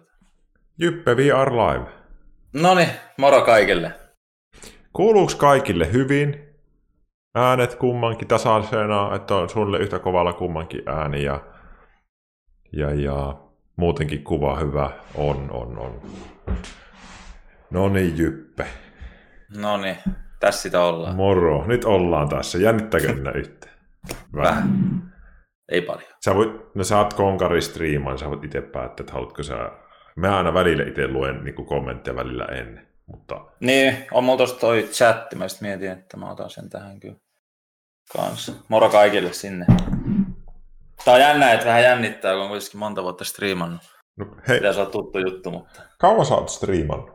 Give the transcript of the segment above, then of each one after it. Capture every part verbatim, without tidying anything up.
Jyppe, we are live. Noniin, moro kaikille. Kuuluuko kaikille hyvin? Äänet kummankin tasaisena, että on sulle yhtä kovalla kummankin ääni ja, ja, ja muutenkin kuva hyvä on, on, on. No niin, Jyppe. Noniin, tässä sitä ollaan. Moro, nyt ollaan tässä. Jännittääkö minä yhteen? Vähän. Vähän. Ei paljon. Sä voit, no sä oot konkari striimaan, sä voit itse päättää, että haluatko sä... Mä aina välillä itse luen niin kommentteja, välillä en. Mutta... Niin, on mulla tossa toi chatti, mä sit mietin, että mä otan sen tähän kyllä kanssa. Moro kaikille sinne. Tää on jännä, että vähän jännittää, kun on kuitenkin monta vuotta striimannut. No, hei. Pitäis olla tuttu juttu, mutta... Kauan sä oot striimannut?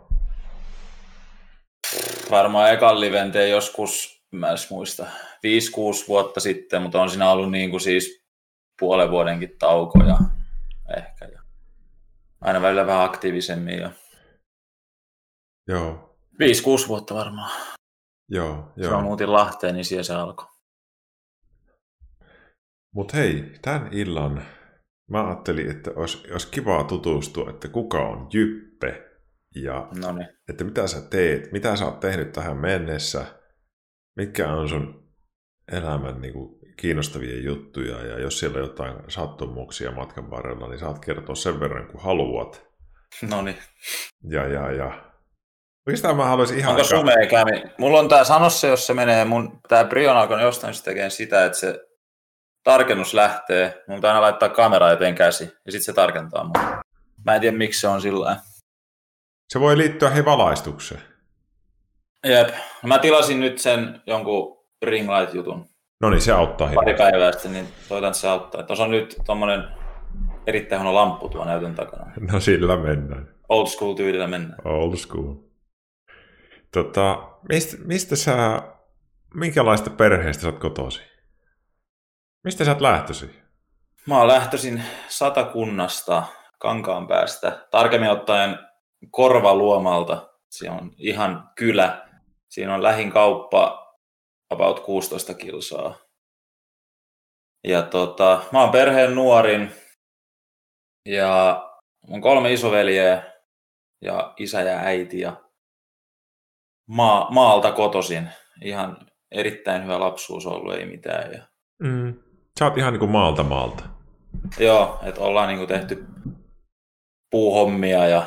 Varmaan ekan liven tein joskus, mä en muista, viisi kuusi vuotta sitten, mutta on siinä ollut niin kuin siis puolen vuodenkin taukoja ehkä. Ja aina välillä vähän aktiivisemmin. Ja... Joo. viisi kuusi vuotta varmaan. Joo, joo. Se on muutin Lahteen, niin siellä se alkoi. Mut hei, tämän illan mä ajattelin, että olisi, olisi kivaa tutustua, että kuka on Jyppe ja Noniin. että mitä sä teet, mitä sä oot tehnyt tähän mennessä, mitkä on sun elämän niin kuin, kiinnostavia juttuja ja jos siellä on jotain sattumuksia matkan varrella, niin saat kertoa sen verran kuin haluat. Noniin. Ja, ja, ja. Oikeastaan mä haluaisin ihan... Onko sumea kämi? Mulla on tää sanossa, jos se menee, mun tää Brion alkoi jostain tekemään sitä, että se tarkennus lähtee, mun pitää aina laittaa kamera eteen käsi ja sit se tarkentaa mun. Mä en tiedä miksi se on sillä. Se voi liittyä hei valaistukseen. Jep. Mä tilasin nyt sen jonkun ring light jutun. No niin, se auttaa hei. Pari päivää sitten, niin toivotan, että se auttaa. Tuossa on nyt tommonen erittäin huono lamppu tuo näytön takana. No sillä mennään. Old school tyylillä mennään. Old school. Tota, mistä, mistä sä, minkälaista perheestä sä oot kotoisin? Mistä sä oot lähtöisin? Mä oon lähtöisin Satakunnasta, Kankaanpäästä, tarkemmin ottaen Korvaluomalta. Se on ihan kylä. Siinä on lähin kauppa about kuusitoista kilsaa. Ja tota, mä oon perheen nuorin ja mun kolme isoveljeä ja isä ja äiti ja maa, maalta kotoisin. Ihan erittäin hyvä lapsuus ollut, ei mitään. Ja... Mm. Sä oot ihan niinku maalta maalta. Joo, että ollaan niinku tehty puuhommia ja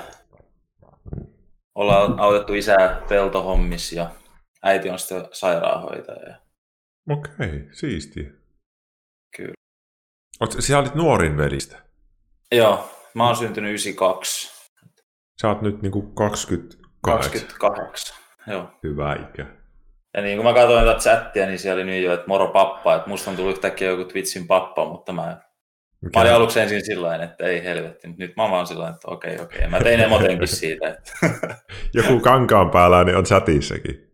ollaan autettu isää peltohommissa ja äiti on sitten sairaanhoitaja. Okei, okay, siistiä. Kyllä. Oot, sä olit nuorin velistä? Joo, mä oon syntynyt yhdeksänkymmentäkaksi. Sä oot nyt niinku kaksikymmentäkahdeksan. kaksikymmentäkahdeksan, joo. Hyvä ikä. Ja niin kun mä katsoin tätä chattia, niin siellä oli nyt jo, että moro pappa, että musta on tullut yhtäkkiä joku Twitchin pappa, mutta mä, mä olin aluksi ensin sillain, että ei helvetti, mutta nyt mä vaan sillain, että okei, okei. Mä tein emotenkin siitä. Että... Joku Kankaanpääläinen on chatissakin.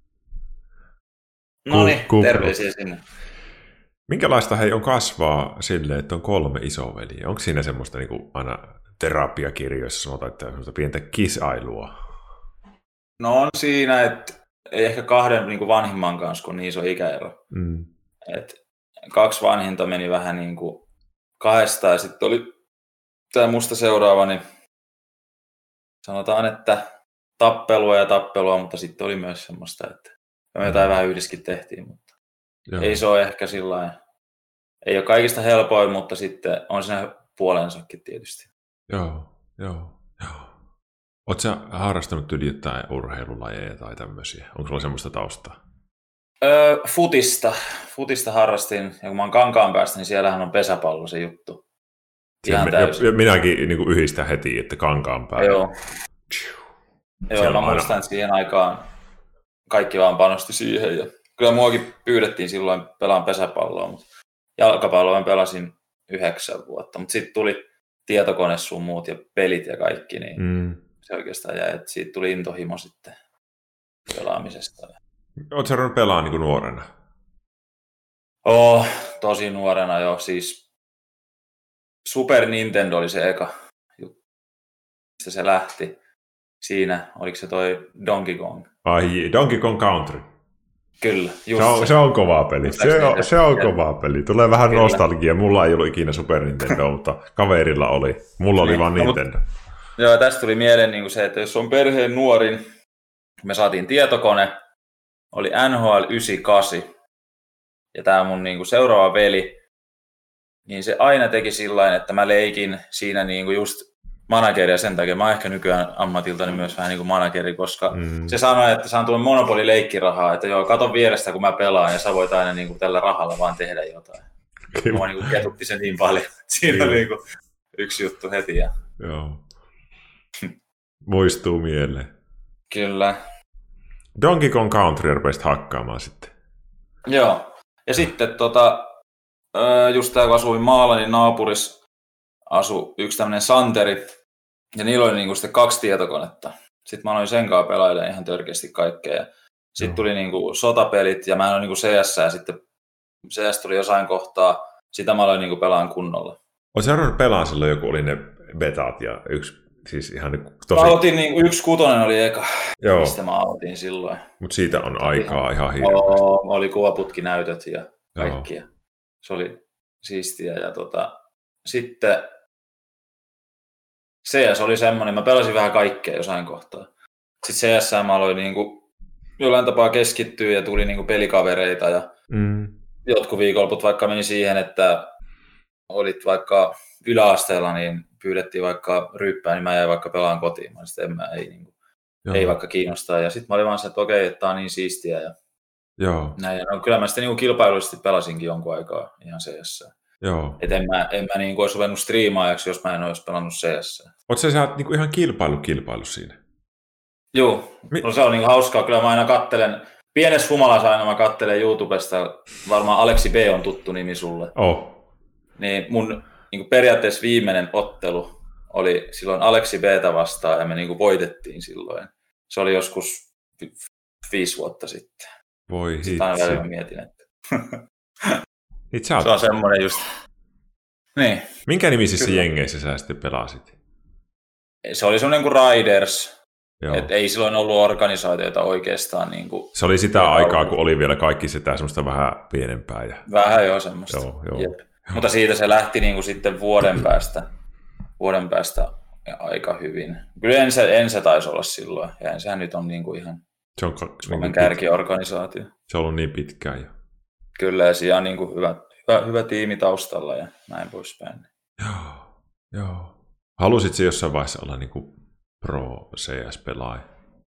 No niin, terveisiä sinne. Minkälaista hei on kasvaa silleen, että on kolme isoveliä? Onko siinä semmoista niin kuin aina terapiakirjoissa sanotaan, että semmoista pientä kisailua? No on siinä, että ei ehkä kahden niin kuin vanhimman kanssa, kun on niin iso ikäero. Mm. Et kaksi vanhinta meni vähän niin kuin kahdesta ja sitten oli tämä musta seuraava, niin sanotaan, että tappelua ja tappelua, mutta sitten oli myös semmoista, että me jotain vähän yhdessäkin tehtiin, mutta Joo. ei se ole ehkä sillain, ei ole kaikista helpoin, mutta sitten on siinä puolensakin tietysti. Joo, joo, joo. Oletko sä harrastanut yli jotain urheilulajeja tai tämmöisiä? Onko sulla semmoista taustaa? Öö, futista. Futista harrastin, ja kun mä oon Kankaanpäästä, niin siellähän on pesäpallo se juttu. Ihan täysin. Ja minäkin niin kuin yhdistän heti, että Kankaanpää. Joo. Joo, mä aina... muistan, että siihen aikaan kaikki vaan panosti siihen. Ja kyllä muakin pyydettiin silloin pelaan pesäpalloa, mutta jalkapalloa mä pelasin yhdeksän vuotta. Mutta sitten tuli tietokone sun muut ja pelit ja kaikki, niin mm. se oikeastaan jäi, että siitä tuli intohimo sitten pelaamisesta. Oletko sä ruvennut pelaamaan niin kuin nuorena? Oh, tosi nuorena jo. Siis Super Nintendo oli se eka juttu, mistä se lähti. Siinä, oliko se toi Donkey Kong? Ai, Donkey Kong Country. Kyllä, just se. On, se. se on kova peli. Se on, se on kova peli. Tulee vähän Kyllä. nostalgia. Mulla ei ollut ikinä Super Nintendo, mutta kaverilla oli. Mulla oli niin, vaan Nintendo. No, Joo, tästä tuli mieleen niin kuin se, että jos on perheen nuorin, me saatiin tietokone, oli N H L yhdeksänkymmentäkahdeksan, ja tämä mun niin kuin seuraava veli, niin se aina teki sillain, että mä leikin siinä niin kuin just manageria sen takia. Mä oon ehkä nykyään ammatiltani myös vähän niin kuin manageri, koska mm. se sanoi, että saan tuon monopolileikkirahaa, että joo, kato vierestä, kun mä pelaan, ja sä voit aina niin kuin tällä rahalla vaan tehdä jotain. Kyllä. Mua niin kuin ketutti se niin paljon, että siinä oli niin kuin yksi juttu heti. Ja... Joo. Muistuu mieleen. Kyllä. Donkey Kong Country rupesit hakkaamaan sitten. Joo. Ja sitten tota, just tää kun asuin maalla, niin naapurissa asui yksi tämmönen Santeri. Ja niillä oli niinku sitten kaksi tietokonetta. Sitten mä aloin sen kanssa pelailemaan ihan törkeästi kaikkea. Sitten tuli niinku sotapelit ja mä en ole niinku C S ja sitten C S tuli jossain kohtaa. Sitä mä aloin niinku pelaan kunnolla. Oletko seurannut pelaan silloin joku oli ne betat ja yksi siis ihan tosi... Mä aloitin niinku yksi kutonen oli eka, Joo. mistä mä aloitin silloin. Mutta siitä on aikaa ihan, ihan hirveästi. Joo, oli kuvaputkinäytöt ja kaikki. Joo. Se oli siistiä ja tota, sitten C S oli semmoinen, mä pelasin vähän kaikkea jossain kohtaa. Sitten C S mä aloin niinku jollain tapaa keskittyä ja tuli niinku pelikavereita ja mm. jotkut viikonloput vaikka meni siihen, että olit vaikka yläasteella, niin pyydettiin vaikka ryyppää, niin mä jäin vaikka pelaan kotiin. Mä sitten en mä, ei, niinku, ei vaikka kiinnostaa. Ja sitten mä olin vaan se, että okei, että tää on niin siistiä. Ja Joo. näin. Ja no, kyllä mä sitten niinku kilpailullisesti pelasinkin jonkun aikaa ihan C S. Joo. Et en mä, en mä niinku olisi ruvennut striimaajaksi, jos mä en olisi pelannut C S. Oletko sä niinku ihan kilpailu kilpailu siinä? Joo. Mi- no se on niinku hauskaa. Kyllä mä aina kattelen, pienessä humalassa aina mä kattelen YouTubesta, varmaan Aleksi B on tuttu nimi sulle. Oh. Niin mun niin periaatteessa viimeinen ottelu oli silloin Aleksi B:tä vastaan ja me niin voitettiin silloin. Se oli joskus viisi vuotta sitten. Voi hitsi. Sitä aina välillä mietin, että se on semmoinen just. Niin. Minkä nimisissä Kyllä. jengeissä sä sitten pelasit? Se oli semmoinen kuin Riders. Et ei silloin ollut organisaatioita oikeastaan. Niin kuin se oli sitä aikaa, ollut. Kun oli vielä kaikki sitä semmoista vähän pienempää. Ja... Vähän jo semmoista. Joo, joo. Jep. Mutta siitä se lähti niin kuin sitten vuoden päästä, vuoden päästä aika hyvin. Kyllä ensi, ensi taisi olla silloin, ja ensihän nyt on niin kuin ihan se on Suomen niin kärkiorganisaatio. Se on ollut niin pitkään jo. Kyllä, ja siinä on niin kuin hyvä, hyvä, hyvä tiimi taustalla ja näin poispäin. Joo, joo. Halusitko jossain vaiheessa olla niin kuin pro C S-pelaaja?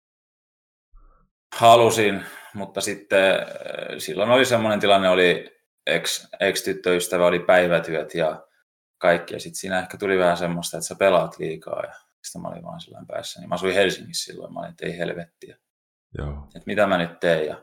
Halusin, mutta sitten silloin oli semmoinen tilanne, oli Ex, ex-tyttöystävä oli päivätyöt ja kaikki. Ja sitten siinä ehkä tuli vähän semmoista, että sä pelaat liikaa. Ja sitten mä olin vaan sillä päässä. Niin mä asuin Helsingissä silloin. Mä olin, että ei helvettiä. Joo. Että mitä mä nyt teen. Ja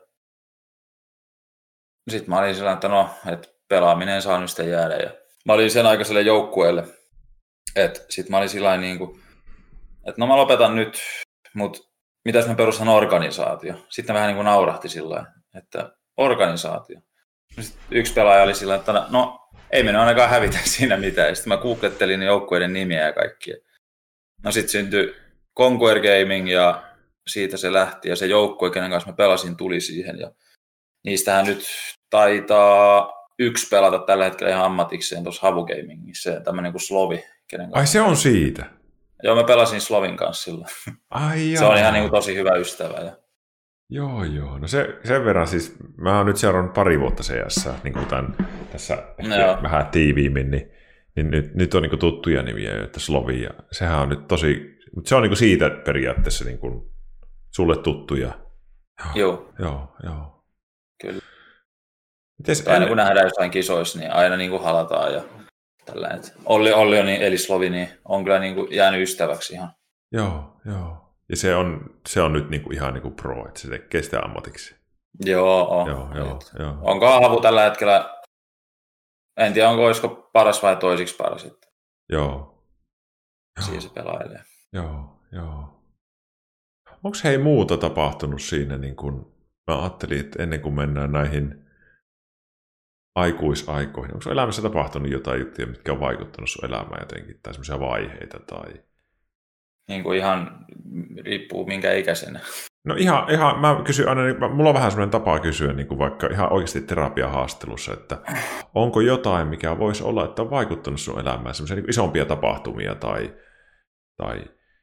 sitten mä olin sillä että no, että pelaaminen saa nyt sitten jäädä. Ja mä olin sen aikaiselle joukkueelle. Että sitten mä olin sillä niin kuin, että no mä lopetan nyt, mutta mitäs mä perustan organisaatio. Sitten vähän niin kuin naurahti sillä että organisaatio. Sitten yksi pelaaja oli sillä, että no ei mennyt ainakaan hävitä siinä mitään. Ja sitten mä googlettelin joukkueiden nimiä ja kaikkia. No sitten syntyi Conquer Gaming ja siitä se lähti. Ja se joukkue, kenen kanssa mä pelasin, tuli siihen. Ja niistähän nyt taitaa yksi pelata tällä hetkellä ihan ammatikseen tuossa Havu Gamingissa. Tämmöinen kuin Slovi. Kenen kanssa Ai se on siitä? Joo, mä pelasin Slovin kanssa silloin. Ai se on ihan niin kuin tosi hyvä ystävä. Ja... Joo, joo. No se, sen verran siis, mä oon nyt seurannut pari vuotta C S, niin kuin tämän, tässä no. vähän tiiviimmin, niin, niin nyt, nyt on niin kuin tuttuja nimiä, että Slovi, ja sehän on nyt tosi, mutta se on niin kuin siitä periaatteessa niin kuin sulle tuttuja. Joo. Joo, joo. Kyllä. Mites aina kun nähdään jossain kisoissa, niin aina niin kuin halataan ja tällainen. Olli, Olli on, niin, eli Slovi, niin on kyllä niin kuin jäänyt ystäväksi ihan. Joo, joo. Ja se on, se on nyt niinku ihan niinku pro, että se tekee sitä ammatiksi. Joo, on. Joo, joo, joo. Onko Havu tällä hetkellä, en tiedä onko olisiko paras vai toisiksi paras sitten. Joo. Siinä se pelailee. Joo, joo. Onko hei muuta tapahtunut siinä, niin kun mä ajattelin, että ennen kuin mennään näihin aikuisaikoihin, onko elämässä tapahtunut jotain juttuja, mitkä on vaikuttanut sun elämään jotenkin, tai semmoisia vaiheita tai... Niin kuin ihan riippuu minkä ikäisenä. No ihan, ihan mä kysyn aina, niin mulla on vähän semmoinen tapa kysyä niin kuin vaikka ihan oikeasti terapiahaastelussa, että onko jotain, mikä voisi olla, että on vaikuttanut sun elämään, semmoisia niin isompia tapahtumia tai, tai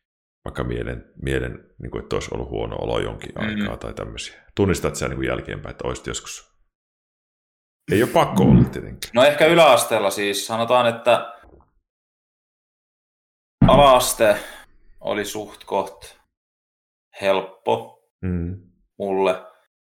vaikka mielen, mielen niin kuin, että olisi ollut huono olo jonkin Mm. aikaa tai tämmöisiä? Tunnistat sä niin kuin jälkeenpäin, että olisit joskus? Ei ole pakko olla tietenkin. No ehkä yläasteella siis sanotaan, että ala-aste oli suht koht helppo Mm. mulle.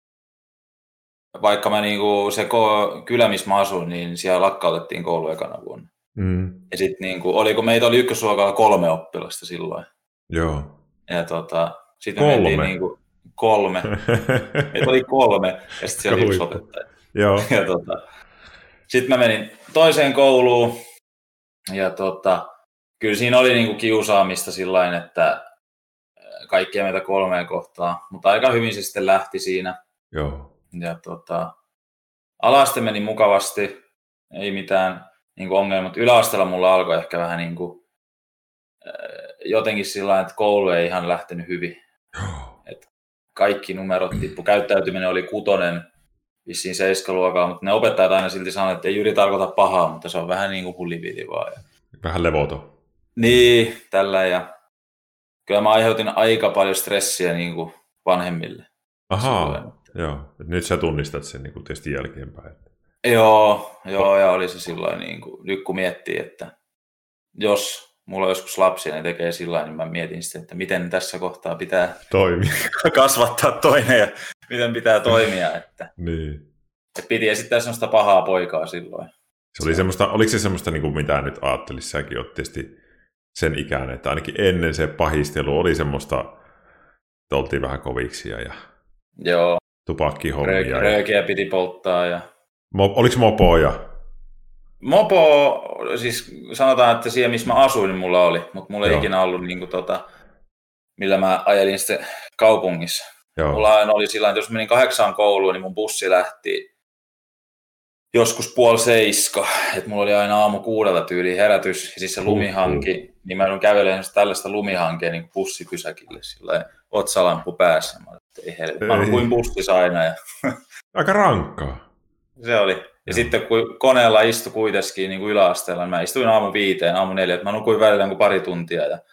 Vaikka mä niinku, se ko- kylä, missä mä asuin, niin siellä lakkautettiin koulu ekana vuonna. Mm. Ja sit niinku, oliko meitä oli ykkösluokalla kolme oppilasta silloin. Joo. Ja tota, sitten Kolme? me mentiin niinku kolme. Meitä oli kolme ja sitten siellä oli yksi opettaja. Joo. Ja tota, sitten mä menin toiseen kouluun ja tota, kyllä siinä oli niinku kiusaamista sillain, että kaikkia meitä kolmeen kohtaa, mutta aika hyvin se sitten lähti siinä. Joo. Ja tota, ala-aste meni mukavasti, ei mitään niinku ongelmia, mutta yläasteella mulla alkoi ehkä vähän niinku, jotenkin sillain, että koulu ei ihan lähtenyt hyvin. Et kaikki numerot tippu, käyttäytyminen oli kutonen, vissiin seiskaluokalla, mutta ne opettajat aina silti sanoivat, että ei Jyri tarkoita pahaa, mutta se on vähän niin kuin hullivili vaan. Vähän levoton. Niin, tällä ja kyllä mä aiheutin aika paljon stressiä niin kuin vanhemmille. Ahaa, joo. Nyt sä tunnistat sen niin kuin tietysti jälkeenpäin. Joo, joo, ja oli se silloin, niin kuin, nyt kun miettii, että jos mulla on joskus lapsia, ne tekee sillä niin mä mietin sitten, että miten tässä kohtaa pitää toimia, kasvattaa toinen ja miten pitää toimia. Että, niin. että piti esittää semmoista pahaa poikaa silloin. Se oli semmoista, oliko se semmoista, niin kuin mitä nyt ajattelisi, säkin olet tietysti sen ikäinen, että ainakin ennen se pahistelu oli semmoista, että oltiin vähän koviksia ja joo. tupakkihommia. Röökiä, röökiä piti polttaa. Ja... Mo, oliko mopoja? Mopo, siis sanotaan, että siellä missä mä asuin, niin mulla oli, mutta mulla ei Joo. ikinä ollut niin kuin, tota, millä mä ajelin sitten kaupungissa. Joo. Mulla aina oli sillä, että jos menin kahdeksaan kouluun, niin mun bussi lähti joskus puoli seiska. Että mulla oli aina aamu kuudelta tyyliin herätys, ja siis se lumihanki, niin mä joudun kävelemään tällaista lumihankea niin bussipysäkille, sillä otsalamppu päässä. Mä olin, ei helvetti, mä nukuin bussissa aina. Ja... Aika rankkaa. Se oli. Ja no. Sitten kun koneella istui kuitenkin niin kuin yläasteella, niin mä istuin aamu viiteen, aamu neljä, että mä nukuin välillä kuin pari tuntia. Ja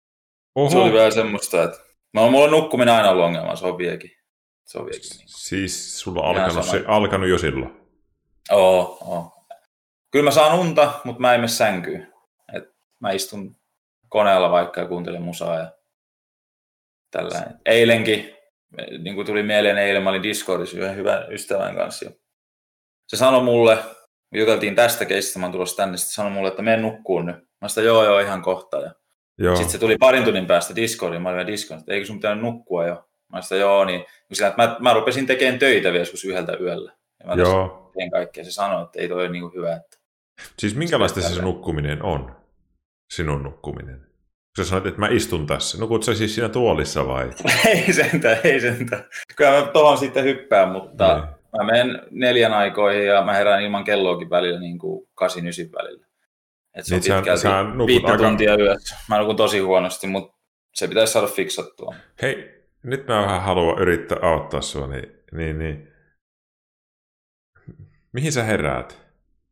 se oli vielä semmoista, että mä, mulla on nukkuminen aina ollut ongelma, se on vieläkin. Se on vieläkin niin. Siis sulla on alkanut, se, alkanut jo silloin? Oo, oo. Kyllä mä saan unta, mutta mä en mene sänkyyn. Et mä istun koneella vaikka ja kuuntelen musaa ja tällainen. Eilenkin, niin kuin tuli mieleen eilen, mä olin Discordissa yhden hyvän ystävän kanssa. Se sanoi mulle, me juteltiin tästä keistä, mä oon tulossa tänne, sitten sanoi mulle, että mene nukkuun nyt. Mä sanoin, joo joo, ihan kohta. Ja sitten se tuli parin tunnin päästä Discordiin, mä olin vielä Discordissa, että eikö sun pitänyt nukkua jo? Mä sanoin, joo, niin mä, mä rupesin tekemään töitä vielä joskus yhdeltä yöllä. Ja mä tein kaikkea. Se sanoi, että ei toi ole niin kuin hyvä. Että... Siis minkälaista se, se nukkuminen on? Sinun nukkuminen? Sä sanoit, että mä istun tässä. Nukut sä siis siinä tuolissa vai? ei sentään, ei sentään. Kyllä mä tohon sitten hyppään, mutta ne. Mä menen neljän aikoihin ja mä herään ilman kelloakin välillä niin kuin kasin ysin välillä. Et se niin on pitkälti viittä aika... tuntia yössä. Mä nukun tosi huonosti, mutta se pitäisi saada fiksattua. Hei, nyt mä vähän haluan yrittää auttaa sua, niin, niin, niin. Mihin sä heräät?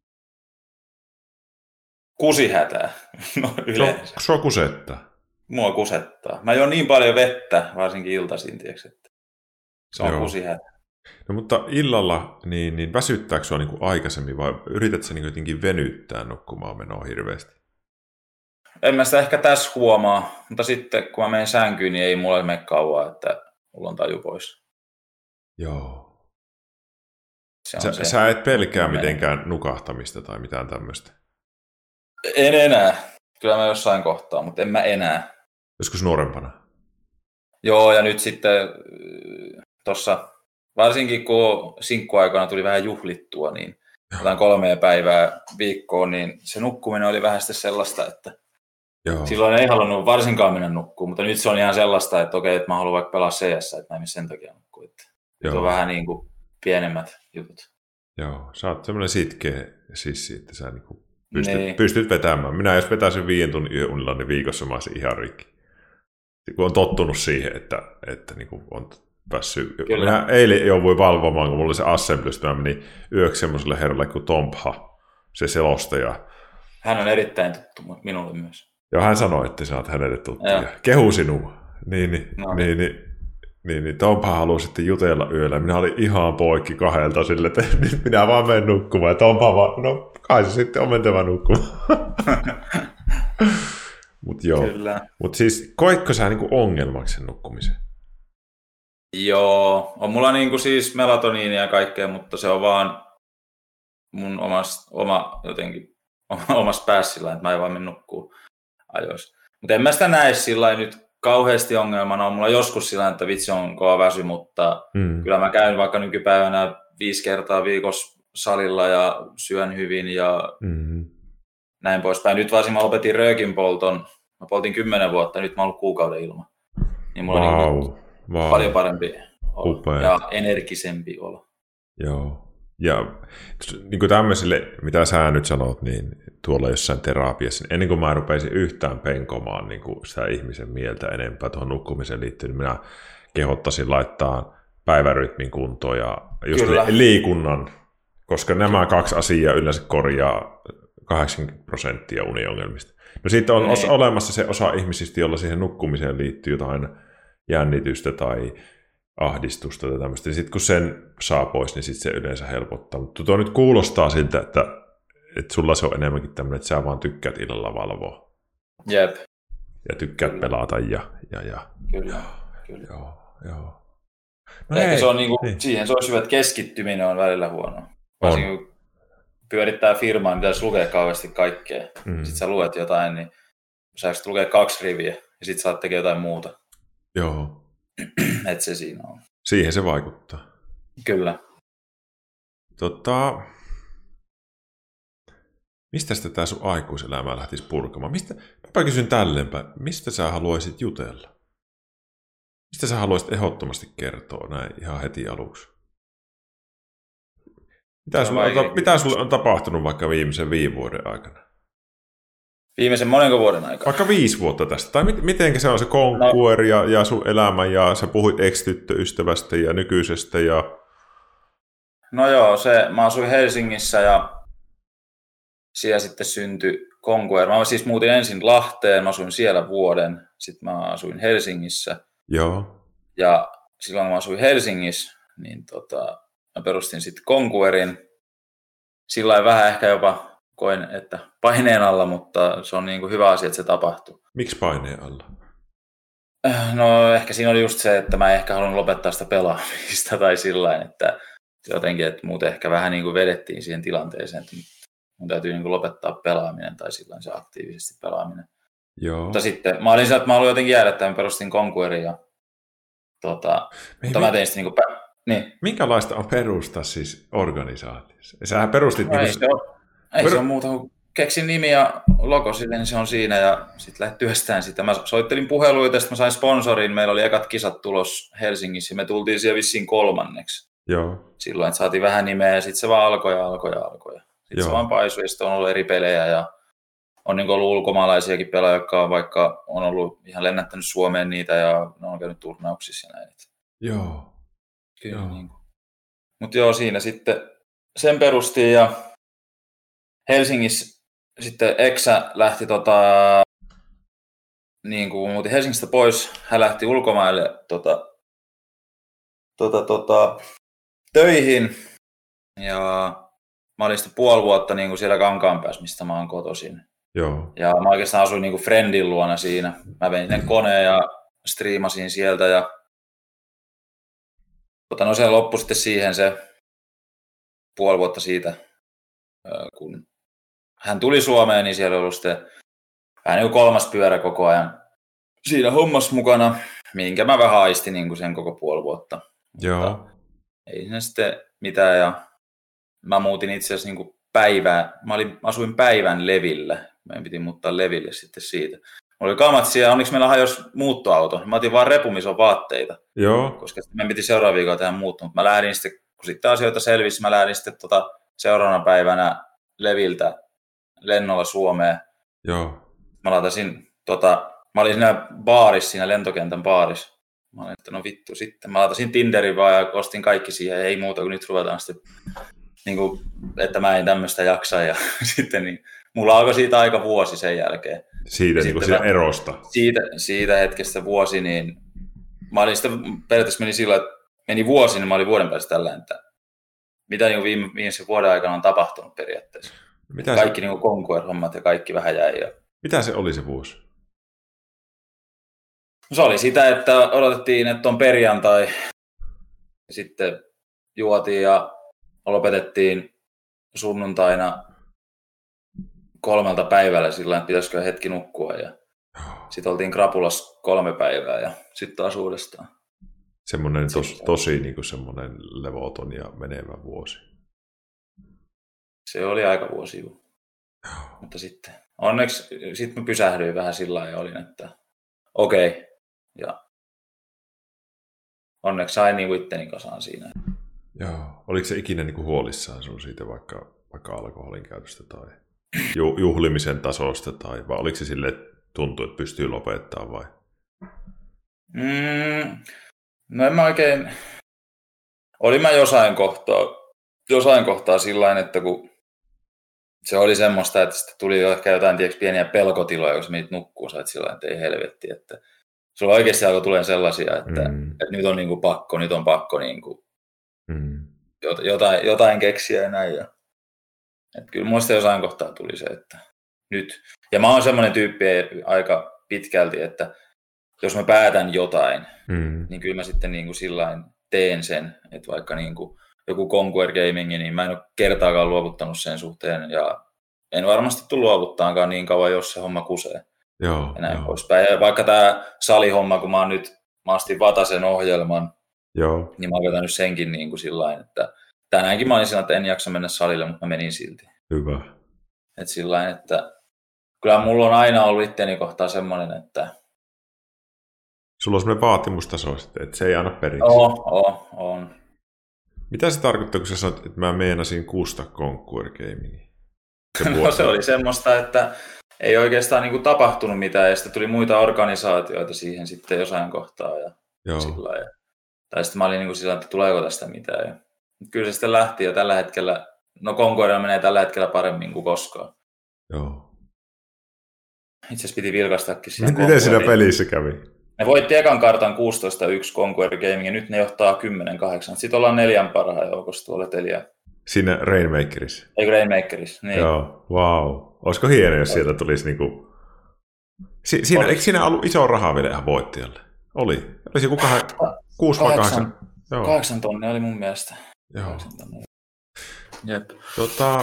Kusihätää. No yleensä. Sua kusettaa? Mua kusettaa. Mä juon niin paljon vettä, varsinkin iltaisin, tiiäks, että se on kusihätä. No mutta illalla, niin, niin väsyttääkö sua niin kuin aikaisemmin vai yrität sä niin jotenkin venyttää nukkumaan menoa hirveästi? En mä sitä ehkä tässä huomaa, mutta sitten kun mä menen sänkyyn, niin ei mulle mene kauan, että mulla on taju pois. Joo. Sä, sä et pelkää mitenkään nukahtamista tai mitään tämmöistä? En enää. Kyllä mä jossain kohtaa, mutta en mä enää. Joskus nuorempana? Joo, ja nyt sitten tuossa, varsinkin kun sinkkuaikana tuli vähän juhlittua, niin jotain kolmea päivää viikkoon, niin se nukkuminen oli vähän sitten sellaista, että Joo. silloin ei halunnut varsinkaan mennä nukkuun, mutta nyt se on ihan sellaista, että okei, että mä haluan vaikka pelaa C S, että mä en sen takia nukkuu. Se on vähän niin kuin pienemmät jutut. Joo, sä oot semmoinen sitkeä sissi, että sä niinku pystyt, niin. pystyt vetämään. Minä jos vetäisin viiden tunnin yöunilla, niin viikossa mä olisin ihan rikki. Kun on tottunut siihen, että, että niinku on päässyt. Kyllä. Minä eilen jouduin valvomaan, kun mulla oli se assembly, että mä menin yöksi semmoiselle herralle kuin Tompha, se selostaja. Hän on erittäin tuttu minulle myös. Joo, hän sanoi, että sä oot hänelle tuttu. Kehu sinua. Niin, niin, no, niin, niin, niin, niin Tompa halusi sitten jutella yöllä. Minä olin ihan poikki kahdelta sille, että nyt minä vaan menen nukkumaan. Ja Tompa vaan, no kai se sitten on mentävä nukkumaan. Mutta joo. Mutta siis koitko sä niinku ongelmaksi sen nukkumisen? Joo, on mulla niinku siis melatoniinia ja kaikkea, mutta se on vaan mun omas, oma jotenkin omassa päässä sillä, että mä en vaan mene nukkuu ajoissa. Mutta en mä sitä näe sillä nyt kauheasti ongelmana. On mulla joskus sillä, että vitsi on kova väsy, mutta mm. kyllä mä käyn vaikka nykypäivänä viisi kertaa viikossa salilla ja syön hyvin ja mm. näin poispäin. Nyt varsin mä lopetin röökin polton. Mä poltin kymmenen vuotta, nyt mä oon ollut kuukauden ilman. Niin mulla wow. on niin wow. paljon parempi olo Upea. Ja energisempi olo. Joo. Ja niin kuin tämmöisille, mitä sä nyt sanot, niin tuolla jossain terapiassa, niin ennen kuin mä rupeisin yhtään penkomaan niin kuin sitä ihmisen mieltä enempää tuohon nukkumiseen liittyen, niin minä kehottaisin laittaa päivärytmin kuntoon ja just Kyllä. liikunnan, koska nämä kaksi asiaa yleensä korjaa kahdeksankymmentä prosenttia uniongelmista. No sitten on osa, olemassa se osa ihmisistä, jolla siihen nukkumiseen liittyy jotain jännitystä tai ahdistusta tai tämmöistä. Sitten kun sen saa pois, niin sitten se yleensä helpottaa. Mutta tuo nyt kuulostaa siltä, että, että sulla se on enemmänkin tämmöinen, että sä vaan tykkäät illalla valvoa. Jep. Ja tykkäät kyllä. pelata ja... ja, ja. Kyllä, kyllä. Joo, joo. No Ehkä hei, se on niinku, niin. siihen se olisi hyvä, että keskittyminen on välillä huono. Varsinkin kun pyörittää firmaa, niin pitäisi lukea kauheasti kaikkea. Mm. Sitten sä luet jotain, niin saako lukea kaksi riviä ja sitten saat tekemään jotain muuta. Joo. Että se siinä on. Siihen se vaikuttaa. Kyllä. Tota, mistä sitä tämä sun aikuiselämä lähtisi purkamaan? Mistä, mä kysyn tälleenpä, mistä sä haluaisit jutella? Mistä sä haluaisit ehdottomasti kertoa näin ihan heti aluksi? Mitä sulle, on, mitä sulle on tapahtunut vaikka viimeisen viiden vuoden aikana? Viimeisen monenko vuoden aikana? Vaikka viisi vuotta tästä. Tai mit, miten se on se konkuer no. ja, ja sun elämä ja sä puhuit ex-tyttöystävästä ja nykyisestä ja... No joo, se, mä asuin Helsingissä ja siellä sitten syntyi konkuer. Mä siis muutin ensin Lahteen, mä asuin siellä vuoden, sitten mä asuin Helsingissä. Joo. Ja silloin kun mä asuin Helsingissä, niin tota, mä perustin sitten konkuerin. Sillä vähän ehkä jopa koin, että paineen alla, mutta se on niin kuin hyvä asia, että se tapahtuu. Miksi paineen alla? No ehkä siinä oli just se, että mä en ehkä halunnut lopettaa sitä pelaamista tai sillain, että jotenkin, että muuten ehkä vähän niin kuin vedettiin siihen tilanteeseen, että mun täytyy niin kuin lopettaa pelaaminen tai sillain se aktiivisesti pelaaminen. Joo. Mutta sitten mä olin sillä, että mä haluin jotenkin jäädä, että mä perustin konkuerin ja tota, mutta mä tein sitten niin kuin... Niin. Minkälaista on perustaa siis organisaatiossa? Sähän perustit... No niin ei, se, ole, ei per... se ole muuta kuin keksin nimi ja logo sille, niin se on siinä ja sitten lähdin työstämään sitä. Mä soittelin puheluita ja sitten mä sain sponsorin. Meillä oli ekat kisat tulos Helsingissä ja me tultiin siellä vissiin kolmanneksi. Joo. Silloin, että saatiin vähän nimeä ja sitten se vaan alkoi ja alkoi ja alkoi. Sitten se vaan paisui ja sitten on ollut eri pelejä ja on niin ollut ulkomaalaisiakin pelaajia, jotka on vaikka on ollut ihan lennättänyt Suomeen niitä ja ne on käynyt turnauksissa ja näin. Joo. Kyllä, niin. Mutta joo, siinä sitten sen perustiin ja Helsingissä sitten Eksä lähti tota, niin kuin muutin Helsingistä pois, hän lähti ulkomaille tota, tota, tota, töihin ja mä olin sitten puoli vuotta niin kuin siellä Kankaanpäässä, mistä mä oon kotoisin. Joo. Ja mä oikeastaan asuin niin kuin friendin luona siinä. Mä vein sen koneen ja striimasin sieltä ja Tota, no se loppui sitten siihen se puoli vuotta siitä, kun hän tuli Suomeen, niin siellä oli ollut sitten vähän niin kuin kolmas pyörä koko ajan siinä hommassa mukana, minkä mä vähän aistin niin kuin sen koko puoli vuotta. Joo. Mutta ei siinä sitten mitään ja mä muutin itse asiassa niin kuin päivää, mä olin, asuin päivän Levillä, meidän piti muuttaa Leville sitten siitä. Mulla oli kamat siellä, onneksi meillä hajosi muuttoauto. Mä otin vaan repumison vaatteita, Joo. koska meidän piti seuraava viikolla tehdä muutto. Mutta mä lähdin sitten, kun sitten asioita selvisi, mä lähdin sitten tota seuraavana päivänä Leviltä lennolla Suomeen. Joo. Mä latasin, tota, mä olin siinä baarissa, siinä lentokentän baarissa. Mä olin, että no vittu sitten. Mä latasin Tinderin vaan ja ostin kaikki siihen, ei muuta kuin nyt ruvetaan sitten, niin kuin, että mä en tämmöistä jaksa. Ja sitten niin, mulla alkoi siitä aika vuosi sen jälkeen. Siitä, niin kuin siitä erosta. Siitä, siitä hetkestä vuosi, niin mä olin sitä, periaatteessa meni sillä, että meni vuosi, niin mä olin vuoden päästä tällä, että mitä niin viime, viimeisen vuoden aikana on tapahtunut periaatteessa. Mitä kaikki se... niin Conquer-hommat ja kaikki vähän jäi. Ja... Mitä se oli se vuosi? Se oli sitä, että odotettiin, että on perjantai. Sitten juotiin ja lopetettiin sunnuntaina kolmelta päivällä sillä että pitäisikö hetki nukkua. Ja sitten oltiin krapulassa kolme päivää ja sitten taas uudestaan. Semmoinen tos, tosi niin kuin semmoinen levoton ja menevä vuosi. Se oli aika vuosi. Mutta sitten onneksi sitten mä pysähdyin vähän sillä ja olin, että okei. Okay. Ja onneksi sain niin itteni kasaan siinä. Joo. Oliko se ikinä niin kuin huolissaan sun siitä vaikka, vaikka alkoholin käytöstä tai ju, juhlimisen tasosta? Tai, vai oliko se silleen, että tuntui, että pystyy lopettamaan vai? Mm, no en mä oikein... Olin mä jossain kohtaa, jossain kohtaa sillain, että kun se oli semmoista, että sitten tuli jo ehkä jotain tiiäks, pieniä pelkotiloja, jos menit nukkuu, sait sillä että ei helvetti, että sulla oikeasti alkoi tulemaan sellaisia, että, mm. että nyt on niin kuin pakko, nyt on pakko niin kuin mm. jotain, jotain keksiä ja näin. Ja, että kyllä muista jossain kohtaa tuli se, että nyt. Ja mä oon semmoinen tyyppi aika pitkälti, että jos mä päätän jotain, mm. niin kyllä mä sitten niin kuin sillain teen sen, että vaikka niin kuin joku Conquer Gaming, niin mä en ole kertaakaan luovuttanut sen suhteen ja en varmasti tule luovuttaankaan niin kauan, jos se homma kusee. Joo, ja näin joo. poispäin. Ja vaikka tämä salihomma, kun mä oon nyt, mä astin Vatasen ohjelman, joo. niin mä oon vetänyt senkin niin kuin sillain, että tänäänkin mä olin sillä, että en jaksa mennä salille, mutta mä menin silti. Hyvä. Että sillain, että kyllä mulla on aina ollut itteni kohtaa semmoinen, että sulla on semmoinen vaatimustaso, että se ei anna periksi. Oo, oo, on. Mitä se tarkoittaa, kun sä sanot, että mä meinasin kusta Conquer Gamingin? Se no se oli semmoista, että ei oikeastaan niin kuin tapahtunut mitään, ja sitten tuli muita organisaatioita siihen sitten jossain kohtaa. Ja sillä ja, tai sitten mä olin niin kuin sillä, että tuleeko tästä mitään. Ja kyllä se sitten lähti, ja tällä hetkellä, no Conquerilla menee tällä hetkellä paremmin kuin koskaan. Joo. Itse asiassa piti vilkastaakin siihen. Miten siinä pelissä kävi? Ne voitti ekan kartan kuusitoista yksi Conquer Gaming, ja nyt ne johtaa kymmenen kahdeksan. Sitten ollaan neljän parhaan joukossa tuolla Telia. Siinä Rainmakerissa? Eikö Rainmakerissa, niin. Joo, wow. Olisiko hieno, jos sieltä tulisi niinku... Si- siinä, eikö siinä ollut iso raha vielä ihan voittajalle? Oli. Olisi joku kah... kuusi vai kahdeksan? Kahdeksan tonnia oli mun mielestä. Joo. Jep. Tota...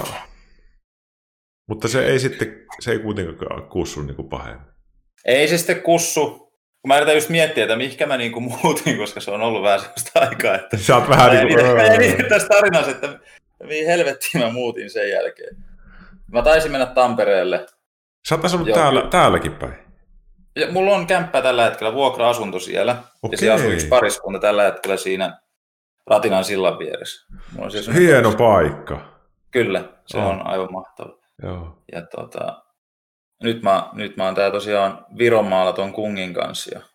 Mutta se ei sitten, se ei kuitenkaan kussu niinku pahemmin. Ei se sitten kussu. Kun mä yritän just miettiä, että mihinkä mä niinku muutin, koska se on ollut vähän sellaista aikaa, että... Sä oot vähän niinku... Mä jäin tässä tarinassa, että mihin helvettiin mä muutin sen jälkeen. Mä taisin mennä Tampereelle. Sä oot asunut täällä, täälläkin päin? Ja mulla on kämppä tällä hetkellä, vuokra-asunto siellä. Okei. Ja siellä asuu yksi pariskunta tällä hetkellä siinä Ratinan sillan vieressä. Siis hieno paikka. Kyllä, se oh. on aivan mahtava. Joo. Ja tota... Nyt mä, nyt mä oon tää tosiaan Vironmaalla ton Kungin kanssa. Ja...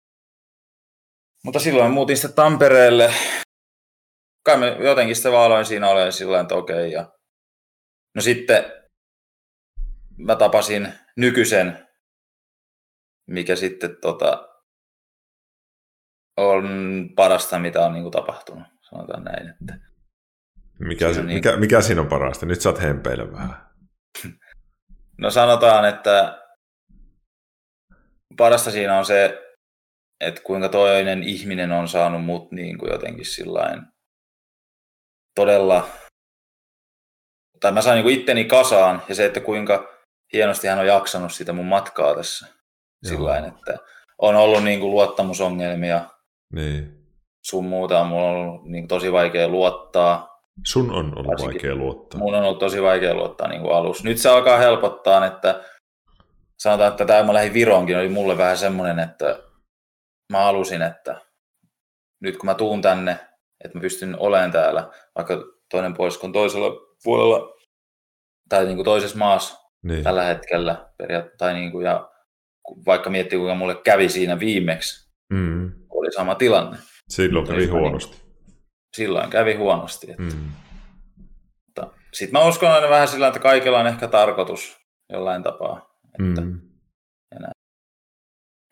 Mutta silloin muutin sitten Tampereelle. Kai mä jotenkin sitten vaan aloin siinä olemaan sillä että okei. Ja... No sitten mä tapasin nykyisen, mikä sitten tota, on parasta, mitä on niinku tapahtunut. Sanotaan näin. Että... Mikä, si- niin... mikä, mikä siinä on parasta? Nyt sä oot hempeillä vähän. No sanotaan, että parasta siinä on se, että kuinka toinen ihminen on saanut mut niin kuin jotenkin sillain todella, tai mä sain niin kuin itteni kasaan ja se, että kuinka hienosti hän on jaksanut sitä mun matkaa tässä sillain, että on ollut niin kuin luottamusongelmia, niin. sun muuta on mulla ollut niin kuin tosi vaikea luottaa. Sun on ollut Varsinkin vaikea luottaa. Mun on ollut tosi vaikea luottaa niin kuin alussa. Nyt se alkaa helpottaa, että sanotaan, että tämä mä lähdin Viroonkin, oli mulle vähän semmoinen, että mä halusin, että nyt kun mä tuun tänne, että mä pystyn olemaan täällä, vaikka toinen puolisko on toisella puolella tai niin kuin toisessa maassa niin. Tällä hetkellä, tai niin kuin, ja vaikka miettii, kuinka mulle kävi siinä viimeksi, mm. oli sama tilanne. Silloin kävi huonosti. Niin, silloin kävi huonosti. Että... Mm. Sitten mä uskon aina vähän sillä, että kaikilla on ehkä tarkoitus jollain tapaa. Että... Mm.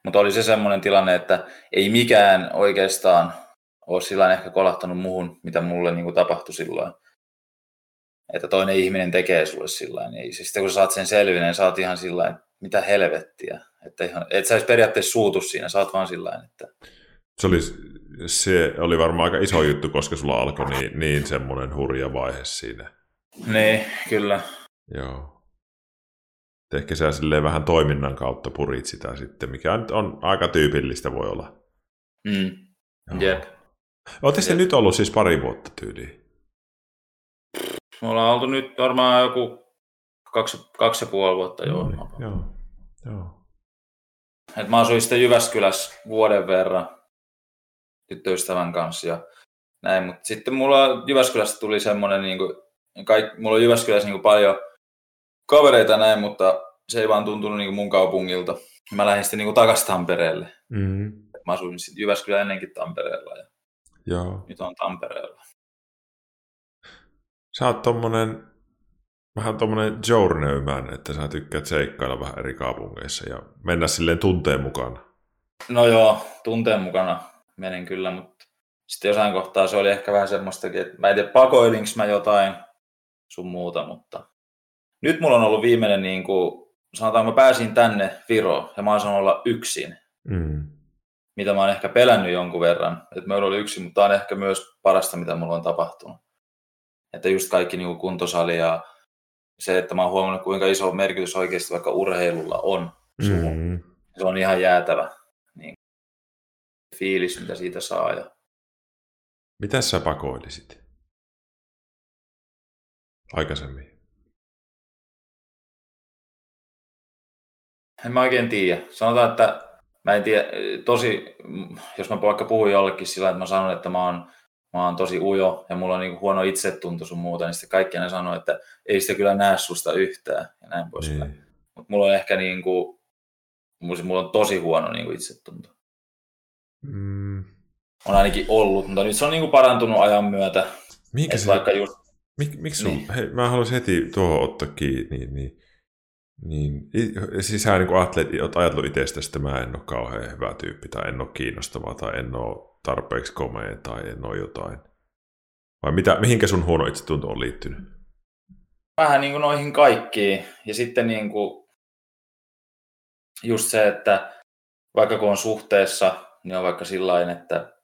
Mutta oli se semmoinen tilanne, että ei mikään oikeastaan ole sillä ehkä kolahtanut muuhun, mitä mulle niin kuin tapahtui silloin. Että toinen ihminen tekee sulle sillä niin sitten kun sä saat sen selvineen, niin sä oot ihan sillä että mitä helvettiä. Että ihan, et sä edes periaatteessa suutu siinä, sä oot vaan sillä että... Se oli, se oli varmaan aika iso juttu, koska sulla alkoi niin, niin semmoinen hurja vaihe siinä. Niin, kyllä. Joo. Ehkä sä silleen vähän toiminnan kautta purit sitä sitten, mikä nyt on aika tyypillistä voi olla. Mm. Jep. Oletteko te nyt ollut siis pari vuotta tyyliin? Me ollaan oltu nyt varmaan joku kaksi, kaksi ja puoli vuotta. Joo. No, joo. Joo. Et mä asuin sitten Jyväskylässä vuoden verran tyttöystävän kanssa ja näin, mutta sitten mulla Jyväskylästä tuli semmoinen, niin kuin, kaik, mulla on Jyväskylässä niin kuin paljon kavereita näin, mutta se ei vaan tuntunut niin kuin mun kaupungilta. Mä lähdin sitten niin kuin takaisin Tampereelle. Mm-hmm. Mä asuin sitten Jyväskylä ennenkin Tampereella ja joo. nyt on Tampereella. Sä oot tommonen, vähän tommonen journeyman, että sä tykkäät seikkailla vähän eri kaupungeissa ja mennä silleen tunteen mukana. No joo, tunteen mukana menin kyllä, mutta sitten jossain kohtaa se oli ehkä vähän semmoistakin, että mä en tiedä pakoilinko mä jotain sun muuta, mutta nyt mulla on ollut viimeinen, niin kuin, sanotaan, mä pääsin tänne Viroon ja mä oon saanut olla yksin, mm. mitä mä oon ehkä pelännyt jonkun verran, että mä olen yksin, mutta tää on ehkä myös parasta, mitä mulla on tapahtunut. Että just kaikki niin kuin kuntosali ja se, että mä oon huomannut, kuinka iso merkitys oikeasti vaikka urheilulla on suhun. Mm. Se on ihan jäätävä niin, fiilis, mitä siitä saa. Ja... Mitäs sä pakoilisit aikaisemmin? En mä oikein tiedä. Sanotaan, että mä en tiedä, tosi, jos mä vaikka puhun jollekin sillä, että mä sanon, että mä oon, mä oon tosi ujo ja mulla on niin huono itsetunto sun muuta, niin sitten kaikki aina sanoo, että ei sitä kyllä näe susta yhtään ja näin poispäin. Niin. Mutta mulla on ehkä niin kuin, mulla on tosi huono niin kuin itsetunto. Mm. On ainakin ollut, mutta nyt se on niin kuin parantunut ajan myötä. Mikä se, vaikka just... Mik, miksi sun, niin. hei, mä haluaisin heti tuohon ottaa kiinni, niin, niin, niin siis sä niin ajattelet, oot ajatellut itsestäsi, että mä en ole kauhean hyvä tyyppi, tai en ole kiinnostava, tai en ole tarpeeksi komea, tai en ole jotain. Vai mitä, mihinkä sun huono itsetunto on liittynyt? Vähän niin kuin noihin kaikkiin, ja sitten niin kuin just se, että vaikka kun on suhteessa, niin on vaikka sillain, että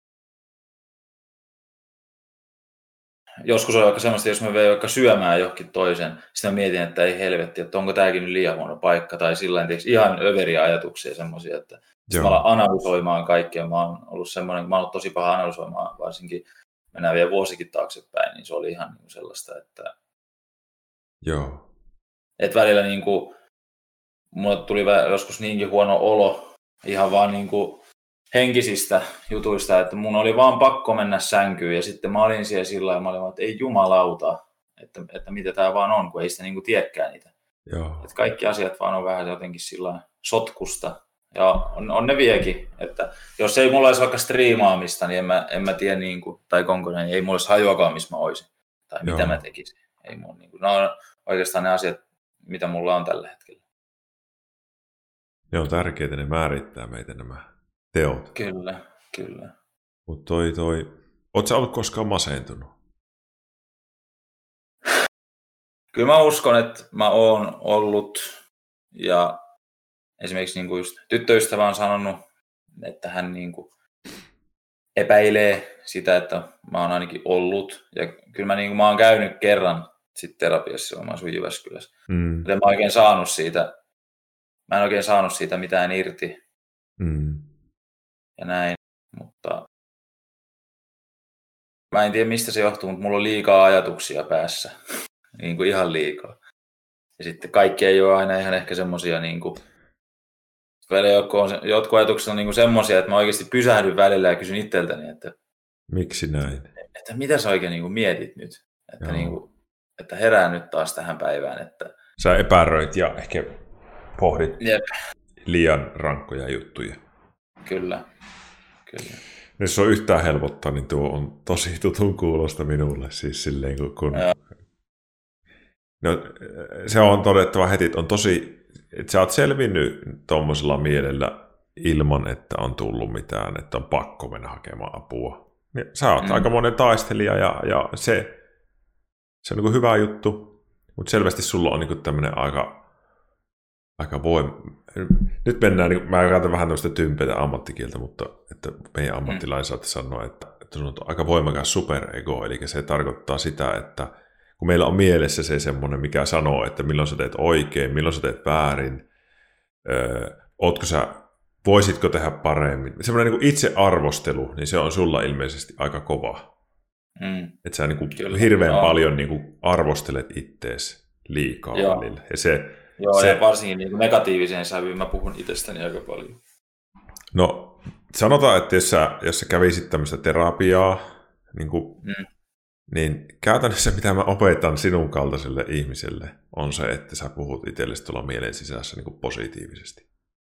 joskus on vaikka semmoista, jos mä vein vaikka syömään johonkin toisen, sitten mä mietin, että ei helvetti, että onko tämäkin nyt liian huono paikka, tai sillain tiiäks, ihan överiä ajatuksia semmoisia, että sitten mä alan analysoimaan kaikkea, mä oon ollut semmoinen, mä oon ollut tosi paha analysoimaan, varsinkin mennään vielä vuosikin taaksepäin, niin se oli ihan niin sellaista, että joo. Et välillä niin kuin, mulle tuli joskus niinkin huono olo ihan vaan niin kuin henkisistä jutuista, että mun oli vaan pakko mennä sänkyyn ja sitten mä olin siellä sillä ja mä olin vaan, että ei jumalauta, että, että mitä tää vaan on, kun ei sitä niin kuin tiedäkään niitä. Joo. Että kaikki asiat vaan on vähän jotenkin sillä sotkusta ja on, on ne viekin, että jos ei mulla olisi vaikka striimaamista, niin en mä, en mä tiedä, niin kuin, tai Konkonen, niin ei mulla olisi hajuakaan, missä mä olisin tai mitä Joo. mä tekisin. Ei mun, niin kuin, no on oikeastaan ne asiat, mitä mulla on tällä hetkellä. Ne on tärkeitä, ne määrittää meitä nämä teot. Kyllä, kyllä. Mutta toi, toi, ootko sä ollut koskaan masentunut? Kyllä mä uskon, että mä oon ollut, ja esimerkiksi niin kuin just tyttöystävä on sanonut, että hän niin kuin epäilee sitä, että mä oon ainakin ollut, ja kyllä mä, niin kuin, mä oon käynyt kerran sit terapiassa, kun mä asuin Jyväskylässä. Mm. Mä en oikein saanut siitä, mä en oikein saanut siitä mitään irti. Mm. Ja näin, mutta mä en tiedä mistä se johtuu, mutta mulla on liikaa ajatuksia päässä, niin kuin ihan liikaa. Ja sitten kaikki ei ole aina ihan ehkä semmosia, niin kuin, jotkut ajatukset on niin kuin semmosia, että mä oikeasti pysähdyn välillä ja kysyn itseltäni, että miksi näin? Että mitä sä oikein niin kuin mietit nyt? Että, niin kuin, että herää nyt taas tähän päivään. Että... Sä epäröit ja ehkä pohdit Jep. liian rankkoja juttuja. Kyllä, kyllä. Jos on yhtään helpottaa, niin tuo on tosi tutun kuulosta minulle. Siis silleen, kun... kun... No, se on todettava heti, että on tosi... Että sä oot selvinnyt tuommoisella mielellä ilman, että on tullut mitään, että on pakko mennä hakemaan apua. Niin sä oot Mm. aika monen taistelija ja, ja se, se on niin kuin hyvä juttu, mutta selvästi sulla on niin tämmöinen aika, aika voim... Nyt mennään, niin, mä käytän vähän tämmöistä tympeitä ammattikieltä, mutta että meidän ammattilainen mm. saatte sanoa, että, että sulla on aika voimakas superego, eli se tarkoittaa sitä, että kun meillä on mielessä se semmoinen, mikä sanoo, että milloin sä teet oikein, milloin sä teet väärin, öö, ootko sä, voisitko tehdä paremmin. Semmoinen niin kuin itsearvostelu, niin se on sulla ilmeisesti aika kova. Mm. Että sä niin kuin Kyllä, hirveän joo. paljon niin kuin arvostelet ittees liikaa Joo. välillä. Ja se, Joo, se, ja varsinkin niin kuin negatiiviseen sävyyn mä puhun itsestäni aika paljon. no, sanotaan, että jos sä, jos sä kävisit tämmöistä terapiaa, niin, kuin, Mm. niin käytännössä mitä mä opetan sinun kaltaiselle ihmiselle on se, että sä puhut itsellesi tuolla mielen sisässä niin kuin positiivisesti.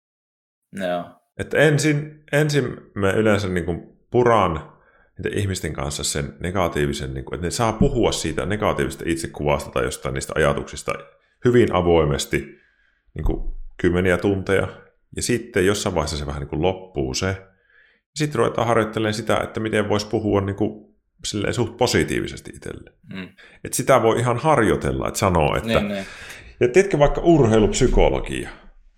Joo. Että ensin, ensin me yleensä niin kuin puran niiden ihmisten kanssa sen negatiivisen, niin kuin, että ne saa puhua siitä negatiivisesta itsekuvasta tai jostain niistä ajatuksista hyvin avoimesti niin kuin kymmeniä tunteja. Ja sitten jossain vaiheessa se vähän niin kuin loppuu se. Sitten ruvetaan harjoittelemaan sitä, että miten voisi puhua niin kuin silleen suht positiivisesti itselle. Mm. Että sitä voi ihan harjoitella, että sanoo, että... Niin, niin. Ja tiedätkö vaikka urheilupsykologia?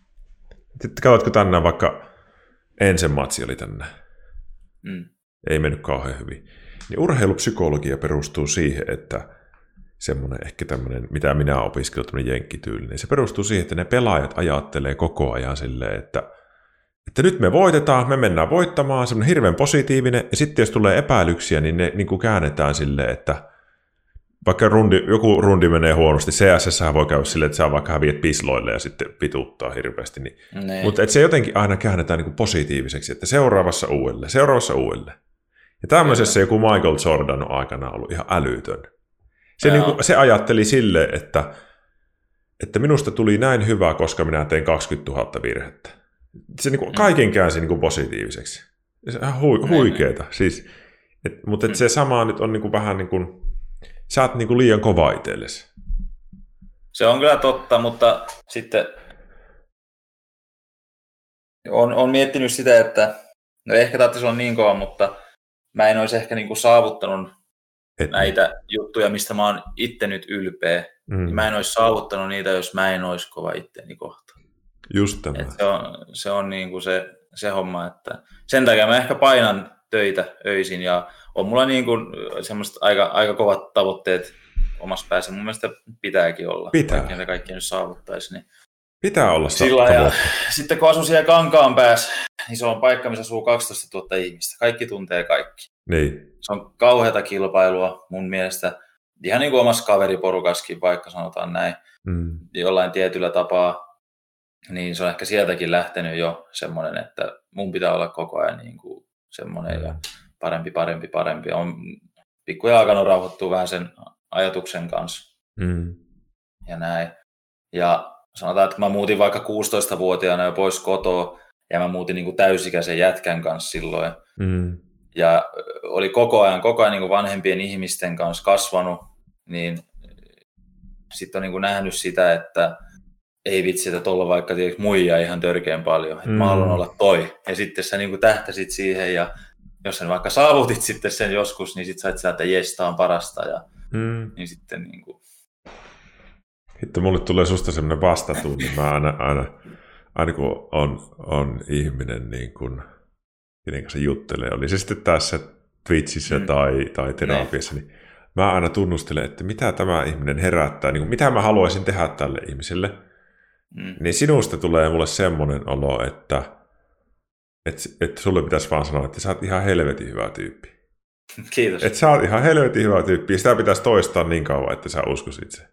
Katsotko tänään vaikka ensin matsi oli tänään? Mm. Ei mennyt kauhean hyvin. Niin urheilupsykologia perustuu siihen, että semmoinen ehkä tämmöinen, mitä minä olen opiskellut, tämmöinen jenkkityylinen, se perustuu siihen, että ne pelaajat ajattelee koko ajan silleen, että, että nyt me voitetaan, me mennään voittamaan, semmoinen hirveän positiivinen, ja sitten jos tulee epäilyksiä, niin ne niin kuin käännetään silleen, että vaikka rundi, joku rundi menee huonosti, C S S voi käydä silleen, että sä vaikka häviät pisloille ja sitten pituuttaa hirveästi, niin, Niin. mutta että se jotenkin aina käännetään niin kuin positiiviseksi, että seuraavassa uudelleen, seuraavassa uudelleen. Ja tämmöisessä joku Michael Jordan on aikana ollut ihan älytön. Se, niin kuin, se ajatteli silleen, että, että minusta tuli näin hyvä, koska minä tein kaksikymmentätuhatta virhettä. Se niin kuin, kaiken käänsi niin kuin positiiviseksi. Se on hui, huikeeta. Siis, et, mutta et se sama nyt on niin kuin vähän niin kuin, sä oot niin kuin liian kova itsellesi. Se on kyllä totta, mutta sitten on, on miettinyt sitä, että no ehkä tarvitsisi olla niin kova, mutta mä en olisi ehkä niin kuin saavuttanut Et, näitä juttuja, mistä mä oon itse nyt ylpeä. mm, Mä en olisi saavuttanut niitä, jos mä en olisi kova itteni kohtaan. just tämä. Et se on, se, on niin kuin se, se homma, että sen takia mä ehkä painan töitä öisin ja on mulla niin kuin semmoiset aika, aika kovat tavoitteet omassa päässä. Mun mielestä pitääkin olla, Pitää. vaikka ne kaikki nyt saavuttaisi. Niin Pitää olla sillä ja tavoite. sitten kun asun siellä Kankaan päässä, niin se on paikka, missä asuu kaksitoistatuhatta ihmistä. Kaikki tuntee kaikki. Niin. Se on kauheata kilpailua mun mielestä. Ihan niin kuin omassa kaveriporukassakin, vaikka sanotaan näin, Mm. jollain tietyllä tapaa. Niin se on ehkä sieltäkin lähtenyt jo semmoinen, että mun pitää olla koko ajan niin kuin semmoinen Mm. ja parempi, parempi, parempi. On pikkuja alkanut rauhoittua vähän sen ajatuksen kanssa Mm. ja näin. Ja sanotaan, että mä muutin vaikka kuusitoistavuotiaana jo pois kotoa ja mä muutin niin kuin täysikäisen jätkän kanssa silloin. Mm. Ja oli koko ajan, koko ajan niin kuin vanhempien ihmisten kanssa kasvanut, niin sitten on niin kuin nähnyt sitä, että ei vitsi, että tuolla vaikka tietysti muijaa ihan törkeän paljon, että mm. mä haluan olla toi. Ja sitten sä niin kuin tähtäsit siihen ja jos sä vaikka saavutit sitten sen joskus, niin sitten sait sä, että jes, tää on parasta. Ja, Mm. niin sitten niin kuin... Hitto, mulle tulee susta semmoinen vastatunne. Mä aina, aina, aina kun on, on ihminen, niin kun, kenen kanssa juttelee, oli se sitten tässä Twitchissä mm. tai, tai terapiassa, niin mä aina tunnustelen, että mitä tämä ihminen herättää, niin kuin, mitä mä haluaisin tehdä tälle ihmiselle. Mm. Niin sinusta tulee mulle semmoinen olo, että, että, että sulle pitäisi vaan sanoa, että sä oot ihan helvetin hyvä tyyppi. Kiitos. Että sä oot ihan helvetin hyvä tyyppi, ja sitä pitäisi toistaa niin kauan, että sä uskoisit itse.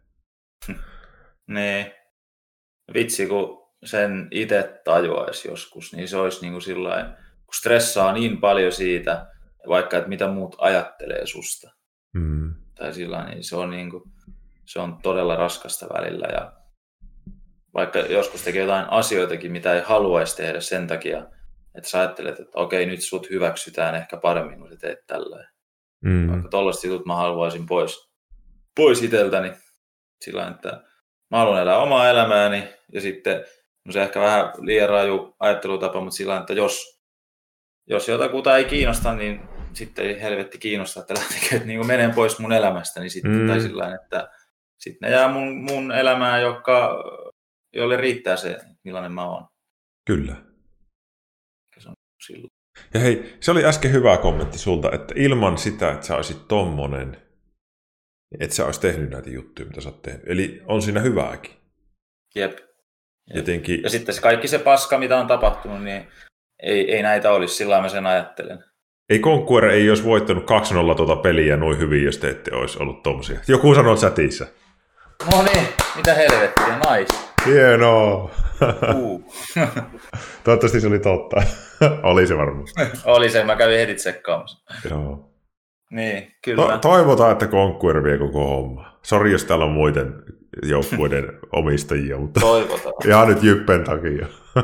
Niin. Vitsi, kun sen itse tajuaisi joskus, niin se olisi niin kuin sillain, kun stressaa niin paljon siitä, vaikka että mitä muut ajattelee susta. Mm. Tai sillä niin se on, niin kuin, se on todella raskasta välillä. Ja vaikka joskus tekee jotain asioitakin, mitä ei haluaisi tehdä sen takia, että sä ajattelet, että okei, nyt sut hyväksytään ehkä paremmin, kun sä teet tällä. Mm. Vaikka tollaiset jutut mä haluaisin pois, pois itseltäni. Sillä että mä haluan elää omaa elämääni ja sitten no se ehkä vähän liian raju ajattelutapa, mutta sillä että jos, jos jotakuta ei kiinnosta, niin sitten ei helvetti kiinnosta, että lähtekö niin menee pois mun elämästä, niin sitten, mm. tai sillä että sitten ne jää mun, mun elämään, joka, jolle riittää se, millainen mä oon. Kyllä. Se on silloin. Ja hei, se oli äsken hyvä kommentti sulta, että ilman sitä, että sä olisit tommonen, että sä olisit tehnyt näitä juttuja, mitä sä oot tehnyt. Eli on siinä hyvääkin. Jep. Jep. Jotenkin... Ja sitten se kaikki se paska, mitä on tapahtunut, niin ei, ei näitä olisi, sillä mä sen ajattelen. Ei Conqueror ei olisi voittanut kaksi nolla tuota peliä noin hyvin, jos te ette olisi ollut tommosia. Joku sanoo chatissa. No niin, mitä helvettiä, nice. Hienoa. Uh. Toivottavasti se oli totta. Oli se varmaan. Oli se, mä kävin heti tsekkaamassa. Joo. Niin, kyllä. To- toivotaan, että Conqueror vie koko homma. Sori, jos täällä on muiden joukkueiden omistajia, mutta toivotaan. Ihan nyt Jyppen takia.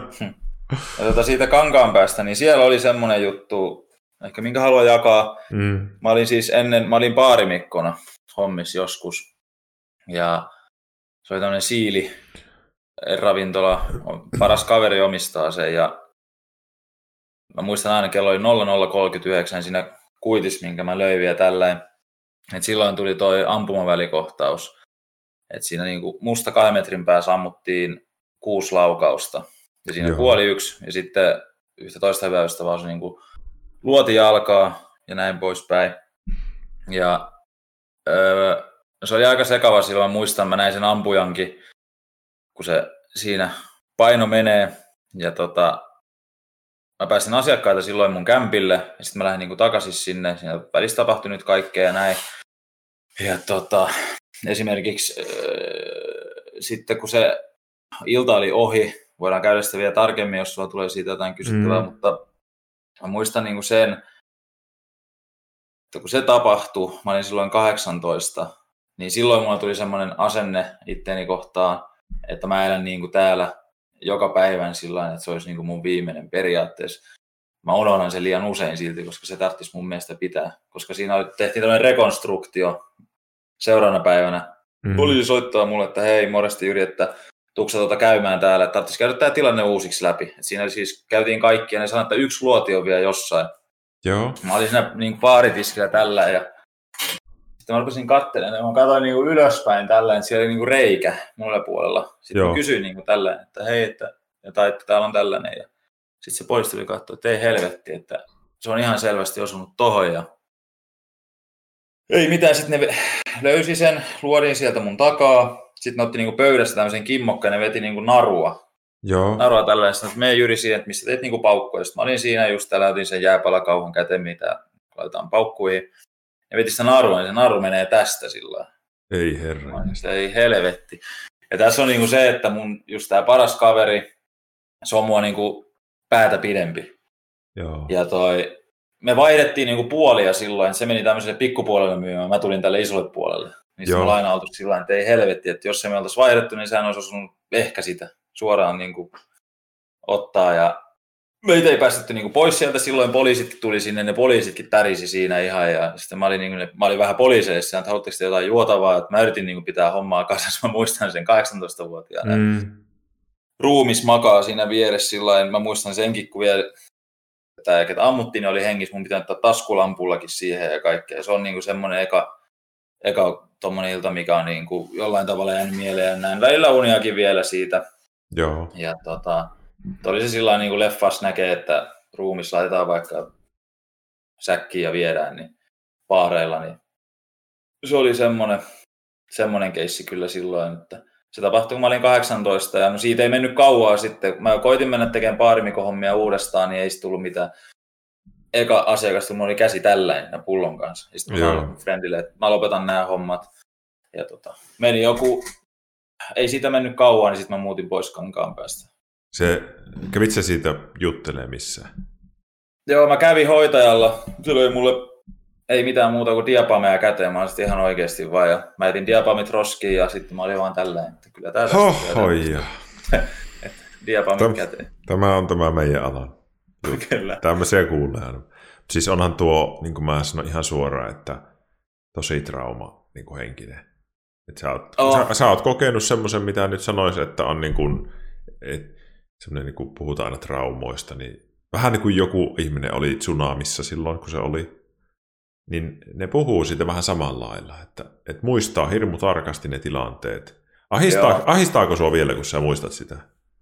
Ja tuota, siitä Kankaanpäästä, niin siellä oli semmoinen juttu, ehkä minkä haluan jakaa. Mm. Mä olin siis ennen, mä olin baarimikkona hommissa joskus. Ja se oli tämmöinen siili ravintola, paras kaveri omistaa sen. Ja mä muistan aina, kello oli nolla nolla kolmekymmentäyhdeksän siinä kuitis, minkä mä löin vielä tälleen. Et silloin tuli toi ampumavälikohtaus. Et siinä niinku musta kahden metrin päässä ammuttiin kuusi laukausta. Ja siinä Joo. kuoli yksi. Ja sitten yhtä toista hyvää ystävää se niinku luoti jalkaa ja näin poispäin. Ja öö, se oli aika sekava silloin. Mä muistan, mä näin sen ampujankin, kun se siinä paino menee. Ja tota, mä pääsin asiakkaita silloin mun kämpille. Ja sitten mä lähdin niinku takaisin sinne. Siinä välissä tapahtui nyt kaikkea ja näin. Ja tota, esimerkiksi öö, sitten kun se ilta oli ohi, voidaan käydä sitä vielä tarkemmin, jos sulla tulee siitä jotain kysyttävää, mm. mutta mä muistan niinku sen, että kun se tapahtui, mä olin silloin kahdeksantoista, niin silloin mulla tuli semmoinen asenne itteeni kohtaan, että mä elän niinku täällä joka päivän sillä että se olisi niinku mun viimeinen periaatteessa. Mä unohdan sen liian usein silti, koska se tarvitsisi mun mielestä pitää, koska siinä tehtiin tämmöinen rekonstruktio seuraavana päivänä. Mm. Poliisi soittaa mulle, että hei, morjesta Jyri, että tuuksa tuota käymään täällä, että tarvitsisi käydä tämä tilanne uusiksi läpi. Et siinä siis käytiin kaikki ja ne sanoivat, että yksi luoti on vielä jossain. Joo. Mä olin siinä niin baaritiskillä tällä ja sitten mä rupesin katselemaan ja mä katsoin niin kuin ylöspäin tällä, että siellä oli niin kuin reikä mulle puolella. Sitten Joo. mä kysyin niin kuin tällä, että hei, että, tai, että täällä on tällainen. Ja sitten se poliisi tuli katsoa, että ei helvetti, että se on ihan selvästi osunut tohon. Ja ei mitään, sitten ne löysi sen, luodin sieltä mun takaa. Sitten ne otti niinku pöydässä tämmöisen kimmokkaan ja ne veti niinku narua. Joo. Narua tällaista, että mene Jyri siihen, että missä teet niinku paukkuja. Sitten mä olin siinä just täällä, otin sen jääpalakauhan käteen, mitä laitetaan paukkuihin. Ja veti sitä narua, niin se naru menee tästä sillä Ei herra. Ei helvetti. Ja tässä on niinku se, että mun just tää paras kaveri, se on mua niinku päätä pidempi. Joo. Ja toi, me vaihdettiin niinku puolia silloin, että se meni tämmöiselle pikkupuolelle myymään, mä tulin tälle isolle puolelle. Niin me ollaan aina oltu sillä että ei helvetti, että jos se me oltaisiin vaihdettu, niin sehän olisi osunut ehkä sitä suoraan niin kuin ottaa. Ja meitä ei päästetty niin kuin pois sieltä, silloin poliisit tuli sinne, ne poliisitkin tärisi siinä ihan. Ja sitten mä olin, niin kuin, mä olin vähän poliiseissa, että haluatteko te jotain juotavaa, että mä yritin niin kuin pitää hommaa kasassa, mä muistan sen kahdeksantoistavuotiaana. Mm. Ruumis makaa siinä vieressä sillä mä muistan senkin, kun vielä tämä, ketä ammuttiin, niin oli hengissä, mun pitää ottaa taskulampullakin siihen ja kaikkea. Se on niin kuin semmoinen eka, eka tommonen ilta, mikä on niin kuin jollain tavalla jäänyt mieleen ja näin. Välillä uniakin vielä siitä. Joo. Ja tota, oli se sillä niin kuin leffassa näkee, että ruumis laitetaan vaikka säkkiin ja viedään niin baareilla, niin se oli semmoinen, semmoinen keissi kyllä silloin, että se tapahtui, kun mä olin kahdeksantoista ja no siitä ei mennyt kauaa sitten. Mä koitin mennä tekemään baarimikohommia uudestaan, niin ei sitten tullut mitään. Eka asiakas tuli, oli käsi tälläin ja pullon kanssa. Ja sitten mä sanoin friendille, että mä lopetan nämä hommat. Ja tota, meni joku, ei siitä mennyt kauan, niin sitten mä muutin pois Kankaanpäästä. Se, kävit sä siitä juttelee missään? Joo, mä kävin hoitajalla. Se löi mulle ei mitään muuta kuin diapamea käteen. Mä olin ihan oikeasti vaan. Ja mä etin diapamit roskiin ja sitten mä olin vaan tälleen. Että kyllä tää tästä. Hohoja. Diapamit Täm, käteen. Tämä on tämä meidän ala. Kyllä. Tämmöisiä kuulee. Siis onhan tuo, niin kuin mä sanon ihan suoraan, että tosi trauma niin kuin henkinen. Että sä, oot, oh. sä, sä oot kokenut semmoisen, mitä nyt sanoisin, että on niin kuin, et, semmoinen, niin kuin puhutaan aina traumoista, niin vähän niin kuin joku ihminen oli tsunamissa silloin, kun se oli, niin ne puhuu siitä vähän samalla lailla, että, että muistaa hirmu tarkasti ne tilanteet. Ahistaa, ahistaako sua vielä, kun sä muistat sitä?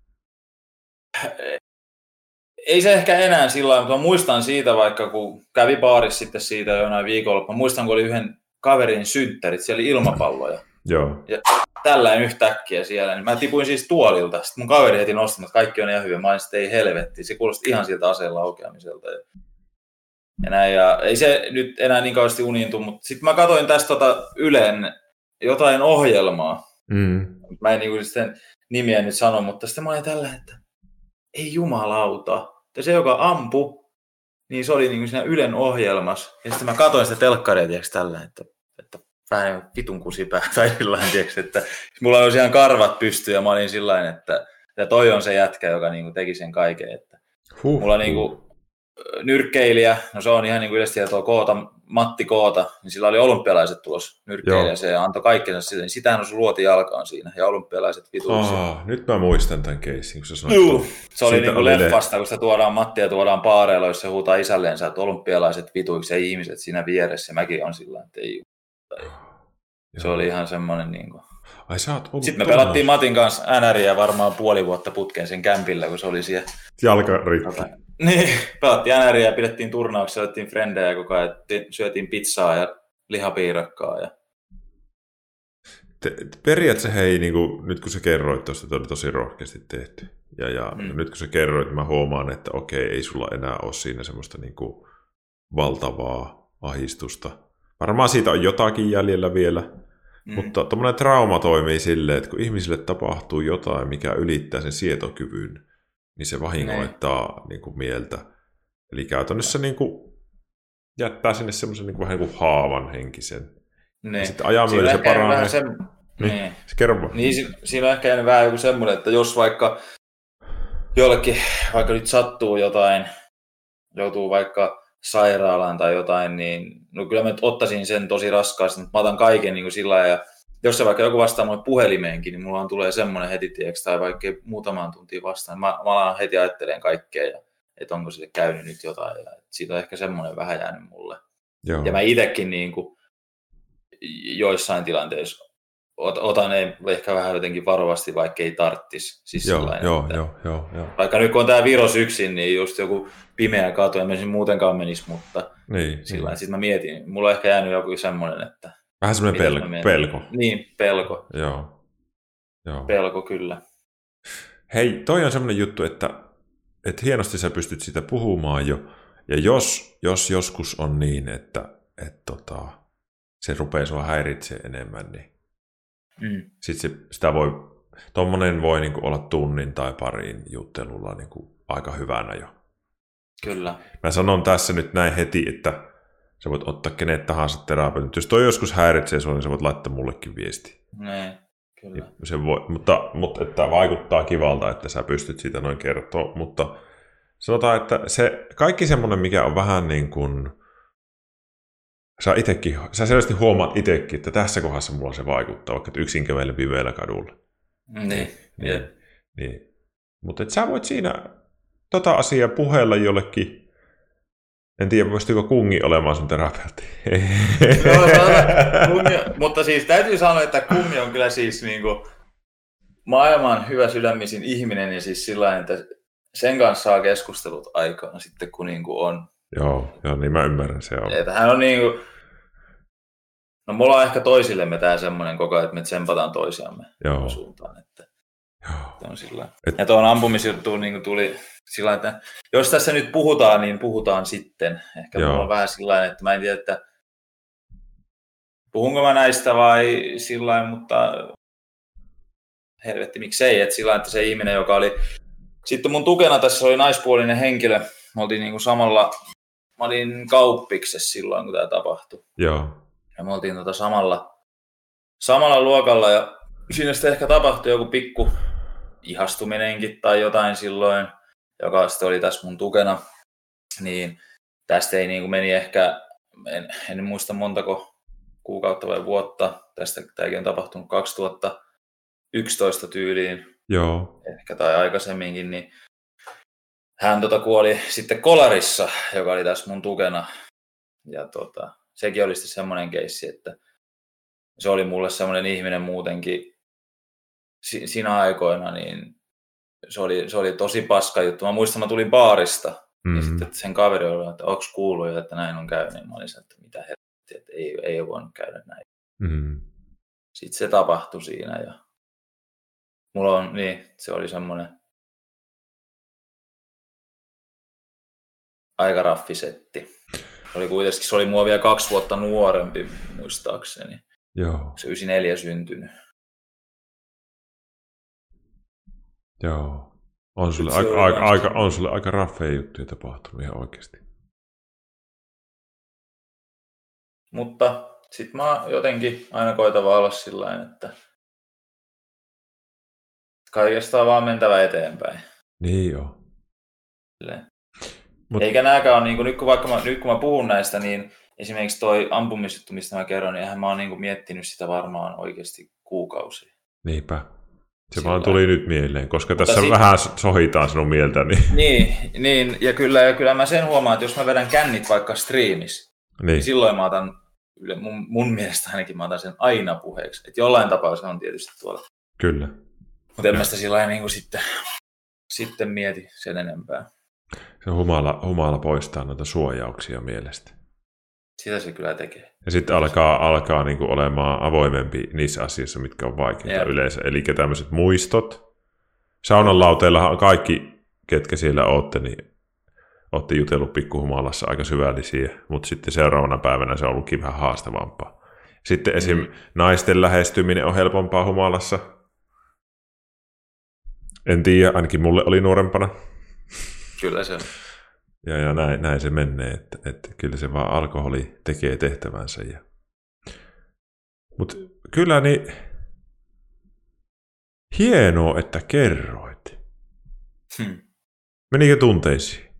Ei se ehkä enää sillä lailla, mutta muistan siitä vaikka, kun kävi baarissa sitten siitä jonain viikolla. Mä muistan, kun oli yhden kaverin synttärit, siellä oli ilmapalloja. Joo. Ja tällainen yhtäkkiä siellä, niin mä tipuin siis tuolilta. Sitten mun kaveri heti nosti, että kaikki on ihan hyvin. Mä olin sitten, ei helvetti. Se kuulosti ihan siltä aseen laukeamiselta. Ja näin, ja ei se nyt enää niin kauheasti uniintu, mutta sitten mä katsoin tästä tota Ylen jotain ohjelmaa. Mm. Mä en niin sitten nimiä nyt sano, mutta sitten mä olin tällä, että ei jumalauta. Ja se, joka ampui, niin se oli niin kuin siinä Ylen ohjelmassa. Ja sitten mä katsoin sitä telkkaria, tiiäks, tällä, että, että vähän vitun kusipää tai sillain, tiiäks, että mulla oli ihan karvat pystyyn ja mä olin sillain, että, että toi on se jätkä, joka niin kuin teki sen kaiken. Että huh, mulla niin kuin nyrkkeilijä, no se on ihan niin kuin yleisesti tuo Koota, Matti Koota, niin sillä oli olympialaiset tulossa nyrkkeilijä, se antoi kaikkensa sitä, niin sitähän on luoti jalkaan siinä, ja olympialaiset vituiksi. Oh, nyt mä muistan tämän keissin, kun sä sanoit. Juu, se oli niin kuin oli leffasta, kun sitä tuodaan Mattia tuodaan paareilla, jos se huutaa isälleensä, että olympialaiset vituiksi ja ihmiset siinä vieressä, ja mäkin on sillä että ei juuri. Se oli ihan semmoinen niin kuin. Ai sä oot ollut Sitten me pelattiin Matin kanssa N R:ää varmaan puoli vuotta putkeen sen kämpillä, kun se oli siellä. Jalka rikki. Niin, pelattiin N R:ää ja pidettiin turnauksia, otettiin frendejä koko ajan, syötiin pizzaa ja lihapiirakkaa. Ja periaatteessa hei, niin kuin, nyt kun sä kerroit tuosta, että oli tosi rohkeasti tehty. Ja, ja mm. nyt kun sä kerroit, mä huomaan, että okei, ei sulla enää ole siinä semmoista niin kuin valtavaa ahistusta. Varmaan siitä on jotakin jäljellä vielä, mm. mutta tuommoinen trauma toimii silleen, että kun ihmisille tapahtuu jotain, mikä ylittää sen sietokyvyn, niin se vahingoittaa niin kuin mieltä. Eli käytännössä niin kuin jättää sinne semmoisen niin kuin, vähän niin kuin haavan henkisen. Niin. Sitten ajan myötä se paranee. Se, niin. niin. Se kerro. Niin, si- siinä on ehkä jäänyt vähän joku semmoinen, että jos vaikka jollekin, vaikka nyt sattuu jotain, joutuu vaikka sairaalaan tai jotain, niin no kyllä mä ottaisin sen tosi raskaasti, mutta mä otan kaiken niin kuin sillä lailla, ja jos se vaikka joku vastaa mulle puhelimeenkin, niin mulla tulee semmoinen heti, tiiäks, tai vaikka muutamaan tuntiin vastaan, mä, mä alan heti ajattelemaan kaikkea, ja, että onko sille käynyt nyt jotain, ja siitä on ehkä semmoinen vähän jäänyt mulle. Joo. Ja mä itsekin niin kuin, joissain tilanteissa ot, otan ehkä vähän jotenkin varovasti, vaikka ei tarttisi. Siis joo, joo, joo, joo, joo. Vaikka nyt kun on tää virus yksin, niin just joku pimeä katu, en mä muutenkaan menisi, mutta niin, sillä niin. Sitten mä mietin, mulla on ehkä jäänyt joku semmoinen, että vähän semmoinen pelko. pelko. Niin, pelko. Joo. Joo. Pelko, kyllä. Hei, toi on semmoinen juttu, että, että hienosti sä pystyt sitä puhumaan jo, ja jos, jos joskus on niin, että et tota, se rupeaa sua häiritsemään enemmän, niin mm. sitten se, sitä voi, tommonen voi niinku olla tunnin tai parin juttelulla niinku aika hyvänä jo. Kyllä. Mä sanon tässä nyt näin heti, että sä voit ottaa kenet tahansa terapeutin. Jos toi joskus häiritsee sua, niin sä voit laittaa mullekin viesti. Nee, kyllä. Se voi, mutta, mutta että vaikuttaa kivalta, että sä pystyt siitä noin kertoa, mutta sanotaan, että se kaikki semmoinen, mikä on vähän niin kuin sä itekin, sä selvästi huomaat itsekin, että tässä kohdassa mulla se vaikuttaa, vaikka yksin kävelen pimeällä kadulla. Niin. Niin, niin, niin. Mutta sä voit siinä tota asiaa puheella jollekin. En tiedä, pystyykö kungi olemaan sun terapeutti. No, kungi, mutta siis täytyy sanoa, että kungi on kyllä siis niinku maailman hyvä sydämisin ihminen ja siis sillain, että sen kanssa saa keskustelut aikaan sitten, kun niinku on. Joo, joo, niin mä ymmärrän, se on. Että hän on niinku, no mulla on ehkä toisillemme tää semmoinen koko ajan, että me tsempataan toisiamme Joo. suuntaan, että Joo. on sillä. Et... Ja tuon ampumisjuttuun niin tuli sillä että jos tässä nyt puhutaan, niin puhutaan sitten. Ehkä Joo. mulla on vähän sillä että mä en tiedä, että puhunko mä näistä vai sillä mutta helvetti miksei, että sillä että se ihminen, joka oli sitten mun tukena tässä oli naispuolinen henkilö, me oltiin niin kuin samalla, mä olin kauppiksessa silloin, kun tämä tapahtui. Joo. Ja me oltiin tota samalla, samalla luokalla ja siinä sitten ehkä tapahtui joku pikku ihastuminenkin tai jotain silloin, joka sitten oli tässä mun tukena. Niin tästä ei niin kuin meni ehkä, en, en muista montako kuukautta vai vuotta. Tästä tämäkin on tapahtunut kaksituhattayksitoista tyyliin. Joo. ehkä tai aikaisemminkin, niin hän tota kuoli sitten kolarissa, joka oli tässä mun tukena. Ja tota, sekin oli sitten semmoinen keissi, että se oli mulle semmoinen ihminen muutenkin si- siinä aikoina, niin se oli, se oli tosi paska juttu. Mä muistan, mä tulin baarista, Mm. niin sitten sen kaveri oli, että onko kuullut jo, että näin on käynyt. Niin mä olin että mitä helvettiä, että ei, ei ole voinut käydä näin. Mm. Sitten se tapahtui siinä ja mulla on, niin, se oli semmoinen aika raffisetti. Se oli kuitenkin, se oli mua vielä kaksi vuotta nuorempi, muistaakseni. Joo. Se yhdeksänkymmentäneljä syntynyt. Joo. On sulle, Se aika, oli aika, kans- aika, on sulle aika raffeja juttuja tapahtunut ihan oikeasti. Mutta sit mä jotenkin aina koitan vaan olla sillain, että kaikesta on vaan mentävä eteenpäin. Niin joo. Silleen. Mut- Eikä nääkään ole, niin kuin, nyt, kun vaikka mä, nyt kun mä puhun näistä, niin esimerkiksi toi ampumisjuttu, mistä mä kerron, niin eihän mä oon niin kuin miettinyt sitä varmaan oikeasti kuukausia. Niinpä. Se Sillä vaan tuli nyt mieleen, koska Mutta tässä sit- vähän sohitaan sinun mieltä. Niin, Niin, niin, ja kyllä, ja kyllä mä sen huomaan, että jos mä vedän kännit vaikka striimissä, niin niin. silloin mä otan, mun, mun mielestä ainakin mä otan sen aina puheeksi. Että jollain tapaa se on tietysti tuolla. Kyllä. Mutta en mä sitä sillä niin kuin sitten, sitten mieti sen enempää. Se humala, humala poistaa noita suojauksia mielestä. Sitä se kyllä tekee. Ja sitten alkaa, alkaa niinku olemaan avoimempi niissä asioissa, mitkä on vaikeita Jep. yleensä. Eli tämmöiset muistot. Saunan lauteillahan on kaikki, ketkä siellä ootte, niin ootte jutellut pikkuhumalassa aika syvällisiä, mutta sitten seuraavana päivänä se on ollutkin vähän haastavampaa. Sitten esim. Mm. naisten lähestyminen on helpompaa humalassa. En tiedä, ainakin mulle oli nuorempana. Kyllä se on. Ja, ja näin, näin se menee, että, että kyllä se vaan alkoholi tekee tehtävänsä. Ja... Mutta kyllä niin hienoa, että kerroit. Hmm. Menikö tunteisiin?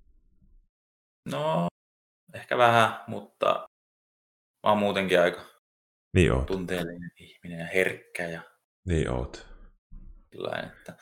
No, ehkä vähän, mutta mä oon muutenkin aika Niin oot. tunteellinen ihminen ja herkkä ja Niin oot. sellainen, että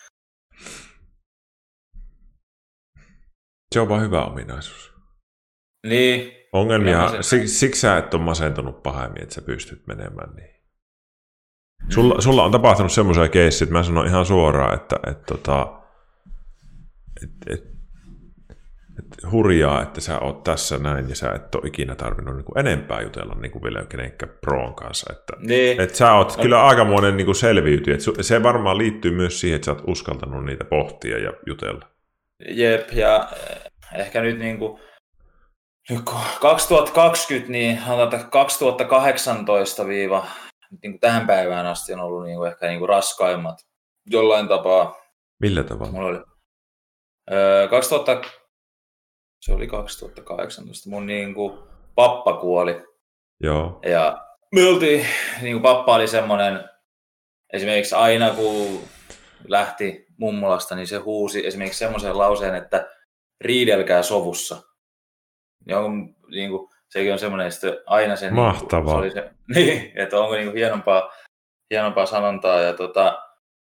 Se on vaan hyvä ominaisuus. niin. Ongelmia, Kyllä mä sen- siksi, siksi sä et ole masentunut pahemmin, että sä pystyt menemään niin. Sulla, sulla on tapahtunut semmoisia keissejä, että mä sanon ihan suoraan, että, että, että, että, että, että hurjaa, että sä oot tässä näin ja sä et ole ikinä tarvinnut niin kuin enempää jutella niin kuin vielä kenenkään proon kanssa. Että, Niin. että sä oot kyllä aikamoinen niin kuin selviytyjä. Että su- se varmaan liittyy myös siihen, että sä oot uskaltanut niitä pohtia ja jutella. Jep, ja eh, ehkä nyt niin kuin, nyt kun kaksituhattakaksikymmentä, niin sanotaan, että kaksituhattakahdeksantoista viiva niin kuin tähän päivään asti on ollut niin kuin ehkä niin kuin raskaimmat jollain tapaa. Millä tavalla? Mulla oli, öö, kaksituhatta, se oli kaksituhattakahdeksantoista, mun niin kuin pappa kuoli. Joo. Ja me oltiin, niin kuin pappa oli semmoinen, esimerkiksi aina kun lähti mummolasta, niin se huusi esimerkiksi semmoisen lauseen, että riidelkää sovussa. Ja on, niin kuin, sekin on semmoinen, että aina sen... Mahtavaa. Niin, kuin, se oli se, niin, että onko niin kuin hienompaa, hienompaa sanontaa. Ja tota,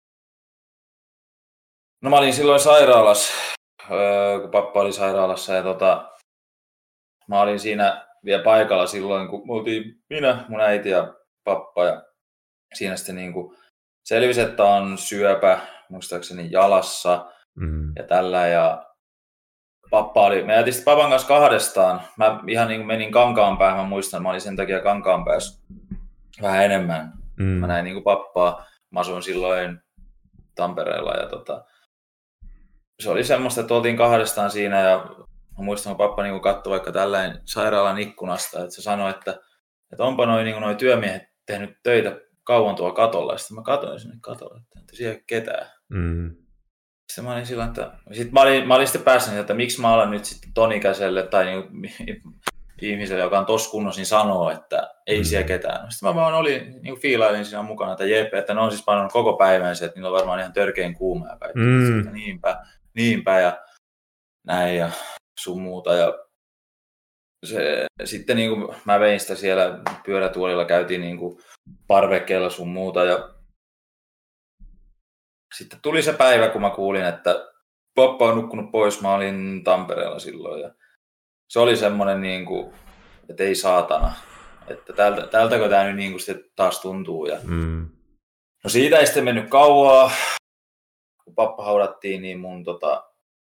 no mä olin silloin sairaalassa, kun pappa oli sairaalassa, ja tota, mä olin siinä vielä paikalla silloin, kun me oltiin minä, mun äiti ja pappa, ja siinä sitten niin kuin selvisi, että on syöpä, muistaakseni jalassa, Mm. ja tällä, ja pappa oli, me jätin sitten papan kanssa kahdestaan, mä ihan niin kuin menin Kankaanpäähän, mä muistan, mä olin sen takia Kankaanpäässä vähän enemmän, Mm. mä näin niin kuin pappaa, mä asuin silloin Tampereella, ja tota, se oli semmoista, että oltiin kahdestaan siinä, ja mä muistan, että pappa niin katsoi vaikka tällainen sairaalan ikkunasta, että se sanoi, että, että onpa noi, niin noi työmiehet tehnyt töitä kauan tuolla katolla, ja sitten mä katsoin sinne katolle, että siellä ei ole ketään. Mm. Sitten mä olin sillä, että... Sitten mä olin, mä olin sitten päässyt, että miksi mä olen nyt sitten tonikäiselle tai niin, ihmiselle, joka on tossa kunnossa, niin sanoo, että ei siellä ketään. Sitten mä vaan olin, niin fiilailin siinä mukana, että jep, että ne on siis pannut koko päivän se, että niillä on varmaan ihan törkeän kuuma ja kaikki. Mm. Sitten, niinpä, niinpä ja näin ja sun muuta. Ja se, sitten niin kuin mä vein sitä siellä pyörätuolilla, käytiin niin kuin parvekkeella sun muuta ja sitten tuli se päivä, kun mä kuulin, että pappa on nukkunut pois. Mä olin Tampereella silloin. Ja se oli semmoinen, niin kuin, että ei saatana. Että tältä, tältäkö tämä nyt niin kuin sitten taas tuntuu. Ja... Mm. No siitä ei sitten mennyt kauaa. Kun pappa haudattiin, niin mun tota...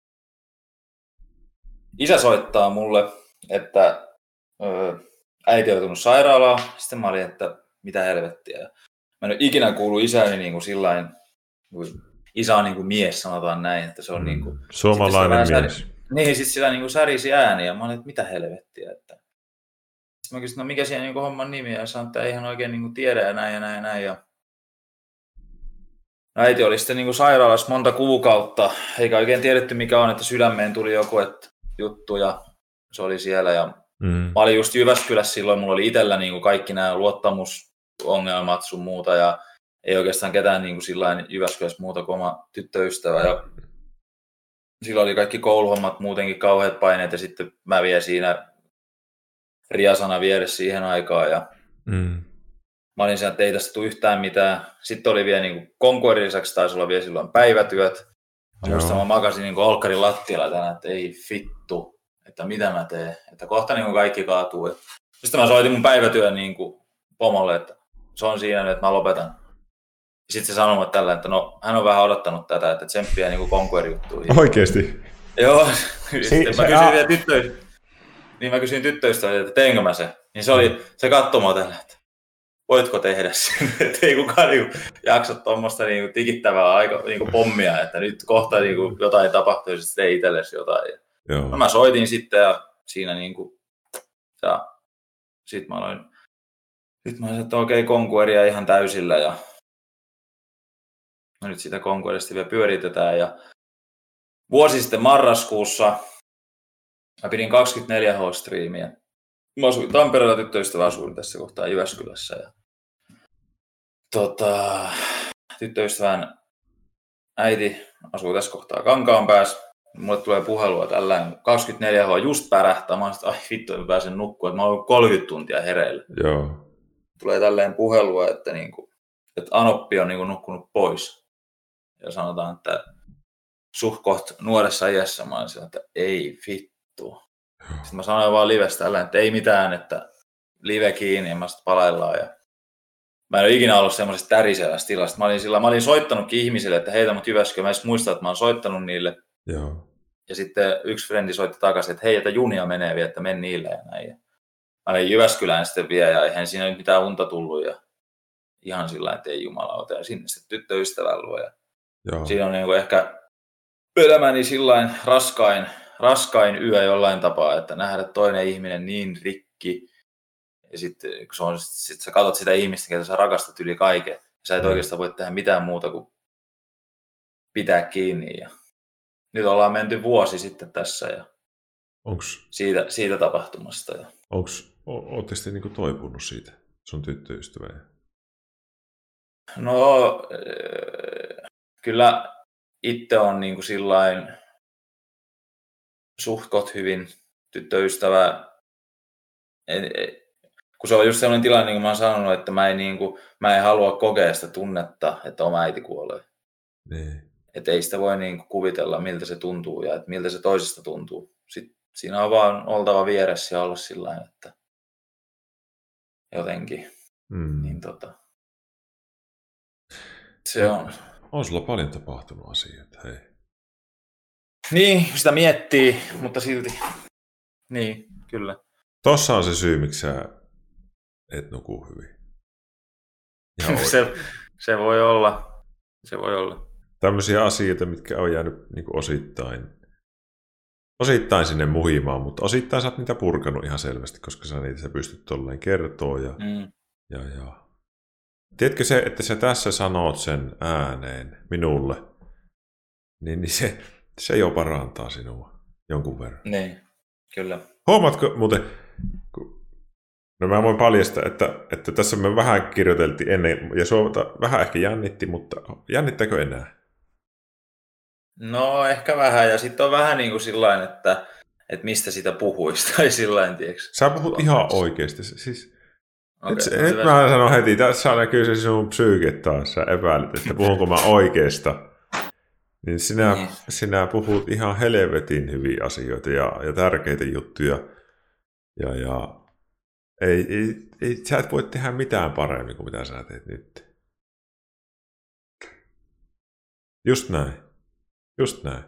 isä soittaa mulle, että öö, äiti on joutunut sairaalaan. Sitten mä olin, että mitä helvettiä. Ja mä en ole ikinä kuullut isäni niin kuin sillain, isä on niin kuin mies, sanotaan näin, että se on mm. niin kuin... Suomalainen mies. Säri... Niin, sitten sillä niin kuin särisi ääni ja mä olin, että mitä helvettiä. Että... Sitten mä kysyin, no mikä siellä niin kuin homman nimi, ja sanoin, että ei hän oikein niin kuin tiedä ja näin ja näin ja näin. Ja... Äiti oli sitten niin kuin sairaalassa monta kuukautta, eikä oikein tiedetty mikä on, että sydämeen tuli joku että juttu ja se oli siellä. Ja mm. Mä olin just Jyväskylässä silloin, mulla oli itsellä niin kuin kaikki nämä luottamusongelmat sun muuta ja ei oikeastaan ketään niin kuin sillain Jyväskylässä muuta kuin oma tyttöystävä. Ja silloin oli kaikki kouluhommat, muutenkin kauheat paineet ja sitten mä vielä siinä riasana vieressä siihen aikaan. Ja mm. Mä olin siellä, että ei tästä tule yhtään mitään. Sitten oli vielä niin Concordia lisäksi, taisi olla vielä silloin päivätyöt. Mä muistan, mä makasin niin Olkkarin lattialla tänään, että ei vittu, että mitä mä teen. Että kohta niin kaikki kaatuu. Ja sitten mä soitin mun päivätyön niin pomolle, että se on siinä nyt, että mä lopetan. Sitten se sanoi tällä, että no, hän on vähän odottanut tätä, että tsemppiä niin Concordia-juttuihin. Oikeesti? Joo. Si- sitten mä kysyin vielä tyttöystä, niin mä kysyin tyttöystä, että teinkö mä se. Niin se oli, se katsoi mua tällä, että voitko tehdä sen, että ei kukaan niinku jaksa tuommoista niinku tikittävää aika niinku pommia, että nyt kohta niinku jotain tapahtuu, ja sitten tee itsellesi jotain. No, mä soitin sitten ja siinä niinku, ja sit mä aloin, sit mä sanoin, että okei, Concordia ihan täysillä ja no nyt sitä Concordiasta vielä pyöritetään ja vuosi sitten marraskuussa mä pidin kaksikymmentäneljä H-striimiä. Mä asuin Tampereella, tyttöystävä asuin tässä kohtaa Jyväskylässä. Ja tota, tyttöystävän äiti asuu tässä kohtaa Kankaanpäässä. Mulle tulee puhelua tällään kaksikymmentäneljä H just pärähtää. Mä oon sit, ai vittu, mä pääsen nukkumaan. Mä oon kolmekymmentä tuntia hereillä. Joo. Tulee tälleen puhelua, että, niinku, että Anoppi on niinku nukkunut pois. Ja sanotaan, että suht koht nuoressa iässä mä oon sillä, että ei vittu. Sitten mä sanoin vaan livestä tällä, että ei mitään, että live kiinni ja mä sitten palaillaan. Ja mä en ole ikinä ollut semmoisesta tärisevästä tilasta. Mä olin, sillä, mä olin soittanutkin ihmisille, että heitä mut Jyväskylä. Mä en muista, että mä oon soittanut niille. Joo. Ja sitten yksi frendi soitti takaisin, että hei, että junia menee vielä, että men niille ja näin. Ja mä olin Jyväskylään sitten vielä ja eihän siinä nyt mitään unta tullut. Ja ihan sillä että ei jumalauta. Ja sinne sitten tyttöystävän luo. Ja siinä on niin ehkä elämäni sillain raskain. raskain yö jollain tapaa, että nähdä toinen ihminen niin rikki, ja sitten kun se on, sit sä katsot sitä ihmistä, ketä sä rakastat yli kaiken, ja sä et oikeastaan voi tehdä mitään muuta kuin pitää kiinni. Ja nyt ollaan menty vuosi sitten tässä ja onks, siitä, siitä tapahtumasta. Ja onks, ootte sitten niinku toipunut siitä sun tyttöystävää? No, kyllä itse on niinku sillain suhtkot hyvin tyttöystävää. Kun se on just sellainen tilanne, niin kuin mä oon sanonut, että mä en, niin kuin, mä en halua kokea sitä tunnetta, että oma äiti kuolee. Niin. Että ei sitä voi niin kuin kuvitella, miltä se tuntuu ja että miltä se toisesta tuntuu. Sitten siinä on vaan oltava vieressä ja olla sillä tavalla, että jotenkin. Mm. Niin tota, se on. On sulla paljon tapahtunut asioita, hei. Niin, sitä miettii, mutta silti. Niin, kyllä. Tossa on se syy, miksi sä et nuku hyvin. se, se voi olla. Se voi olla. Tämmöisiä asioita, mitkä on jäänyt niin kuin osittain, osittain sinne muhimaan, mutta osittain sä oot niitä purkanut ihan selvästi, koska sä niitä sä pystyt tolleen kertoa. Ja, mm. ja, ja. Tiedätkö se, että sä tässä sanot sen ääneen minulle, niin, niin se, se jo parantaa sinua jonkun verran. Niin, kyllä. Huomaatko muuten, kun... no mä voin paljastaa, että, että tässä me vähän kirjoiteltiin ennen, ja sua vähän ehkä jännitti, mutta jännittääkö enää? No ehkä vähän, ja sitten on vähän niin kuin sillain, että, että mistä sitä puhuisi, tai sillain, tiedätkö? Sä puhut ihan oikeasti, siis Okay, nyt, no nyt mä sanon heti, tässä näkyy se sinun psyyke taas, sä epäilet, että puhunko mä oikeasta. Niin sinä, niin sinä puhut ihan helvetin hyviä asioita ja, ja tärkeitä juttuja. Ja, ja ei, ei, ei, sä et voi tehdä mitään paremmin kuin mitä sä teet nyt. Just näin. Just näin.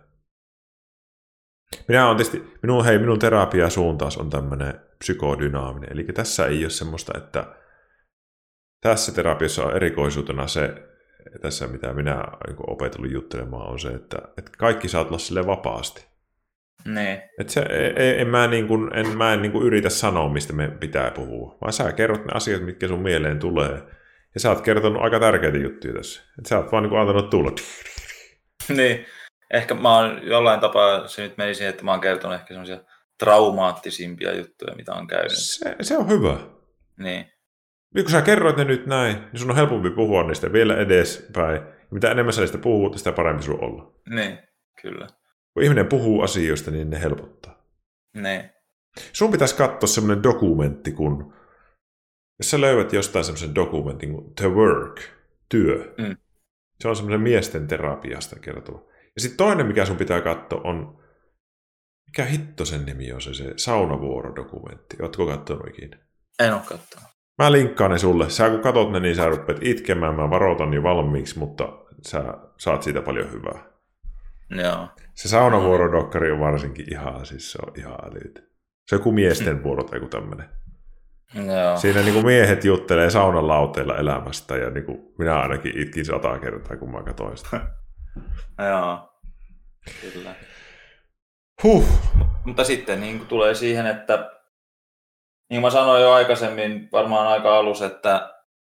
Minä on tietysti, minun, hei, minun terapiasuuntaus on tämmöinen psykodynaaminen. Eli tässä ei ole semmoista, että tässä terapiassa on erikoisuutena se, tässä mitä minä olen opetellut juttelemaan, on se, että, että kaikki saat olla sille vapaasti. Niin. Että se, en, en mä, niin kuin, en, mä en niin kuin yritä sanoa, mistä me pitää puhua, vaan sä kerrot ne asiat, mitkä sun mieleen tulee. Ja sä oot kertonut aika tärkeitä juttuja tässä. Että sä oot vaan niin kuin antanut tulla. Niin. Ehkä mä oon jollain tapaa, se nyt meni siihen, että mä oon kertonut ehkä semmoisia traumaattisimpia juttuja, mitä on käynyt. Se, se on hyvä. Niin. Kun sä kerroit ne nyt näin, niin sun on helpompi puhua niistä vielä edespäin. Ja mitä enemmän sä niistä puhut, sitä parempi sun olla. Niin, kyllä. Kun ihminen puhuu asioista, niin ne helpottaa. Niin. Sun pitäisi katsoa semmoinen dokumentti, kun jos sä löydät jostain semmoisen dokumentin kuin The Work, työ. Mm. Se on semmoinen miesten terapiasta kertova. Ja sitten toinen, mikä sun pitää katsoa, on, mikä hitto sen nimi on se, se Saunavuoro-dokumentti. Ootko katsonut ikinä? En ole katsonut. Mä linkkaan ne sulle. Sä kun katot ne, niin sä rupeat itkemään. Mä varoitan niin valmiiksi, mutta sä saat siitä paljon hyvää. Joo. Se Saunavuoro-dokkari on varsinkin ihan, siis se on ihan älytä. Se on joku miesten vuoro tai joku tämmönen. Joo. Siinä niin kuin miehet juttelee saunan lauteilla elämästä ja niin kuin minä ainakin itkin sata kertaa, kun mä katsoin sitä. Joo, kyllä. Huh. Mutta sitten niin kuin tulee siihen, että niin kuin mä sanoin jo aikaisemmin, varmaan aika alussa, että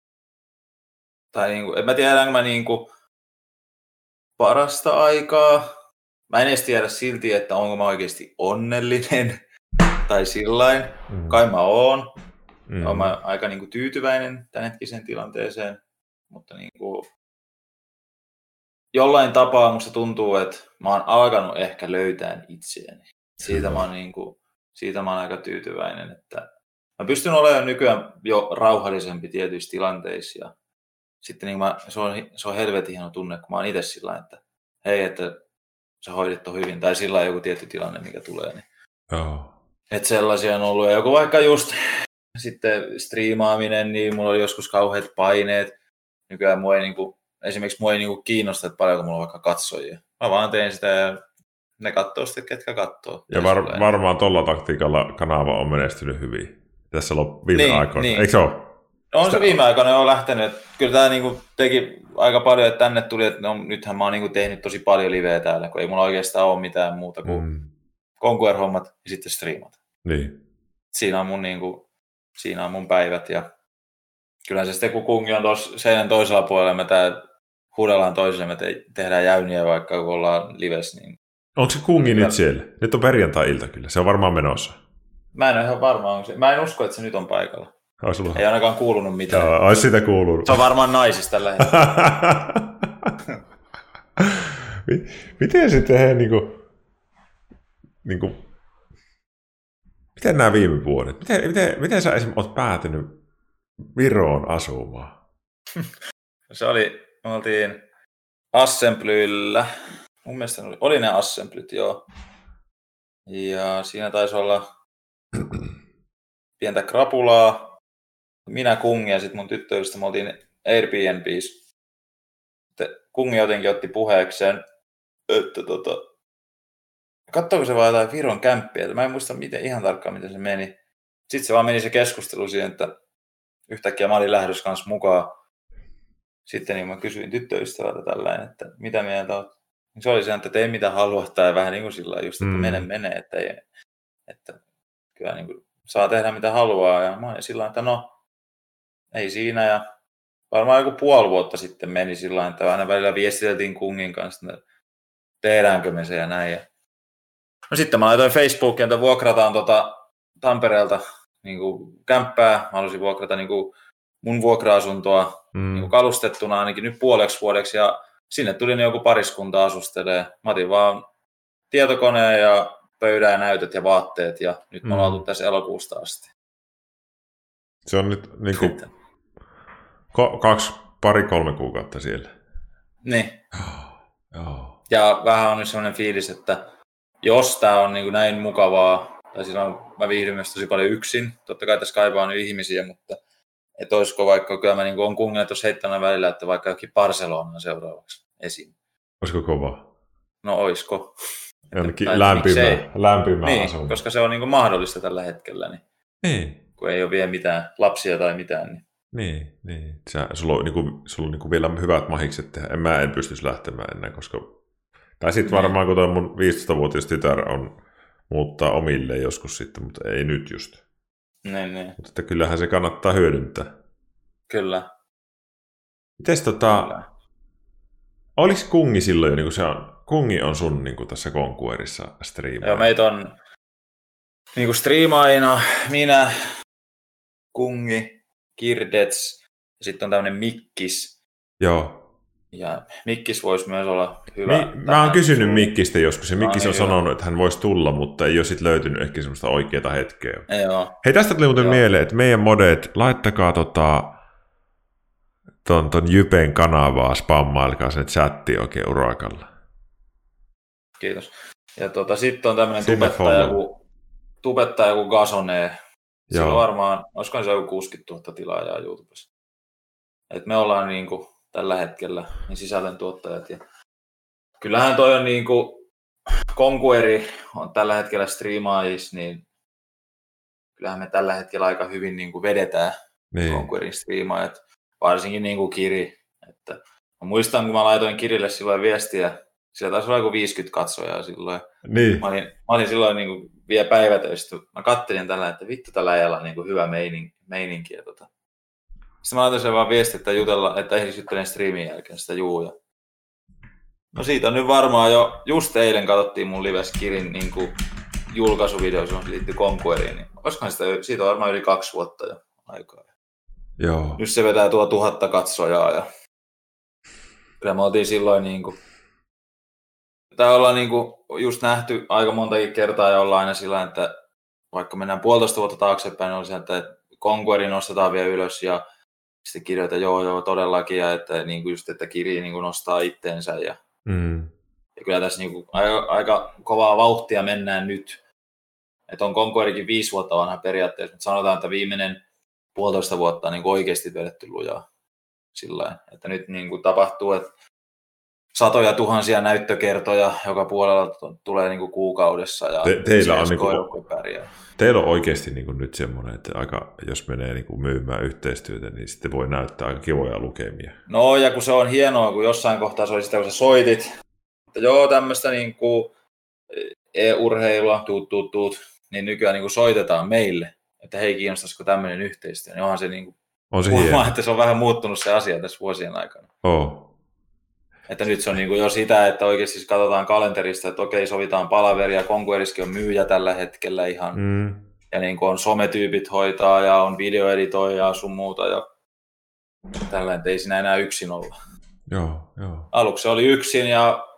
tai niin kuin, en mä tiedä, mä niin kuin parasta aikaa. Mä en edes tiedä silti, että onko mä oikeasti onnellinen tai sillain. Mm. Kai mä oon. Mm. Oon mä aika niin kuin tyytyväinen tämänhetkiseen tilanteeseen, mutta niin kuin jollain tapaa musta tuntuu, että mä oon alkanut ehkä löytää itseäni. Siitä mä oon, niin kuin, siitä mä oon aika tyytyväinen, että mä pystyn olemaan nykyään jo rauhallisempi tietyissä tilanteissa. Ja sitten niin mä, se, on, se on helvetin hieno tunne, kun mä oon itse sillä että hei, että sä hoidit ton hyvin, tai sillä joku tietty tilanne, mikä tulee. Niin. Oh. Että sellaisia on ollut. Ja joku vaikka just sitten striimaaminen, niin mulla oli joskus kauheat paineet. Nykyään mua ei niin kuin, esimerkiksi mua ei niin kuin kiinnosta, että paljonko mulla on vaikka katsojia. Mä vaan teen sitä ja ne katsoo sitten, ketkä katsoo. Ja var, varmaan tuolla taktiikalla kanava on menestynyt hyvin. Tässä on viime niin, aikoina. Niin. Eikö se ole? No on sitä... se viime aikoina on lähtenyt. Kyllä tämä niinku teki aika paljon, että tänne tuli, että no, nythän mä oon niinku tehnyt tosi paljon liveä täällä, kun ei mulla oikeastaan ole mitään muuta kuin mm. Conquer-hommat ja sitten striimat. Niin. Siinä on mun, niinku, siinä on mun päivät ja kyllä se sitten kun kungi on tuossa seinän toisella puolella, me tää huudellaan toiselle, me te- tehdään jäyniä vaikka kun ollaan livessä. Niin... Onko se kungi nyt siellä? Nyt on perjantai-ilta kyllä, se on varmaan menossa. Mä en ole ihan varma, onko se. Mä en usko, että se nyt on paikalla. Ois ei ainakaan kuulunut mitään. Joo, olisi sitä kuulunut. Se on varmaan naisista tällä hetkellä. Miten sitten he niinku... niinku miten nämä viime vuodet? Miten, miten, miten sä esimerkiksi oot päätynyt Viroon asumaan? Se oli, me oltiin Assemblyllä. Mun mielestä oli, oli ne Assemblyt, joo. Ja siinä taisi olla pientä krapulaa. Minä, Kungi ja sitten mun tyttöystä, me oltiin Airbnbs. Kungi jotenkin otti puheekseen, että tota, katsoiko se vaan jotain Viron kämppiä. Mä en muista miten, ihan tarkkaan, miten se meni. Sitten se vaan meni se keskustelu siihen, että yhtäkkiä mä olin lähdössä kanssa mukaan. Sitten niin mä kysyin tyttöystävältä tällainen, että mitä mieltä oot. Se oli se, että tee mitä haluat tai vähän niin kuin sillä just, että mm. mene, mene. Että, ei, että kyllä niin kuin saa tehdä mitä haluaa. Ja mä olin sillä että no, ei siinä. Ja varmaan joku puoli vuotta sitten meni sillä että aina välillä viestiteltiin Kungin kanssa, että tehdäänkö me se ja näin. Ja no sitten mä laitoin Facebookiin, että vuokrataan tota Tampereelta niin kuin kämppää. Mä halusin vuokrata niin kuin mun vuokra-asuntoa mm. niin kuin kalustettuna ainakin nyt puoleksi vuodeksi. Ja sinne tuli joku pariskunta asustelee. Mä otin vaan tietokoneen ja pöydän ja näytöt ja vaatteet. Ja nyt mä oon mm. ollut tässä elokuusta asti. Se on nyt niin kuin ko- kaksi, pari, kolme kuukautta siellä. Niin. Joo. Ja vähän on nyt sellainen fiilis, että jos tämä on niin kuin näin mukavaa, tai silloin mä viihdyn myös tosi paljon yksin, totta kai tässä kaipaa nyt ihmisiä, mutta että olisiko vaikka, kyllä mä niin kuin on kungina tuossa heittänyt välillä, että vaikka jokin Barcelonaan seuraavaksi esiin. Olisiko kova? No oisko. Jonnekin lämpimään, lämpimään niin, asuntoon. koska se on niin kuin mahdollista tällä hetkellä, niin, niin. kun ei ole vielä mitään lapsia tai mitään. Niin, niin, niin. Sä, sulla on, niin kuin, sulla on niin kuin vielä hyvät mahikset tehdä. En, mä en pystyisi lähtemään ennen, koska... Tai sitten varmaan, kun toi mun viisitoistavuotias tytär on muuttaa omilleen joskus sitten, mutta ei nyt just. Niin, niin. Mutta että kyllähän se kannattaa hyödyntää. Kyllä. Mites tota... Oliko Kungi silloin jo, niin kuin se on... Kungi on sun niin kuin tässä Conquerissa striimaa? Joo, meitä on niin kuin striimaajina minä, Kungi, Kirdets ja sitten on tämmöinen Mikkis. Joo. Ja Mikkis voisi myös olla hyvä. Mi- mä oon kysynyt sun... Mikkistä joskus, ja Mikkis no, on niin sanonut, että hän voisi tulla, mutta ei ole sitten löytynyt ehkä semmoista oikeaa hetkeä. Joo. Hei, tästä tuli muuten Joo. mieleen, että meidän modet, laittakaa tota, ton, ton Jypen kanavaa, spammailkaa sen chatti oikein urakalla. Kiitos. Ja tota, sitten on tämmöinen Sinne tubettaja follow. kuin, tubettaja kuin Gasone. Sillä Joo. on varmaan, olisikohan se joku kuusikymmentätuhatta tilaajaa YouTubessa. Et me ollaan niinku tällä hetkellä niin sisällöntuottajat. Ja kyllähän toi on niinku, Conqueri on tällä hetkellä striimaajissa, niin kyllähän me tällä hetkellä aika hyvin niinku vedetään Niin. Conquerin striimaajat. Varsinkin niinku Kiri. Että mä muistan, kun mä laitoin Kirille silloin viestiä, sillä taisi olla joku viisikymmentä katsojaa silloin. Niin. Mä olin, mä olin silloin niin vielä päivätöistä. Mä kattelin tällä, että vittu tällä ajalla on niin hyvä meinin, meininki. Ja tota. Sitten mä laitoin sen vaan viesti, että jutella, että ehdisi juttelen striimin jälkeen sitä juu. Ja... No siitä on nyt varmaan jo, just eilen katsottiin mun lives Kirin niin julkaisuvideo, johon se liittyy Conqueriin. Niin olisikohan sitä, siitä on varmaan yli kaksi vuotta jo aikaa. Joo. Nyt se vetää tuo tuhatta katsojaa. Ja... Kyllä me oltiin silloin niin kuin... Tämä ollaan niinku just nähty aika montakin kertaa ja ollaan aina sillä, että vaikka mennään puolitoista vuotta taaksepäin, niin oli se, että Conqueri nostetaan vielä ylös ja sitten kirjoitetaan joo joo todellakin ja että, niinku just, että Kiri niinku nostaa itteensä. Ja, Mm. ja kyllä tässä niinku aika, aika kovaa vauhtia mennään nyt. Että on Conquerikin viisi vuotta vanha periaatteessa, mutta sanotaan, että viimeinen puolitoista vuotta on niinku oikeasti vedetty lujaa. Sillain, että nyt niinku tapahtuu, että satoja tuhansia näyttökertoja joka puolella t- tulee niinku kuukaudessa ja Te, teillä, on niinku, teillä on oikeasti niinku nyt semmoinen, että aika, jos menee niinku myymään yhteistyötä, niin sitten voi näyttää aika kivoja lukemia. No ja kun se on hienoa, kun jossain kohtaa se oli sitä, kun sä soitit, että joo tämmöistä niinku e-urheilua, tuut, tuut, tuut, niin nykyään niinku soitetaan meille, että hei kiinnostaisiko tämmöinen yhteistyö, niin onhan se niinku, on se huomaa, että se on vähän muuttunut se asia tässä vuosien aikana. Oh. Että nyt se on niin kuin jo sitä, että oikeasti siis katsotaan kalenterista, että okei, sovitaan palaveria, Conqueriskin on myyjä tällä hetkellä ihan, Mm. ja niin kuin on sometyypit hoitaa, ja on videoeditoijaa sun muuta, ja tällä ei siinä enää yksin olla. Joo, joo. Aluksi se oli yksin, ja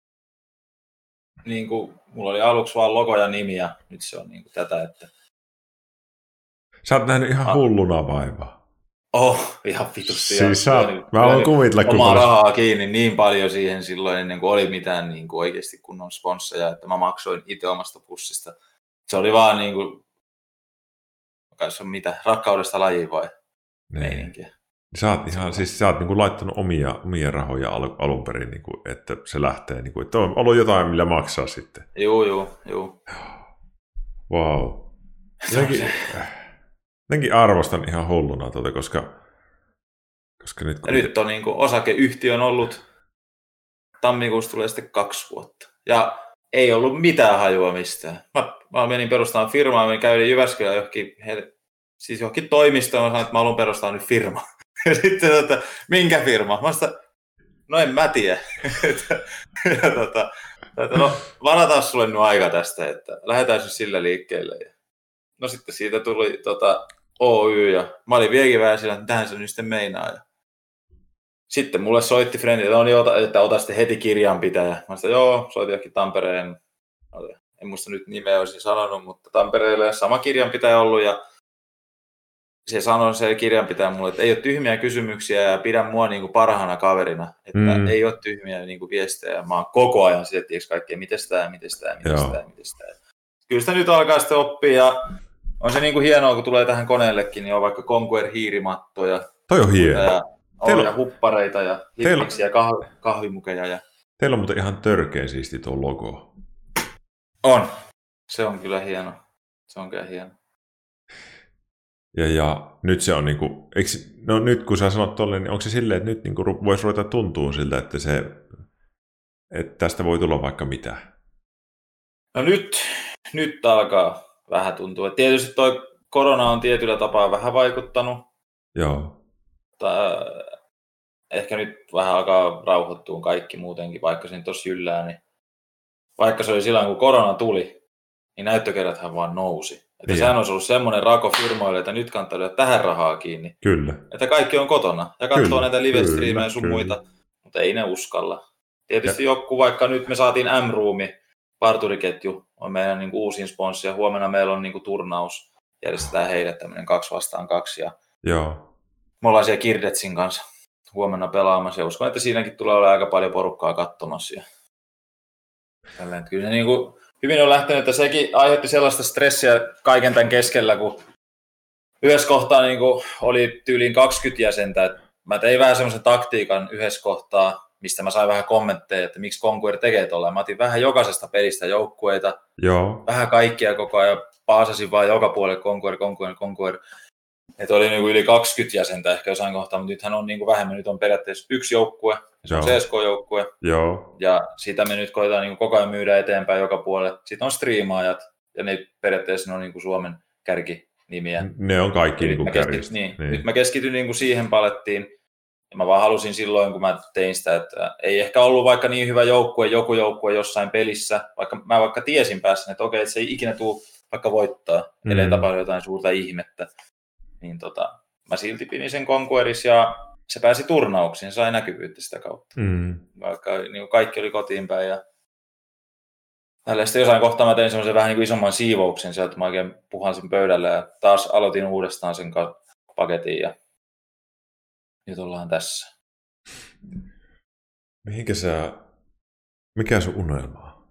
niin kuin, mulla oli aluksi vaan logo ja nimi, ja nyt se on niin kuin tätä, että... Sä oot nähnyt ihan hulluna vaivaa. Oh, ihan vitusti. Siis sä, mä voin kuvitella, kun... Omaa rahaa kiinni niin paljon siihen silloin, ennen kuin oli mitään niin kuin oikeasti kunnon sponsseja, että mä maksoin itse omasta pussista. Se oli vaan niin kuin, se on mitä, rakkaudesta lajiin vai meininkiä. Sä oot, ihan, siis, sä oot niin kuin laittanut omia, omia rahoja al, alun perin, niin kuin, että se lähtee, niin kuin, että on ollut jotain, millä maksaa sitten. Joo, joo, joo. Wow. Jotenkin, jotenkin arvostan ihan hulluna tuota, koska, koska nyt... Ja nyt on niin kuin, osakeyhtiö on ollut, tammikuussa tulee sitten kaksi vuotta. Ja ei ollut mitään hajua mistään. Mä, mä menin perustamaan firmaa, mä kävin Jyväskylään johonkin, he, siis johonkin toimistoon, mä sanoin, että mä haluan perustaa nyt firma. Ja sitten, tota, minkä firma? Mä sanoin, no en mä tiedä. ja, tota, että, no, varataan sulle nyt aika tästä, että lähdetään nyt sillä liikkeelle. Ja, no sitten siitä tuli tota, Oy, ja mä olin vieläkin vähän sillä, että tähän se nyt sitten meinaa. Ja sitten mulle soitti frendi, että, no, että ota sitten heti kirjanpitäjä. Mä sanoin, joo, soitin johonkin Tampereen, en muista nyt nimeä olisin sanonut, mutta Tampereelle sama kirjanpitäjä ollut. Ja se sanoi se kirjanpitäjä mulle, että ei ole tyhmiä kysymyksiä ja pidä mua niin kuin parhaana kaverina. Että mm. ei ole tyhmiä niin kuin viestejä. Mä oon koko ajan sitä, että kaikkea, miten sitä, miten sitä, miten sitä, miten sitä. Kyllä sitä nyt alkaa sitten oppia ja on se niin kuin hienoa, kun tulee tähän koneellekin, niin on vaikka Conquer hiirimattoja. Toi on hieno. Ja, Teillä... ja huppareita ja hippiksiä ja kahvi, kahvimukeja. Ja... Teillä on muuten ihan törkeän siisti tuo logo. On. Se on kyllä hieno. Se on kyllä hieno. Ja, ja nyt se on niinku, eikö, no nyt kun sä sanot tolleen, niin onko se silleen, että nyt niinku voisi ruveta tuntua siltä, että, se, että tästä voi tulla vaikka mitä? No nyt, nyt alkaa vähän tuntua. Tietysti toi korona on tietyllä tapaa vähän vaikuttanut. Joo. Mutta ehkä nyt vähän alkaa rauhoittua kaikki muutenkin, vaikka se tuossa jyllää. Niin vaikka se oli silloin, kun korona tuli, niin näyttökerrathan vaan nousi. Että sehän olisi ollut semmoinen rako firmoille, että nyt kannattaa lyödä tähän rahaa kiinni. Kyllä. Että kaikki on kotona ja katsoo kyllä, näitä live-striimejä sun kyllä. muita, mutta ei ne uskalla. Tietysti ja. joku, vaikka nyt me saatiin M-Roomi, parturiketju, on meidän niin kuin uusin sponssi ja huomenna meillä on niin kuin turnaus. Järjestetään heille tämmöinen kaksi vastaan kaksi. Ja joo. me ollaan siellä Kirdetsin kanssa huomenna pelaamassa ja uskon, että siinäkin tulee olla aika paljon porukkaa katsomassa. Ja kyllä se niin kuin hyvin on lähtenyt, että sekin aiheutti sellaista stressiä kaiken tämän keskellä, kun yhdessä kohtaa niin kuin oli tyyliin kaksikymmentä jäsentä. Että mä tein vähän semmoisen taktiikan yhdessä kohtaa, mistä mä sain vähän kommentteja, että miksi Conquer tekee tuolla. Mä otin vähän jokaisesta pelistä joukkueita, joo. vähän kaikkia koko ajan, paasasin vaan joka puolelle Conquer, Conquer, Conquer. Että oli niin kuin yli kaksikymmentä jäsentä ehkä jossain kohtaa, mutta nythän on niin kuin vähemmän. Nyt on periaatteessa yksi joukkue, se on C S K-joukkue. Joo. Ja sitä me nyt koetaan niin kuin koko ajan myydä eteenpäin joka puolelle. Sitten on striimaajat, ja ne periaatteessa ne on niin kuin Suomen kärkinimiä. Ne on kaikki niin kuin kärkistä. Niin. Niin. Nyt mä keskityn niin kuin siihen palettiin. Ja mä vaan halusin silloin, kun mä tein sitä, että ei ehkä ollut vaikka niin hyvä joukkue, joku joukkue jossain pelissä, vaikka mä vaikka tiesin päässä, että okei, että se ei ikinä tule vaikka voittaa, mm. ellei tapahdu jotain suurta ihmettä. Niin tota, mä silti pidin sen Conquerissa ja se pääsi turnauksiin, sai näkyvyyttä sitä kautta. Mm. Vaikka niin kaikki oli kotiin päin ja tällä sitten jossain kohtaa mä tein semmoisen vähän niin kuin isomman siivouksen sieltä, mä oikein puhalsin pöydälle ja taas aloitin uudestaan sen paketin ja nyt ollaan tässä. Mihinkä sä, mikä sun unelma on?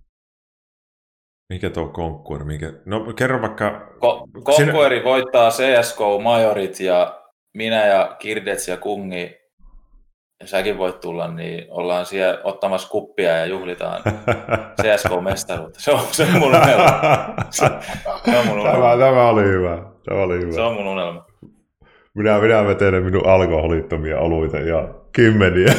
Mikä tuo Conquer? Mikä... No kerro vaikka... Ko- Conqueri sinä... voittaa C S K Majorit ja minä ja Kirdets ja Kungi, ja säkin voit tulla, niin ollaan siellä ottamassa kuppia ja juhlitaan C S K-mestaruutta. Se on, se on mun unelma. Se, se on mun unelma. Tämä, tämä oli hyvä. Tämä oli hyvä. Se on mun unelma. Minä, minä vetelen minun alkoholittomia oluita ja kymmeniä.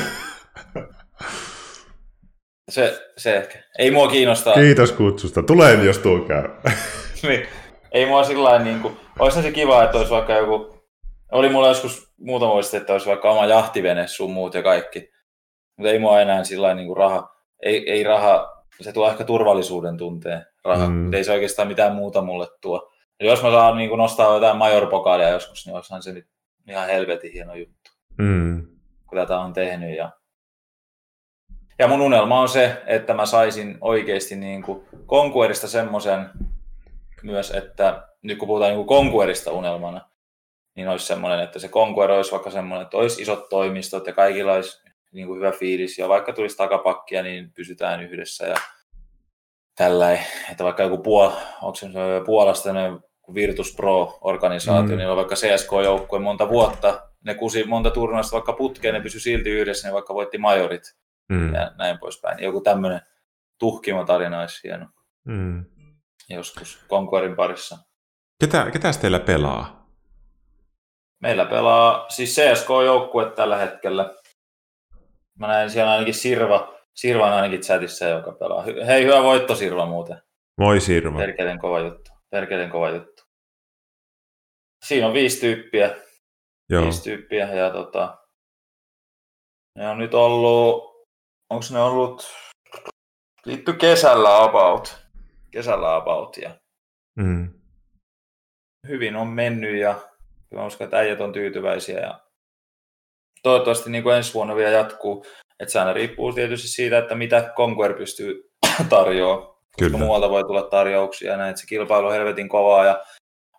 Se, se ehkä. Ei mua kiinnostaa. Kiitos kutsusta. Tulen, jos tuo käy. Niin. Ei mua sillain niinku... Olisi se kiva, että olisi vaikka joku... Oli mulla joskus muutama vuosi, että olisi vaikka oma jahtivene, sun muut ja kaikki. Mutta ei mua enää sillain niinku raha... Ei, ei raha... Se tuo ehkä turvallisuuden tunteen raha. Mm. Mutta ei se oikeastaan mitään muuta mulle tuo. Ja jos mä saan niin nostaa jotain major-pokaalia joskus, niin olisihan se nyt ihan helvetin hieno juttu, mm. kun tätä on tehnyt. Ja, ja mun unelma on se, että mä saisin oikeasti niin kuin Conquerista semmoisen myös, että nyt kun puhutaan niin kuin Conquerista unelmana, niin olisi semmoinen, että se Conquer olisi vaikka semmoinen, että olisi isot toimistot ja kaikilla olisi niin kuin hyvä fiilis. Ja vaikka tulisi takapakkia, niin pysytään yhdessä ja tälläin, että vaikka joku Puol- onko se Puolasta Virtus Pro-organisaatio, mm. niin on vaikka C S K-joukkue monta vuotta, ne kusi monta turnausta vaikka putkeen, ne pysyi silti yhdessä, ne vaikka voitti majorit mm. ja näin poispäin. Joku tämmöinen tuhkimo tarina olisi hieno mm. joskus Conquerin parissa. Ketä, ketäs teillä pelaa? Meillä pelaa siis C S K-joukkue tällä hetkellä. Mä näin siellä ainakin Sirva, Sirva on ainakin chatissa, joka pelaa. Hei, hyvä voitto Sirva muuten. Moi Sirva. Perkeleen kova juttu. Perkeleen kova juttu. Siinä on viisi tyyppiä. Joo. Viisi tyyppiä ja tota... Ne on nyt ollut... Onko ne ollut... Liitty kesällä about. Kesällä about ja... Mm. Hyvin on mennyt ja... Mä uskon, että äijät on tyytyväisiä ja... Toivottavasti niin kuin ensi vuonna vielä jatkuu. Että se aina riippuu tietysti siitä, että mitä Conquer pystyy tarjoamaan. Koska muualta voi tulla tarjouksia ja näin, että se kilpailu on helvetin kovaa ja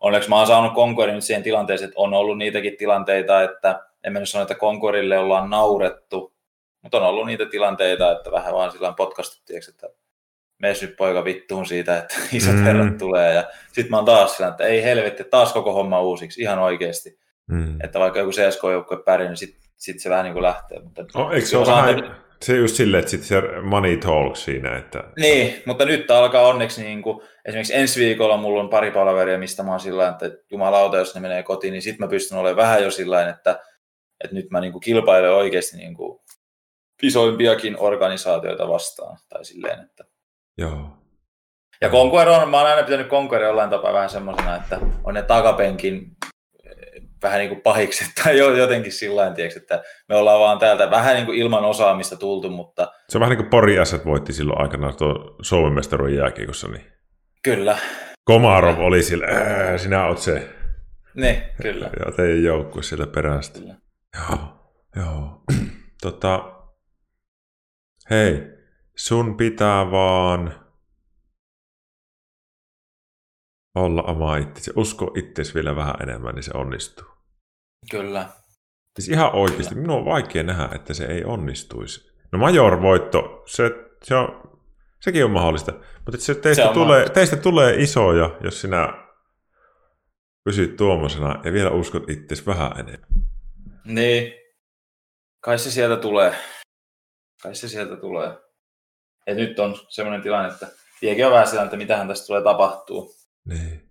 onneksi mä oon saanut Concorin nyt siihen tilanteeseen, että on ollut niitäkin tilanteita, että en mä nyt sano, että Concorille ollaan naurettu, mutta on ollut niitä tilanteita, että vähän vaan sillä potkastuttiin, että mees nyt poika vittuun siitä, että isot mm. herrat tulee. Ja sit mä oon taas sillä, että ei helvetti, taas koko homma uusiksi, ihan oikeesti. Mm. Että vaikka joku C S K-joukkue pärjää, niin sit, sit se vähän niin kuin lähtee. Mutta oh, eikö se ole vähän te... se just silleen, että sit se money talk siinä? Että... Niin, mutta nyt alkaa onneksi, niin kuin, esimerkiksi ensi viikolla mulla on pari palaveria, mistä mä oon sillä että jumalauta, jos ne menee kotiin, niin sit mä pystyn olemaan vähän jo sillä että, että nyt mä niin kuin kilpailen oikeasti niin kuin isoimpiakin organisaatioita vastaan. Tai silleen, että... Joo. Ja Conquer on, mä oon aina pitänyt Conqueria jollain tapaa vähän semmosena, että on ne takapenkin vähän niin kuin pahikset tai jotenkin sillain, tiiäks, että me ollaan vaan täältä vähän niin kuin ilman osaamista tultu, mutta... Se on vähän niin kuin Pori Ässät voitti silloin aikanaan tuo Suomen mestaruuden jääkiekossa, niin... Kyllä. Komarov kyllä. Oli sillä, sinä oot se. Niin, kyllä. Ja teidän joukkue sieltä perästä. Kyllä. Joo, joo. tota... Hei, sun pitää vaan... olla oma itsesi. Usko itsesi vielä vähän enemmän, niin se onnistuu. Kyllä. Siis ihan oikeasti. Minun on vaikea nähdä, että se ei onnistuisi. No Major-voitto, se, se on, sekin on mahdollista. Mutta se teistä, se tulee, teistä tulee isoja, jos sinä pysyt tuommoisena ja vielä uskot itsesi vähän enemmän. Niin. Kai se sieltä tulee. Kai se sieltä tulee. Ja nyt on semmoinen tilanne, että tiekin on vähän sillä, että mitähän tästä tulee tapahtuu. Niin.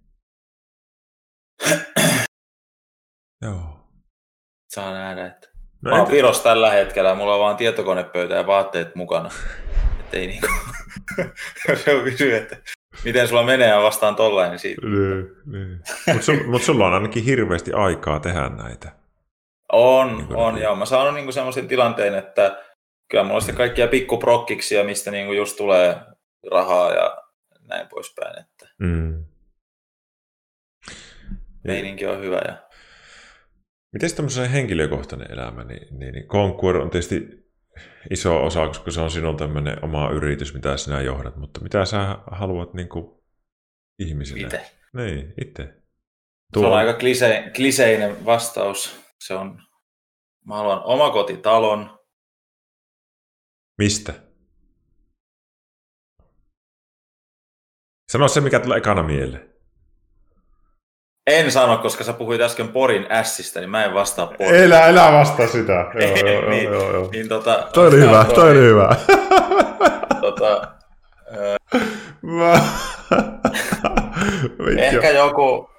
Joo. Saa nähdä, että... No mä oon et... Virossa tällä hetkellä, mulla on vaan tietokonepöytä ja vaatteet mukana. Että ei niinku... Jos joku kysyy, että miten sulla menee ja vastaan tollain, niin siitä... Niin, niin. Mutta sul, mut sulla on ainakin hirveästi aikaa tehdä näitä. On, niin on, niin. Joo. Mä saanut niinku semmoisen tilanteen, että kyllä mulla on sitten kaikkia pikkuprokkiksia, mistä niinku just tulee rahaa ja näin poispäin. Että... Mm. Meininki on hyvä. Ja... Miten tämmöisen henkilökohtainen elämä, niin, niin, niin Conquer on tietysti iso osa, koska se on sinun tämmöinen oma yritys, mitä sinä johdat, mutta mitä sä haluat niin kuin ihmisille? Itse. Niin, itse. Tuo... Se on aika klise, kliseinen vastaus. Se on, mä haluan omakotitalon. Mistä? Sano se, mikä tulee ekana mieleen. En sano, koska sä puhuit äsken Porin ässistä, niin mä en vastaa Porin. Elä, elä vastaa sitä. Joo, joo, niin, joo, joo. Niin, tota, toi oli hyvä, toi, toi oli hyvä. tota, äh, mä... ehkä joku...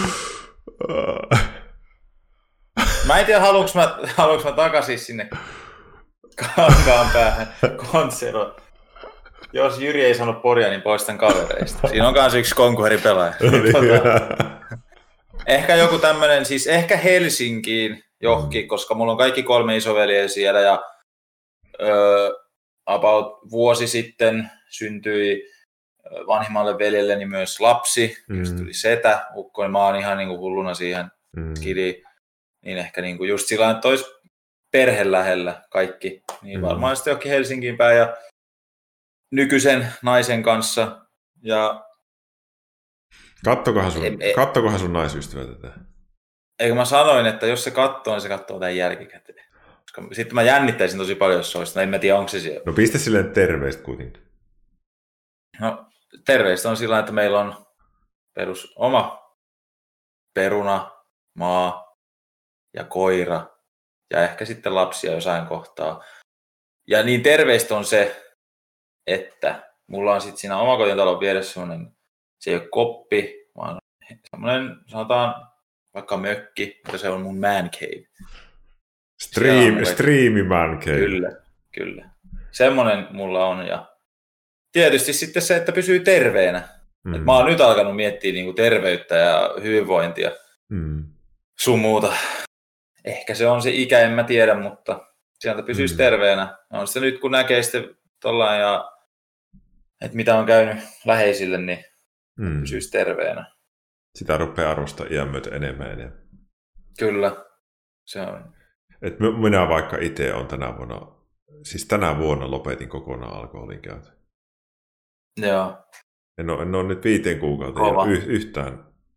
Mä en tiedä, haluanko mä, haluanko mä takaisin sinne kankaan päähän konserva. Jos Jyri ei sano Poria, niin poistan kavereista. Siinä on myös yksi Conquerin pelaaja. tota, ehkä joku tämmöinen, siis ehkä Helsinkiin johonkin, koska mulla on kaikki kolme isoveliä siellä ja ö, about vuosi sitten syntyi vanhimmalle veljelleni myös lapsi, mm. josta tuli setä, ukkoin, mä oon ihan niinku hulluna siihen mm. skidiin, niin ehkä niinku just sillä että olisi perhe lähellä kaikki, niin mm. varmaan sitten johonkin Helsinkiin päin ja nykyisen naisen kanssa. Ja kattokohan sun, e, kattokohan sun naisystävä tätä? Eikö mä sanoin, että jos se katsoo, niin se katsoo tämän jälkikäteen. Koska sitten mä jännittäisin tosi paljon, jos se olisi. No en mä tiedä, onko se siellä. No pistä silleen terveistä kuitenkin. No terveistä on sillä, että meillä on perus oma peruna, maa ja koira ja ehkä sitten lapsia jossain kohtaa. Ja niin terveistä on se, että mulla on sitten siinä omakotitalon vieressä semmoinen, se ei ole koppi, vaan semmoinen, sanotaan vaikka mökki, mutta se on mun man cave. Stream, streami man cave. Kyllä, kyllä. Semmoinen mulla on ja tietysti sitten se, että pysyy terveenä. Mm. Et mä oon nyt alkanut miettiä niinku terveyttä ja hyvinvointia mm. sun muuta. Ehkä se on se ikä, en mä tiedä, mutta sieltä pysyisi mm. terveenä. On se nyt kun näkee sitten tollain ja että mitä on käynyt läheisille, niin mm. pysyisi terveenä. Sitä rupeaa arvostaa iän myötä enemmän enemmän. Kyllä, se on. Et minä vaikka itse olen tänä vuonna, siis tänä vuonna lopetin kokonaan alkoholin käytön. Joo. En ole, en ole nyt viiteen kuukauteen y- yhtään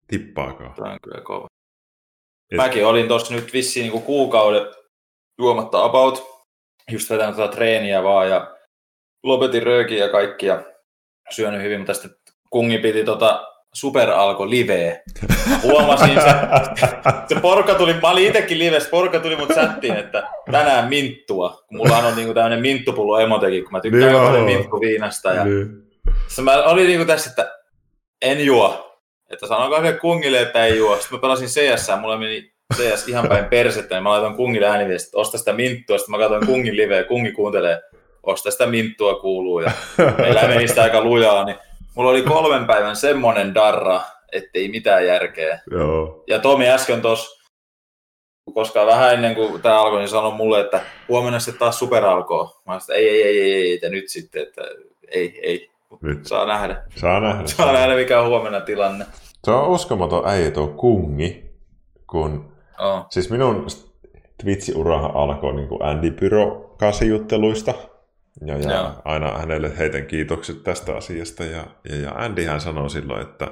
Tippaakaan. Tämä on kyllä kova. Et... Mäkin olin tuossa nyt vissiin niinku kuukauden juomatta about. Just vetänyt tuota treeniä vaan ja lopetin röökiä ja kaikki ja syönyt hyvin, mutta sitten kungi piti tota superalko liveä. Huomasin se, se porukka tuli, mä olin itsekin livessä, porukka tuli mut chattiin, että tänään minttua. Kun mulla on niinku tämmönen minttupullo emotekin, kun mä tykkään niin paljon minttuviinasta. Ja niin. Mä olin niinku tässä, että en juo. Että sanokaa se kungille, että ei juo. Sitten mä pelasin C S, mulla meni C S ihan päin persettä, niin mä laitoin kungille ääniviestit, että osta sitä minttua. Sitten mä katsoin kungin liveä, kungi kuuntelee, osta sitä minttua kuuluu. Ja meillä meni sitä aika lujaa, niin mulla oli kolmen päivän semmonen darra, ettei mitään järkeä. Joo. Ja Tomi äsken tuossa, koska vähän ennen kuin tämä alkoi, niin sanoi mulle, että huomenna sitten taas superalkoo. Mä sanoin, ei, ei, ei, ei, ei, ja nyt sitten, että ei, ei. Nyt. Saa nähdä. Saa nähdä. Saa nähdä, mikä on huomenna tilanne. Se on uskomaton äijä tuo kungi, kun oh. siis minun Twitch-urahan alkoi niin kuin Andy Pyro kasijutteluista. Ja, ja aina hänelle heitän kiitokset tästä asiasta. Ja, ja, ja Andyhän sanoi silloin, että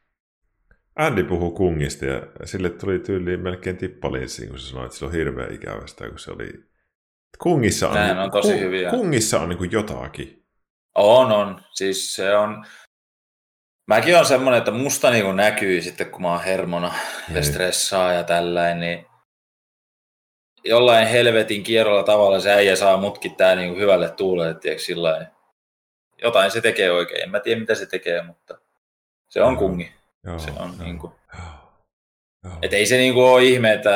Andy puhuu kungista ja sille tuli tyyliin melkein tippalinssiin, kun se sanoi, että sillä on hirveän ikävästä, kun se oli... Kungissa on, Näin on tosi hyviä. Kungissa on niin kuin jotakin. On, on. Siis se on... Mäkin on semmoinen, että musta niin näkyy sitten, kun mä oon hermona ja Ei. stressaa ja tällainen, niin jollain helvetin kierrolla tavalla se äijä saa mutkin tää niin hyvälle tuulelle, tiedätkö, sillain. Jotain se tekee oikein. En mä tiedä, mitä se tekee, mutta se on kungi. Joo, se on joo, niinku... joo. Et ei se niinku ole ihme, että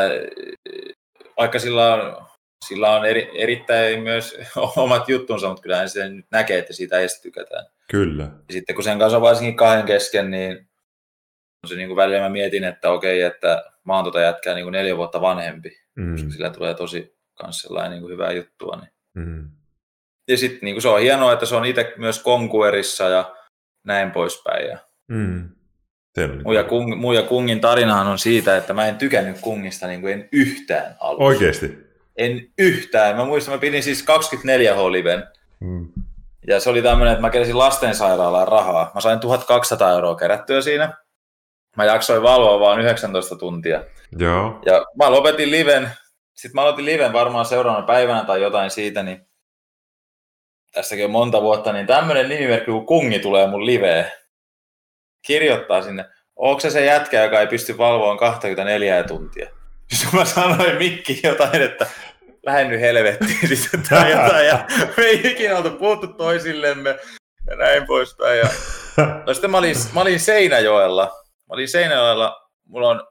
vaikka sillä on, sillä on eri, erittäin myös omat juttunsa, mutta kyllähän se nyt näkee, että siitä ei tykätään. Kyllä. Ja sitten kun sen kanssa on varsinkin kahden kesken, niin se niinku välillä mä mietin, että okei, että mä oon tota jätkää niinku neljä vuotta vanhempi, mm. koska sillä tulee tosi kans sellainen niinku hyvää juttua. Niin. Mm. Ja sitten niinku se on hienoa, että se on itse myös Conquerissa ja näin poispäin. Ja mm. Mun ja, kung, mun ja kungin tarinahan on siitä, että mä en tykännyt kungista niin kuin en yhtään alussa. Oikeesti? En yhtään. Mä muistan, mä pidin siis kaksikymmentäneljä H-liven. Mm. Ja se oli tämmöinen, että mä keräsin lastensairaalaan rahaa. Mä sain tuhatkaksisataa euroa kerättyä siinä. Mä jaksoin valvoa vaan yhdeksäntoista tuntia. Joo. Ja mä lopetin liven. Sitten mä aloitin liven varmaan seuraavana päivänä tai jotain siitä, niin tästäkin on monta vuotta, niin tämmöinen nimimerkki kuin kungi tulee mun liveen. Kirjoittaa sinne, onko se se jätkä, joka ei pysty valvomaan kaksikymmentäneljä tuntia? Sitten mä sanoin mikkiin jotain, että lähden nyt helvettiin sitten tai jotain, ja me ei ikinä oltu puhuttu toisillemme, ja näin poispäin. Ja... No sitten mä olin, mä olin Seinäjoella, mä olin Seinäjoella, mulla on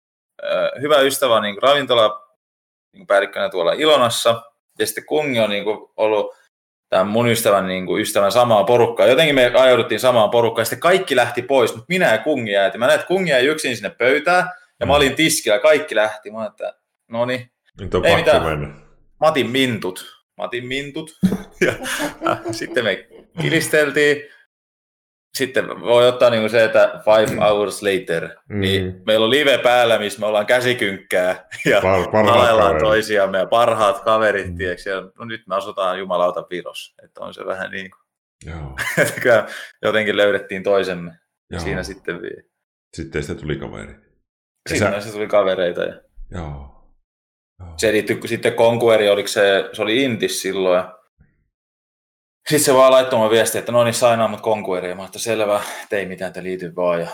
äh, hyvä ystävä niin ravintola niin päällikkönä tuolla Ilonassa, ja sitten kungi on niin kuin, ollut tämän mun ystävän, niin kuin, ystävän samaa porukkaa. Jotenkin me ajauduttiin samaan porukkaan, ja sitten kaikki lähti pois, mutta minä ja kungi jäätiin. Mä näin, että kungi jäi yksin sinne pöytään, ja mm. mä olin tiskillä, kaikki lähti. Mä olin, että no niin, ei mitään. Mennä. Mä otin mintut. Mä otin mintut, ja äh, sitten me kilisteltiin. Sitten voi ottaa niin kuin se, että five hours later, mm. niin meillä on live päällä, missä me ollaan käsikynkkää ja nalaillaan toisiamme ja parhaat kaverit, mm. tiiäks, ja no nyt me asutaan jumalauta Virossa, että on se vähän niin kuin, Joo. että jotenkin löydettiin toisemme, ja siinä sitten vielä. Sitten sitä tuli kaveri. Sitten sä... tuli kavereita. Ja... Joo. Joo. Se liittyi sitten Conqueri, oliko se, se oli Intis silloin, ja sitten se vaan laittoi mun viestiä, että no niin, sainaa mut Conqueriin. Mä ajattelin, selvä, ei mitään, te liity vaan. Ja...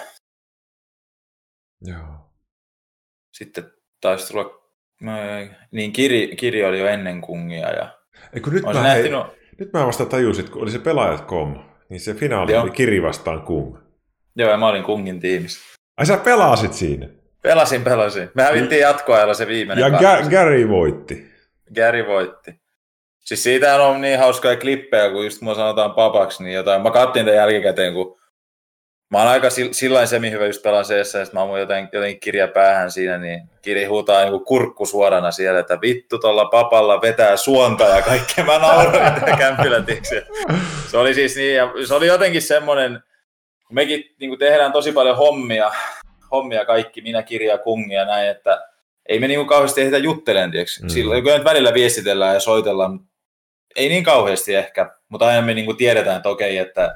Joo. Sitten taisi tulla, niin Kiri, Kiri oli jo ennen kungia. Ja... Eiku, nyt, mä hei, no... nyt mä vasta tajusin, kun oli se pelaajat piste com, niin se finaali Joo. oli Kiri vastaan Kung. Joo, ja mä olin Kungin tiimissä. Ai sä pelasit siinä? Pelasin, pelasin. Me hävittiin jatkoajalla se viimeinen. Ja Ga- Gary voitti. Gary voitti. Siis siitähän on niin hauskoja klippejä, kun just kun sanotaan papaksi, niin jotain. Mä katsoin tämän jälkikäteen, kun mä oon aika sillain semi-hyvä just pelaan C S, ja sitten mä oon jotenkin, jotenkin kirja päähän siinä, niin Kiri huutaa niin kuin kurkku suorana siellä, että vittu tuolla papalla vetää suonta ja kaikkea. Mä nauroin tämän kämpillä, se oli siis niin, ja se oli jotenkin semmoinen, mekin niin kuin tehdään tosi paljon hommia, hommia kaikki, minä, Kiri ja Kungi ja näin, että ei me niin kuin kauheasti ehditä juttelemaan, tiiäks. Mm. Silloin kun nyt välillä viestitellään ja soitellaan, ei niin kauheasti ehkä, mutta aina me niinku tiedetään, että okei, että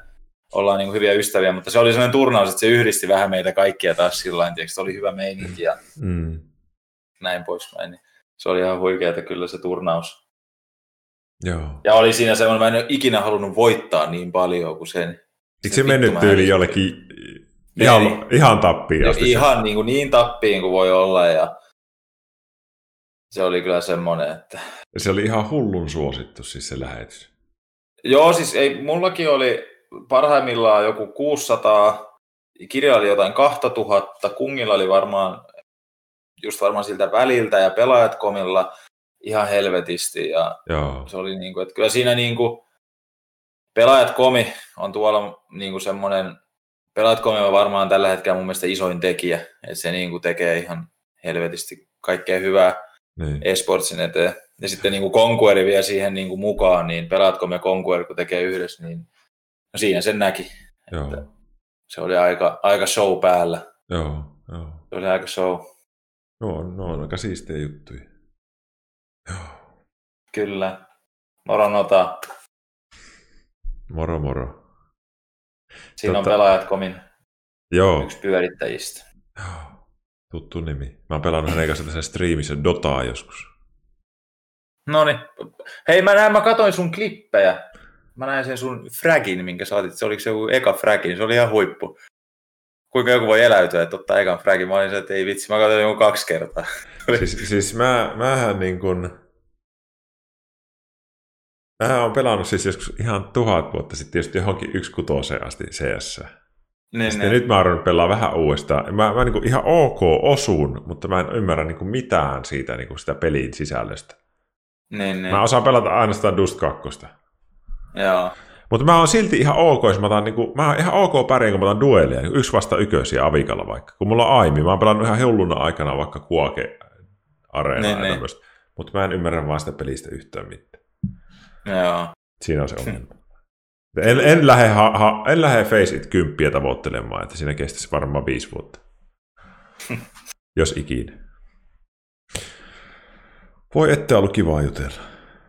ollaan niin kuin hyviä ystäviä, mutta se oli sellainen turnaus, että se yhdisti vähän meitä kaikkia taas sillain, tiiäks, se oli hyvä meininki ja mm. näin poispäin. Se oli ihan huikeeta kyllä se turnaus. Joo. Ja oli siinä semmoinen, mä en ole ikinä halunnut voittaa niin paljon kuin sen. Eikö se mennyt tyyli jollekin ihan, niin, ihan tappiin asti? Ihan niin, kuin niin tappiin kuin voi olla ja se oli kyllä semmoinen, että... Se oli ihan hullun suosittu siis se lähetys. Joo, siis ei, mullakin oli parhaimmillaan joku kuusisataa, kirja oli jotain kaksituhatta, Kungilla oli varmaan just varmaan siltä väliltä ja pelaajat komilla ihan helvetisti ja Joo. Se oli niin kuin, että kyllä siinä niin kuin pelaajat komi on tuolla niin kuin semmoinen, pelaajat komi on varmaan tällä hetkellä mun mielestä isoin tekijä, että se niin kuin tekee ihan helvetisti kaikkea hyvää niin. eSportsin eteen. Ja sitten niin kuin Conqueri vie siihen niin kuin mukaan, niin pelaajat komi ja Conquer kun tekee yhdessä, niin no siinä sen näki. Joo. Että se oli aika, aika show päällä. Joo, joo. Se oli aika show. No, no on aika siistejä juttuja. Joo. Kyllä. Moro Nota. Moro moro. Siinä tota... on pelaajat komin Joo. yksi pyörittäjistä. Joo. Tuttu nimi. Mä oon pelannut hänen kanssa tässä striimissä Dotaa joskus. Noniin. Hei, mä näin, mä katoin sun klippejä. Mä näin sen sun fragin, minkä sä otit. Se oliko se joku eka fragin, se oli ihan huippu. Kuinka joku voi eläytyä, että ottaa ekan fragin? Mä olin se, että ei vitsi, mä katsoin joku kaksi kertaa. Siis, siis mä, mähän niin kun... Mä oon pelannut siis joskus ihan tuhat vuotta sitten tietysti johonkin yksi kutoseen asti C S. Niin, niin. Nyt mä oon pelaa vähän uudestaan. Mä, mä niin ihan ok osun, mutta mä en ymmärrä niin mitään siitä niin sitä pelin sisällöstä. Niin, niin. Mä osaan pelata ainoastaan Dust kaksi. Joo. Mutta mä oon silti ihan ok, jos mä otan, niin kuin, mä oon ihan ok pärjään, kun mä otan duelia, niin yksi vasta yköisiä Avikalla vaikka. Kun mulla on aimi, mä oon pelannut ihan hulluna aikana vaikka Kuake-areenaa niin, ja niin. tämmöistä. Mutta mä en ymmärrä vaan sitä pelistä yhtään mitään. Joo. Siinä on se ongelma. En, en lähde, ha, ha, en lähde Face It kymppiä tavoittelemaan, että siinä kestäisi varmaan viisi vuotta. Jos ikinä. Voi ette ollut kivaa jutella.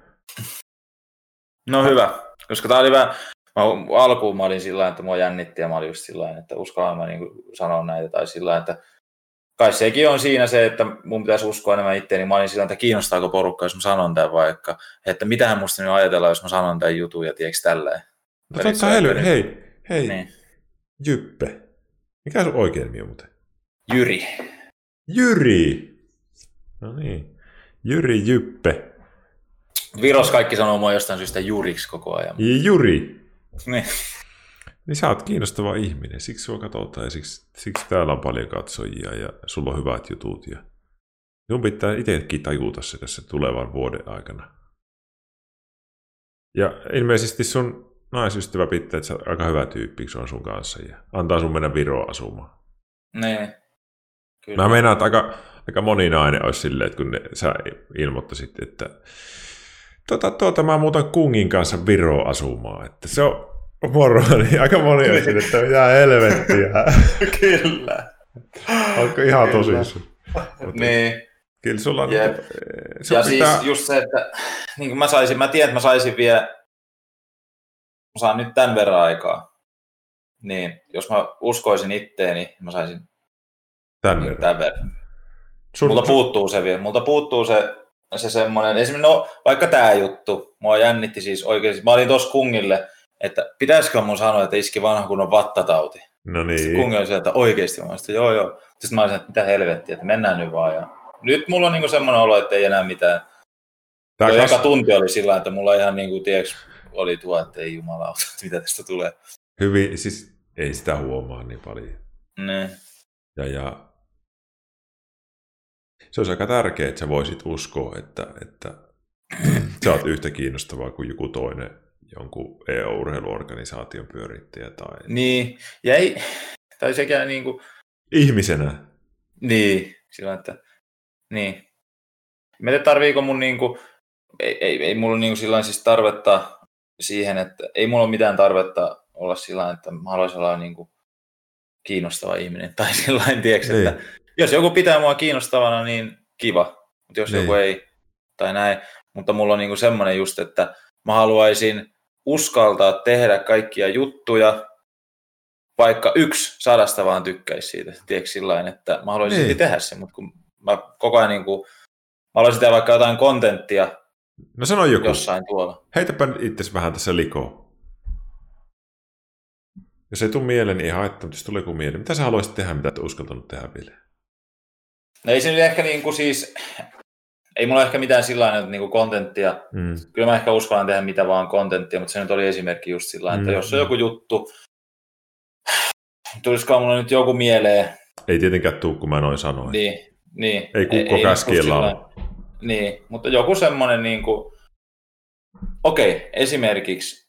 No hyvä, koska tää oli vähän, mä, alkuun mä olin sillä että mua jännitti ja mä olin just sillä että uskallan mä niin sanoa näitä tai sillä että kai sekin on siinä se, että mun pitäisi uskoa enemmän itseäni, niin mä olin sillä että kiinnostaako porukka, jos mä sanon tämän vaikka, että mitähän musta nyt ajatellaan, jos mä sanon tämän jutun ja tiedätkö tälleen. No totta hei, hei, hei, niin. Jyppe. Mikä sun oikein nimi on muuten? Jyri. Jyri! No niin, Jyri Jyppe. Viros kaikki sanoo mua jostain syystä Juriksi koko ajan. Juri. Niin. Niin sä oot kiinnostava ihminen, siksi sua katsotaan ja siksi, siksi täällä on paljon katsojia ja sulla on hyvät jutut. Ja sun pitää itsekin tajuta se tässä tulevan vuoden aikana. Ja ilmeisesti sun naisystävä pitää, että sä oot aika hyvä tyyppi, se on sun kanssa ja antaa sun mennä Viroon asumaan. Niin. Kyllä. Mä meinaan, että aika, aika moni nainen olisi silleen, että kun ne, sä ilmoittaisit, että Tuota, tuota, mä muutan Kungin kanssa Viroon asumaan, että se on moro, niin aika moni on siinä, että jää helvettiä. Kyllä. Onko ihan tosissaan? Niin. Kyllä sulla on... Ja pitää... siis just se, että niin kuin mä saisin, mä tiedän, että mä saisin vielä, mä saan nyt tämän verran aikaa, niin jos mä uskoisin itteeni, mä saisin tämän niin, verran. Tämän verran. Sun... Multa puuttuu se vielä, multa puuttuu se se semmoinen, esimerkiksi no, vaikka tämä juttu, mua jännitti siis oikein, mä olin tuossa Kungille, että pitäisikö mun sanoa, että iski vanha kunnon vattatauti. No niin. Sitten Kungi oli se, että oikeasti, mä olisin, joo joo. Sitten mä olisin, että mitä helvettiä, että mennään nyt vaan. Ja nyt mulla on niinku semmoinen olo, että ei enää mitään. Kas... Eka tunti oli sillä että mulla ihan niinku, tiedätkö, oli tuo, että ei jumalauta, että mitä tästä tulee. Hyvin, siis ei sitä huomaa niin paljon. Ne. Ja ja... Se olisi aika tärkeää, että sä voisit uskoa, että, että sä oot yhtä kiinnostavaa kuin joku toinen jonkun E U-urheiluorganisaation pyörittäjä. Tai... Niin, ja ei, tai sekä niin kuin... Ihmisenä. Niin, sillä että, niin. Mä en tiedä, tarviiko mun niin kuin, ei, ei, ei mulla niin kuin sillä siis tarvetta siihen, että ei mulla ole mitään tarvetta olla sillä että mä haluaisin olla niin kuin kiinnostava ihminen, tai sillä tiedätkö, niin. Että jos joku pitää mua kiinnostavana, niin kiva. Mutta jos niin. joku ei, tai näin. Mutta mulla on niinku semmoinen just, että mä haluaisin uskaltaa tehdä kaikkia juttuja, vaikka yksi sadasta vaan tykkäisi siitä, tiedätkö sillain, että mä haluaisin niin. tehdä sen, mutta kun mä koko ajan niin kuin, mä haluaisin tehdä vaikka jotain kontenttia no sano joku. Jossain tuolla. Heitäpä itse vähän tässä likoon. Jos ei tule mieleen, niin ei haittaa, mutta jos tulee joku mieleen. Mitä sä haluaisit tehdä, mitä et uskaltanut tehdä vielä? No ei se nyt ehkä niin kuin siis, ei mulla ehkä mitään sillain niin kuin kontenttia. Mm. Kyllä mä ehkä uskallan tehdä mitä vaan kontenttia, mutta se nyt oli esimerkki just sillain, että mm. jos on joku juttu, tulisiko mulla nyt joku mieleen. Ei tietenkään tule, kun mä noin sanoin. Niin, niin. Ei kukko käskiellä ole. Niin, mutta joku semmoinen niin kuin, okei, okay, esimerkiksi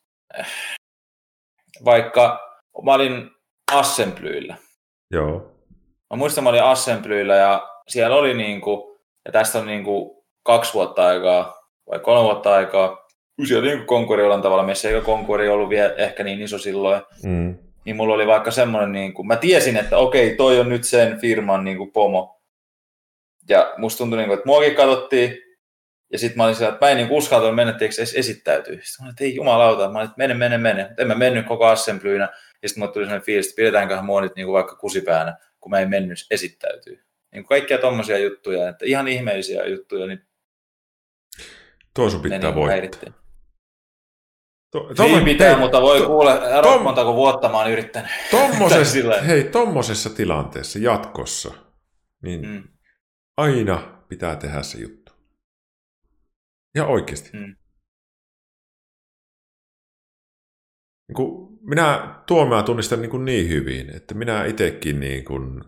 vaikka mä olin Assemblyillä. Joo. Mä muistan, mä olin Assemblyillä ja siellä oli niin kuin, ja tästä on niin kuin kaksi vuotta aikaa vai kolme vuotta aikaa, kun siellä oli niin Konkuri jollain tavalla meissä, eikä Konkuri ollut vielä ehkä niin iso silloin. Mm. Niin mulla oli vaikka semmoinen, niin kuin, mä tiesin, että okei, toi on nyt sen firman niin kuin pomo. Ja musta tuntui, niin kuin, että muakin katsottiin. Ja sitten mä olin siellä, että mä en niin uskaltanut mennä, etteikö edes esittäytyy. Sitten mä olin, että ei jumalauta. Mä olin, että mene, mene, mene. Mutta en mä mennyt koko Assemblyynä. Ja sitten mulle tuli sellainen fiilis, että pidetäänköhän mua nyt niin kuin vaikka kusipäänä, kun mä en mennyt esittäytyy. Niin kaikkia tommosia juttuja, että ihan ihmeellisiä juttuja. Niin tuo sun pitää niin voittaa. To, niin pitää, hei, mutta voi to, kuule, arvot montako vuotta mä oon yrittänyt. Tommosessa, hei, tommosessa tilanteessa jatkossa, niin mm. aina pitää tehdä se juttu. Ja oikeasti. Mm. Niin kuin minä Tuomea tunnistan niin, kuin niin hyvin, että minä itsekin niin kuin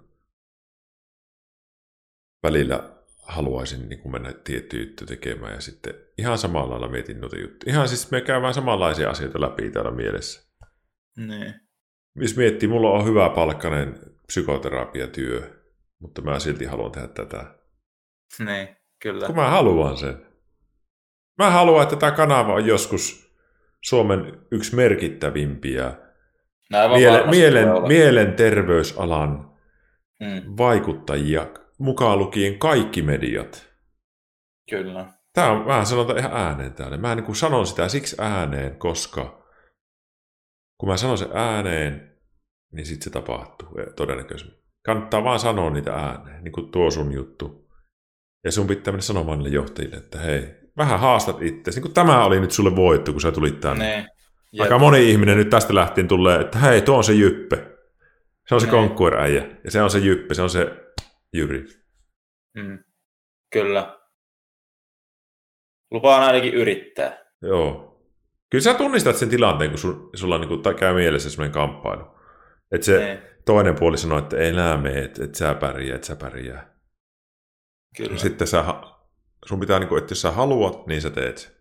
välillä haluaisin niin kuin mennä tietty juttu tekemään ja sitten ihan samalla lailla mietin noita juttuja. Ihan siis me käydään samanlaisia asioita läpi täällä mielessä. Nee. Jos miettii, mulla on hyvä palkkainen psykoterapiatyö, mutta mä silti haluan tehdä tätä. Nee, kyllä. Kun mä haluan sen. Mä haluan, että tämä kanava on joskus Suomen yksi merkittävimpiä miele- mielen, mielenterveysalan hmm. vaikuttajia, mukaan lukien kaikki mediat. Kyllä. Tämä on vähän sanotaan ihan ääneen täällä. Mä niin kuin sanon sitä siksi ääneen, koska kun mä sanon sen ääneen, niin sitten se tapahtuu todennäköisesti. Kannattaa vaan sanoa niitä ääneen, niin kuin tuo sun juttu. Ja sun pitää mennä sanomaan niille johtajille, että hei, vähän haastat itseäsi. Niin kuin tämä oli nyt sulle voittu, kun sä tulit tänne. Aika moni ihminen nyt tästä lähtien tulee, että hei, tuo on se Jyppe. Se on se Conquer-äijä. Ja se on se Jyppe, se on se Jyri. Mm. Kyllä. Lupaan ainakin yrittää. Joo. Kyllä sä tunnistat sen tilanteen, kun sun, sulla niin kuin käy mielessä semmoinen kamppailu. Että se ne. Toinen puoli sanoo, että ei nää mene, että et sä pärjää, että sä pärjää. Kyllä. Sitten sä, sun pitää, niin kuin, että jos sä haluat, niin sä teet sen.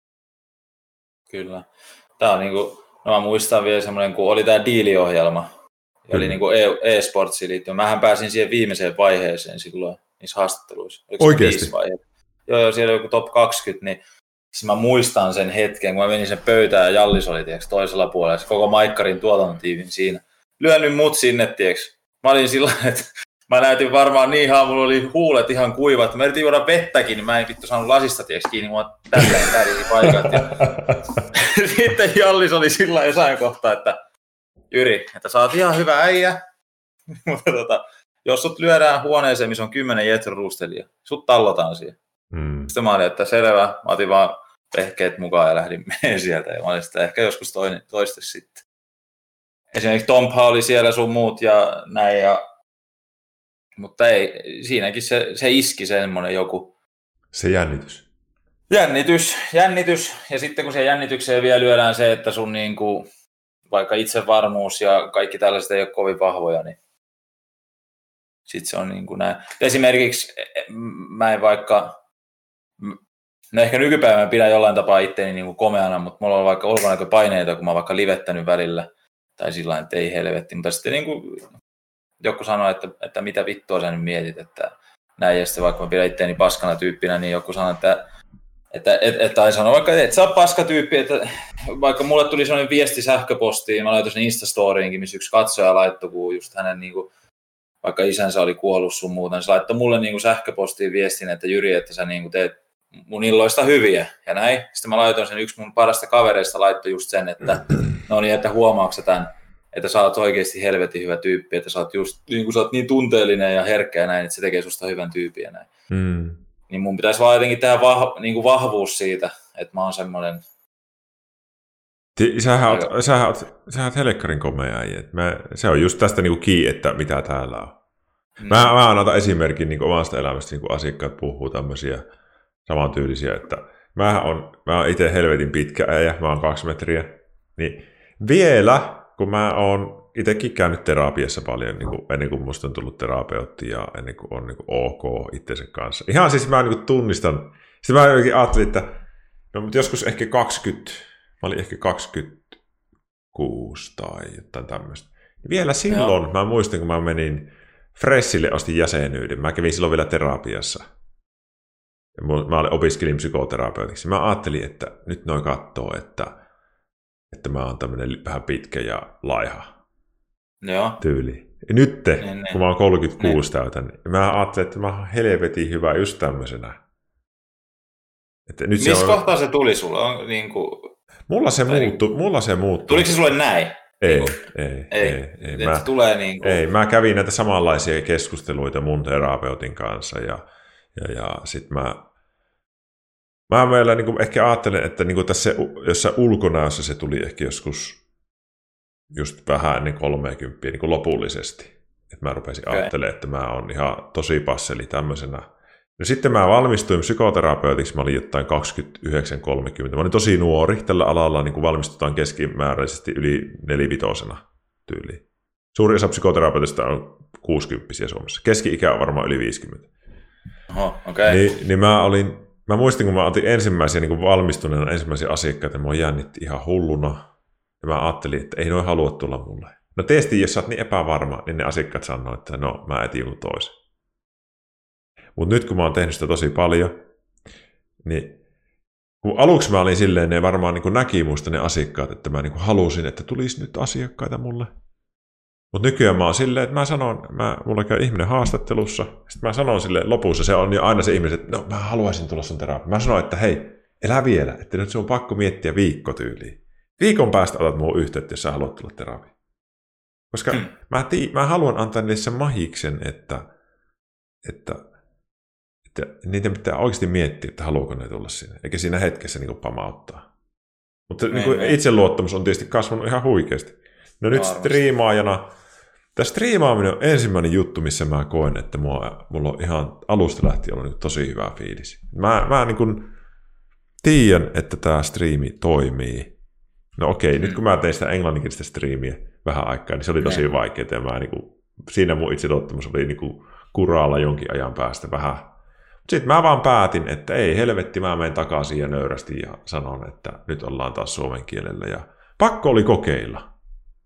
Kyllä. Tää on niin kuin, no mä muistan vielä semmoinen, kun oli tää diiliohjelma. Ja oli niin kuin e-sportsiin liittyen. Mähän pääsin siihen viimeiseen vaiheeseen silloin niissä haastatteluissa. Oliko oikeesti? Joo, joo, siellä oli joku top kaksikymmentä, niin siis mä muistan sen hetken, kun mä menin sen pöytään ja Jallis oli tiiäks, toisella puolella. Se koko Maikkarin tuotantotiivin siinä. Lyönyt mut sinne, tiiäks. Mä olin sillä että mä näytin varmaan niin haamulla, oli huulet ihan kuivat. Mä yritin juoda vettäkin, niin mä en vittu saanut lasista tiiäks, kiinni. Mua tälleen tärisi paikat. Ja sitten Jallis oli sillä jossain kohtaa, että Jyri, että sä oot ihan hyvä äijä, mutta tota, jos sut lyödään huoneeseen, missä on kymmenen jetro-ruustelia, sut tallataan siihen. Hmm. Sitten mä olin, että selvä, mä otin vaan vehkeet mukaan ja lähdin menemään sieltä. Ja mä olin sitä ehkä joskus toinen, toiste sitten. Esimerkiksi Tompha oli siellä sun muut ja näin. Ja... Mutta ei, siinäkin se, se iski semmoinen joku. Se jännitys. Jännitys, jännitys. Ja sitten kun siihen jännitykseen vielä lyödään se, että sun niinku... vaikka itsevarmuus ja kaikki tällaiset ei ole kovin vahvoja, niin sitten se on niin kuin näin. Esimerkiksi mä en vaikka, no ehkä nykypäivänä pidän jollain tapaa itteeni niin kuin komeana, mutta mulla on vaikka ulkonäköpaineita, kun mä oon vaikka livettänyt välillä, tai sillä lailla, että ei helvetti, mutta sitten niin kuin joku sanoo, että, että mitä vittua sä nyt mietit, että näin, ja sitten vaikka mä pidän itteeni paskana tyyppinä, niin joku sanoo, että Että, et, et, tai sano vaikka, että sä oot paskatyyppi, että vaikka mulle tuli sellainen viesti sähköpostiin, mä laitoin sen Instastoriinkin, missä yksi katsoja laittoi, kun just hänen, niin kuin, vaikka isänsä oli kuollut sun muuta, niin se laittoi mulle niin kuin sähköpostiin viestin, että Jyri, että sä niin kuin teet mun illoista hyviä, ja näin. Sitten mä laitoin sen, yksi mun parasta kavereista laittoi just sen, että no niin, että huomaatko tämän, että sä oot oikeasti helvetin hyvä tyyppi, että sä oot, just, niin, sä oot niin tunteellinen ja herkkä ja näin, että se tekee susta hyvän tyypin ja näin. Mm. Niin mun pitäisi vaan jotenkin tehdä vah, niin kuin vahvuus siitä, että mä oon semmoinen... Ti- sähän oot, sähän oot, sähän oot helekkarin komea äijä. Mä, se on just tästä niinku key, että mitä täällä on. Mm. Mä, mä annan esimerkin niinku omasta elämästä, niin asiakkaat puhuu tämmöisiä samantyylisiä, että mä oon, mä oon itse helvetin pitkä äijä, mä oon kaksi metriä, niin vielä, kun mä oon itsekin käynyt terapiassa paljon, niin kuin, ennen kuin musta on tullut terapeutti ja ennen kuin on niin kuin ok itsensä kanssa. Ihan siis mä niin kuin tunnistan, sitten mä jotenkin ajattelin, että no, mutta joskus ehkä kaksikymmentä, mä olin ehkä kaksikymmentäkuusi tai jotain tämmöistä. Vielä silloin, Joo. mä muistan, kun mä menin Freshille ostin jäsenyyden, mä kävin silloin vielä terapiassa. Mä opiskelin psykoterapeutiksi. Mä ajattelin, että nyt noin katsoo, että, että mä oon tämmönen vähän pitkä ja laiha Joo. tyyli. Ja nyt, ne, ne. kun mä oon kolmekymmentäkuusi ne. täytän, niin mä ajattelin, että mä oon helvetin hyvä just tämmöisenä. Missä on... kohtaa se tuli sulle? On, niin kuin... mulla, se muuttu, niin... mulla se muuttui. Tuliko se sulle näin? Ei, niin ei, ei. ei, ei. Mä, tulee niin kuin... ei, mä kävin näitä samanlaisia keskusteluita mun terapeutin kanssa ja Ja, ja sitten mä, mä vielä niin kuin ehkä ajattelen, että niin kuin tässä jossain ulkonäössä se tuli ehkä joskus just vähän ennen kolmekymmentä niin kuin lopullisesti. Että mä rupesin okay. ajattelemaan, että mä oon ihan tosi passeli tämmöisenä. No sitten mä valmistuin psykoterapeutiksi, mä olin jotain kaksikymmentäyhdeksän kolmekymmentä. Mä olin tosi nuori tällä alalla, niin kuin valmistutaan keskimääräisesti yli nelivitosena tyyliin. Suuri osa psykoterapeutista on kuusikymppisiä Suomessa. Keski-ikä on varmaan yli viisikymmentä. Oho, okay. Niin, niin mä olin, mä muistin, kun mä otin ensimmäisiä niin kuin valmistuneena ensimmäisiä asiakkaita, mä jännitti ihan hulluna. Ja mä ajattelin, että ei noin halua tulla mulle. No tietysti, jos sä oot niin epävarma, niin ne asiakkaat sanoo, että no, mä etin joku toisen. Mutta nyt kun mä oon tehnyt sitä tosi paljon, niin kun aluksi mä olin silleen, ne varmaan niin kuin näki musta ne asiakkaat, että mä niin kuin halusin, että tulisi nyt asiakkaita mulle. Mutta nykyään mä oon silleen, että mä sanon, mä, mulla käy ihminen haastattelussa, sitten mä sanon silleen lopussa, se on jo aina se ihminen, että no mä haluaisin tulla sun terapiaan. Mä sanon, että hei, elä vielä, että nyt se on pakko miettiä viikkotyyliin. Viikon päästä otat muun yhteyttä, jos sä haluat tulla terapiaan. Koska hmm. mä, tii, mä haluan antaa niille sen mahiksen, että, että, että niiden pitää oikeasti miettiä, että haluuko ne tulla sinne, eikä siinä hetkessä niin kuin pamauttaa. Mutta niin kuin itseluottamus on tietysti kasvanut ihan huikeasti. No nyt Varmasti. striimaajana, tämä striimaaminen on ensimmäinen juttu, missä mä koen, että mulla, mulla on ihan alusta lähtien ollut niin tosi hyvä fiilis. Mä, mä niin kuin tiedän, että tämä striimi toimii. No okei, mm. nyt kun mä tein sitä englanninkielistä striimiä vähän aikaa, niin se oli tosi mm. vaikeaa. Ja mä, niin kuin, siinä mun itseluottamus oli niin kuin kuraalla jonkin ajan päästä vähän. Sitten mä vaan päätin, että ei helvetti, mä menen takaisin ja nöyrästi ja sanon, että nyt ollaan taas suomen kielellä. Ja pakko oli kokeilla.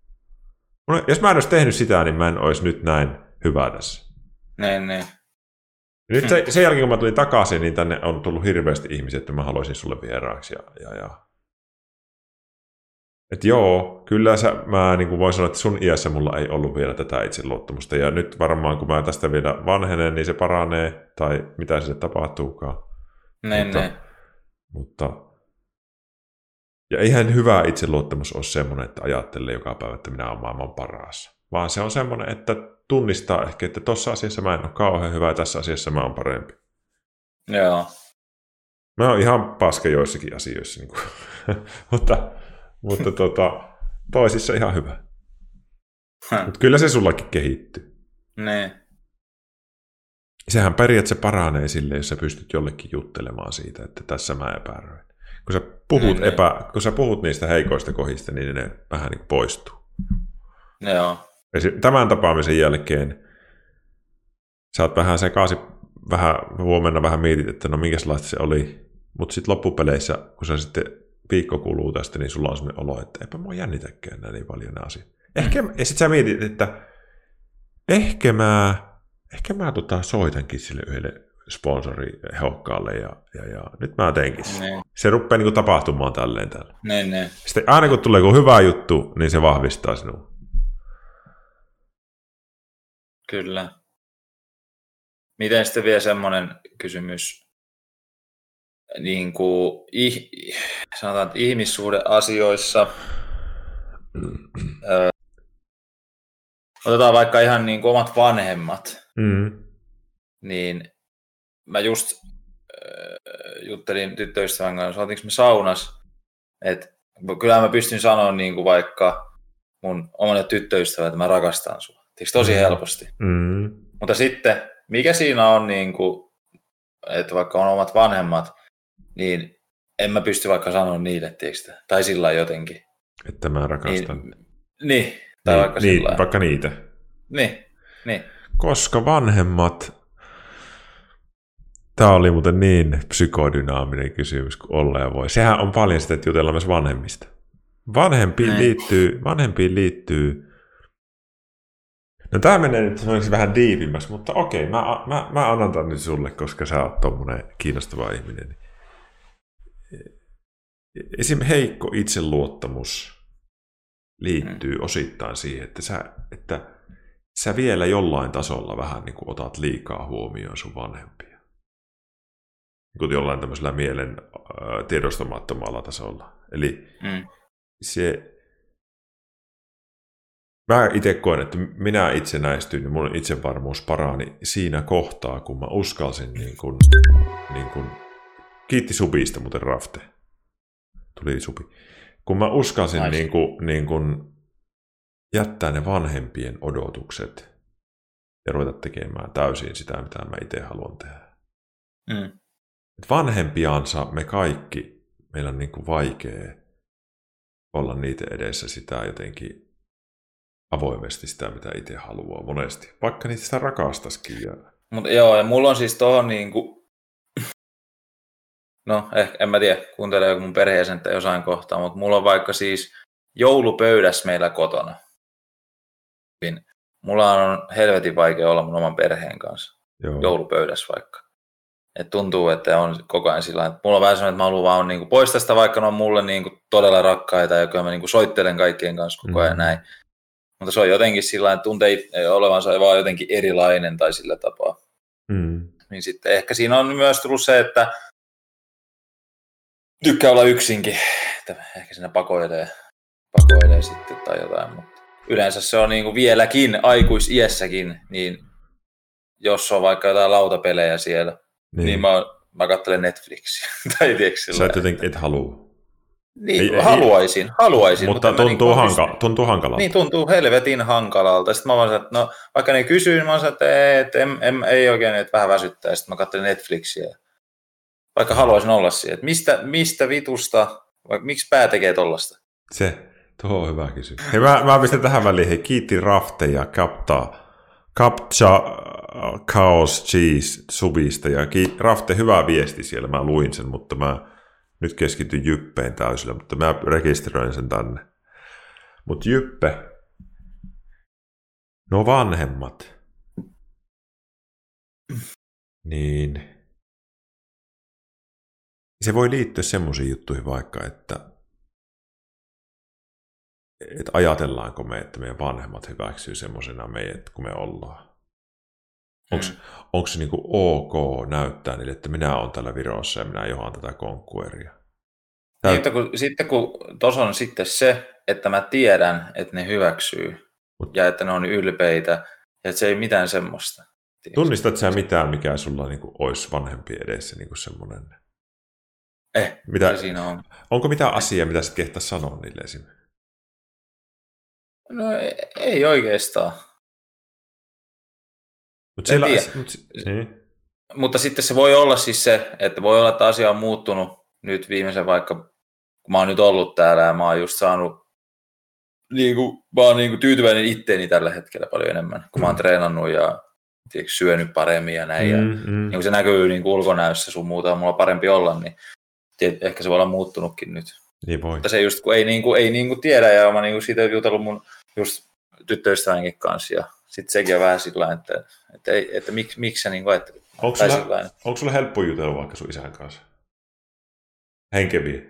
Jos mä en olisi tehnyt sitä, niin mä en olisi nyt näin hyvä tässä. Näin, näin. Nyt se, sen jälkeen, kun mä tulin takaisin, niin tänne on tullut hirveästi ihmisiä, että mä haluaisin sulle vieraaksi. Ja, ja, ja. Että joo, kyllä sä, mä niin kuin voin sanoa, että sun iässä mulla ei ollut vielä tätä itseluottamusta. Ja nyt varmaan, kun mä tästä vielä vanhenen, niin se paranee, tai mitä sille tapahtuukaan. Näin, mutta, näin. Mutta, ja eihän hyvä itseluottamus ole semmoinen, että ajattelee joka päivä, että minä olen maailman paras. Vaan se on semmoinen, että tunnistaa ehkä, että tuossa asiassa mä en ole kauhean hyvä ja tässä asiassa mä oon parempi. Joo. Mä oon ihan paska joissakin asioissa, niin kuin. mutta, mutta tota, toisissa ihan hyvä. Mutta kyllä se sullakin kehittyy. Niin. Sehän periaatteessa paranee silleen, jos sä pystyt jollekin juttelemaan siitä, että tässä mä epäröin. Kun sä puhut, niin, epä, niin. Kun sä puhut niistä heikoista kohdista, niin ne vähän niin poistuu. Joo. Tämän tapaamisen jälkeen sä oot vähän sekaisin, vähän, huomenna vähän mietit, että no minkälaista se oli, mutta sitten loppupeleissä, kun sä sitten viikko kuluu tästä, niin sulla on sellainen olo, että eipä mua jännitäkään näin niin paljon nämä asiat. Ehkä, ja sitten sä mietit, että ehkä mä, ehkä mä tota soitankin sille yhdelle sponsorihehokkaalle ja, ja, ja nyt mä teenkin se. Ne. Se rupeaa niin kuin tapahtumaan tälleen täällä. Ne, ne. Sitten aina kun tulee joku hyvä juttu, niin se vahvistaa sinua. Kyllä. Miten sitten vielä semmoinen kysymys, niin kuin, ih, sanotaan, että ihmissuhdeasioissa, otetaan vaikka ihan niin kuin omat vanhemmat, Mm. niin mä just äh, juttelin tyttöystävän kanssa, oltiinko me saunas, että kyllä mä pystyn sanoa niin kuin vaikka mun omalle tyttöystävälle, että mä rakastan sua. Tiedätkö, tosi Mm. helposti. Mm. Mutta sitten, mikä siinä on, niin kuin, että vaikka on omat vanhemmat, niin en mä pysty vaikka sanoa niille, tiedätkö, tai sillä lailla jotenkin. Että mä rakastan. Niin, niin tai niin, vaikka niin, sillä lailla. vaikka niitä. Niin, niin. Koska vanhemmat, tämä oli muuten niin psykodynaaminen kysymys kuin olla ja voi. Sehän on paljon sitä, että jutellaan myös vanhemmista. Vanhempiin Niin. liittyy, vanhempiin liittyy, no tämä menee nyt vähän diipimmäksi, mutta okei, mä, mä, mä annan tämän nyt sulle, koska sä oot tommonen kiinnostava ihminen. Esim. Heikko itseluottamus liittyy mm. osittain siihen, että sä, että sä vielä jollain tasolla vähän niin kuin otat liikaa huomioon sun vanhempia. Niin kuin jollain tämmöisellä mielen äh, tiedostamattomalla tasolla. Eli Mm. se... Mä itse koen, että minä itsenäistyin ja mun itsevarmuus parani siinä kohtaa, kun mä uskalsin niin kuin, niin kuin, kiitti Subista muuten Rafte. Tuli Subi. Kun mä uskalsin Nice. niin kuin, niin kuin jättää ne vanhempien odotukset ja ruveta tekemään täysin sitä, mitä mä itse haluan tehdä. Mm. Et vanhempiansa me kaikki, meillä on niin kuin vaikea olla niitä edessä sitä jotenkin avoimesti sitä, mitä itse haluaa monesti. Vaikka niitä sitä rakastaisikin. Ja... Mutta joo, ja mulla on siis tohon niinku, no ehkä, en mä tiedä, kuuntelee joku mun perheenjäsen jossain kohtaa, mutta mulla on vaikka siis joulupöydässä meillä kotona. Mulla on helvetin vaikea olla mun oman perheen kanssa. Joo. Joulupöydässä vaikka. Et tuntuu, että on koko ajan sillä että mulla on vähän sellainen, että mä haluan vaan niinku poistaa sitä, vaikka ne on mulle niinku todella rakkaita, ja kyllä mä niinku soittelen kaikkien kanssa koko ajan mm. näin. Mutta se on jotenkin sillä että tuntee olevansa vaan jotenkin erilainen tai sillä tapaa. Mm. Niin sitten ehkä siinä on myös tullut se, että tykkää olla yksinkin. Että ehkä siinä pakoilee, pakoilee sitten tai jotain. Mutta yleensä se on niinku vieläkin aikuisiässäkin, niin jos on vaikka jotain lautapelejä siellä, niin, niin mä, mä katselen Netflixiä. tai tiedätkö, sä et jotenkin et halua. Niin, ei, haluaisin, ei, haluaisin. Mutta, mutta tuntuu, niin hanka, tuntuu hankalalta. Niin, tuntuu helvetin hankalalta. Sitten mä vaan sanoin, että no, vaikka ne kysyy, mä sanoin, että, että en, en, ei oikein, että vähän väsyttää. Sitten mä katselin Netflixiä. Vaikka haluaisin olla siellä. Että mistä, mistä vitusta, vaikka, miksi pää tekee tollasta? Se, tuo on hyvä kysymys. Hei, mä, mä pistän tähän väliin, hei, kiitti Rafte ja Kapta, Kapcha Chaos Cheese Subista. Ja ki, Rafte, hyvä viesti siellä, mä luin sen, mutta mä... Nyt keskityn Jyppeen täysillä, mutta mä rekisteröin sen tänne. Mutta Jyppe, no vanhemmat, niin se voi liittyä semmoisiin juttuihin vaikka, että, että ajatellaanko me, että meidän vanhemmat hyväksyy semmoisena meidät, kun me ollaan. Onko se niinku ok näyttää niille, että minä olen täällä Virossa ja minä johan tätä konkueria? Täyt... Niin, kun, sitten kun tuossa on sitten se, että mä tiedän, että ne hyväksyy Mut... ja että ne on ylpeitä ja että se ei mitään semmoista. Tunnistat sä mitään, mikä sulla niinku olisi vanhempien edessä niinku semmoinen? Eh, mitä... siinä on. Onko mitään asiaa, mitä sä kehtaa sanoa niille esimerkiksi? No ei, ei oikeastaan. Mut siellä... Mut... Niin. Mutta sitten se voi olla siis se, että voi olla, että asia on muuttunut nyt viimeisen vaikka, kun mä oon nyt ollut täällä ja mä oon just saanut, niin kuin, mä oon niin kuin tyytyväinen itteeni tällä hetkellä paljon enemmän, kun mä oon treenannut ja tiedätkö, syönyt paremmin ja näin. Mm, ja, mm. Niin se näkyy niin kuin ulkonäössä sun muuta, mulla on parempi olla, niin tiedät, ehkä se voi olla muuttunutkin nyt. Niin voi. Mutta se just, kun ei, niin kuin, ei niin kuin tiedä ja mä niin kuin siitä jutellut mun just tyttöystävänkin kanssa ja sitten sekin on vähän sillä että, että, että, että, että miksi, miksi sä niin kuin ajattelet. Onko sulla, onko sulla helppo jutella vaikka sun isän kanssa? Henkeviä?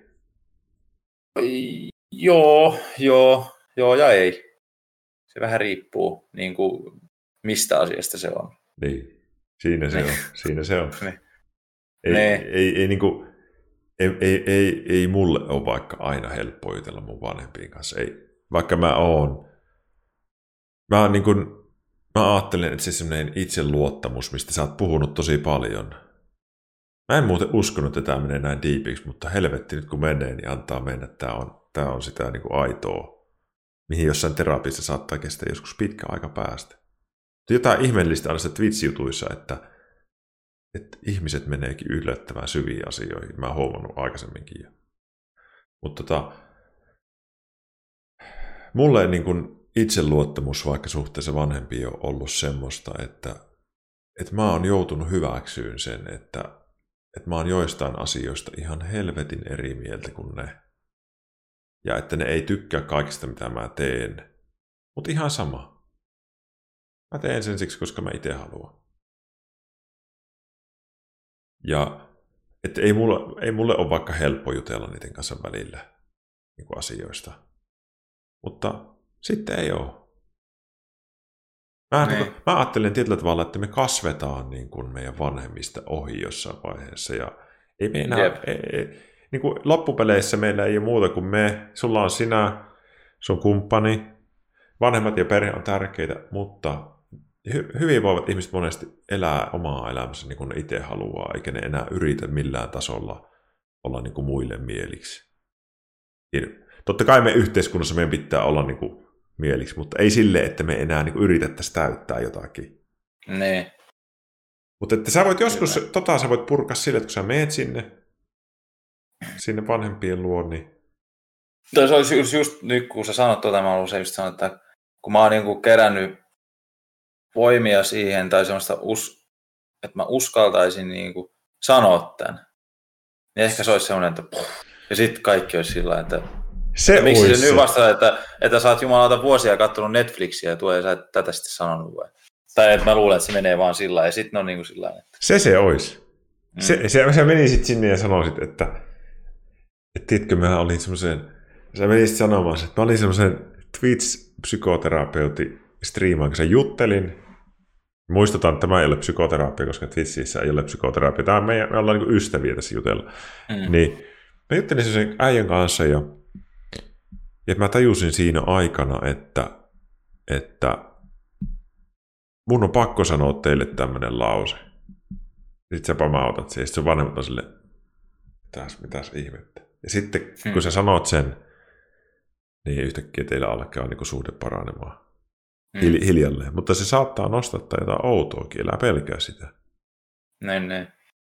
Joo, joo, joo ja ei. Se vähän riippuu, niin kuin, mistä asiasta se on. Niin, siinä se niin. on. Siinä se on. niin. Ei, ei, ei, ei, niin kuin, ei, ei, ei, ei mulle ole vaikka aina helppo jutella mun vanhempien kanssa. Ei, vaikka mä oon mä, niin kun, mä ajattelen, että se semmoinen itseluottamus, mistä sä oot puhunut tosi paljon. Mä en muuten uskonut, että tämä menee näin diipiksi, mutta helvetti nyt kun menee, niin antaa mennä. Tämä on, tää on sitä niin kuin aitoa, mihin jossain terapiassa saattaa kestää joskus pitkä aika päästä. Jotain ihmeellistä aina Twitch-jutuissa, että, että ihmiset meneekin yllättävän syviin asioihin. Mä oon huomannut aikaisemminkin jo. Mutta tota, mulle niin kuin itseluottamus vaikka suhteessa vanhempiin on ollut semmoista, että, että mä oon joutunut hyväksyyn sen, että, että mä oon joistain asioista ihan helvetin eri mieltä kuin ne. Ja että ne ei tykkää kaikista, mitä mä teen. Mutta ihan sama. Mä teen sen siksi, koska mä itse haluan. Ja että ei mulle, ei mulle ole vaikka helppo jutella niiden kanssa välillä niin kuin asioista. Mutta sitten ei ole. Mä, niin kuin, mä ajattelen tietyllä tavalla, että me kasvetaan niin kuin meidän vanhemmista ohi jossain vaiheessa. Ja ei me enää, ei, ei, niin kuin loppupeleissä meillä ei ole muuta kuin me. Sulla on sinä, sun kumppani. Vanhemmat ja perhe on tärkeitä, mutta hy- hyvinvoivat ihmiset monesti elää omaa elämänsä niin kuin ne itse haluaa, eikä ne enää yritä millään tasolla olla niin kuin muille mieliksi. Totta kai me yhteiskunnassa meidän pitää olla niin kuin mieliksi, mutta ei sille, että me enää niin kuin yritettäisiin täyttää jotakin. Ne. Mutta että sä voit joskus, Kyllä. tota sä voit purkaa sille, että kun sä meet sinne, sinne vanhempien luo, niin... Toi se olisi just, just nyt, kun sä sanot tuota, mä haluan just sanoa, että kun mä oon niin kuin kerännyt voimia siihen, tai semmoista, us, että mä uskaltaisin niin kuin sanoa tämän, niin ehkä se olisi semmoinen, että puh, ja sitten kaikki olisi sillä lailla, että se miksi olisi se nyt vastaa, että, että sä oot jumalauta vuosia katsonut Netflixiä ja tuo ja sä et tätä sitten sanonut vai? Tai että mä luulen, että se menee vaan sillä lailla, ja sitten ne on niin kuin sillä lailla. Että... Se se olisi. Mm. Se, se, sä menisit sinne ja sanoisit, että, että tiedätkö, mä olin semmoisen, sä menisit sanomaan, että mä olin semmoisen Twitch-psykoterapeutin striimaan, kun sä juttelin. Muistutan, että tämä ei ole psykoterapia, koska Twitchissä ei ole psykoterapia. Tämä on meidän, me ollaan niin kuin ystäviä tässä jutella. Mm. Niin mä juttelin sen äijän kanssa ja, ja mä tajusin siinä aikana, että, että mun on pakko sanoa teille tämmöinen lause. Sitten sä pamautat siihen. Sitten sun vanhemmat on silleen, mitäs, mitäs ihmettä. Ja sitten mm. kun sä sanot sen, niin yhtäkkiä teillä alkaa niin kuin suhde paranemaan. Mm. Hiljalleen. Mutta se saattaa nostattaa jotain outoakin, elää pelkää sitä. Näin, näin.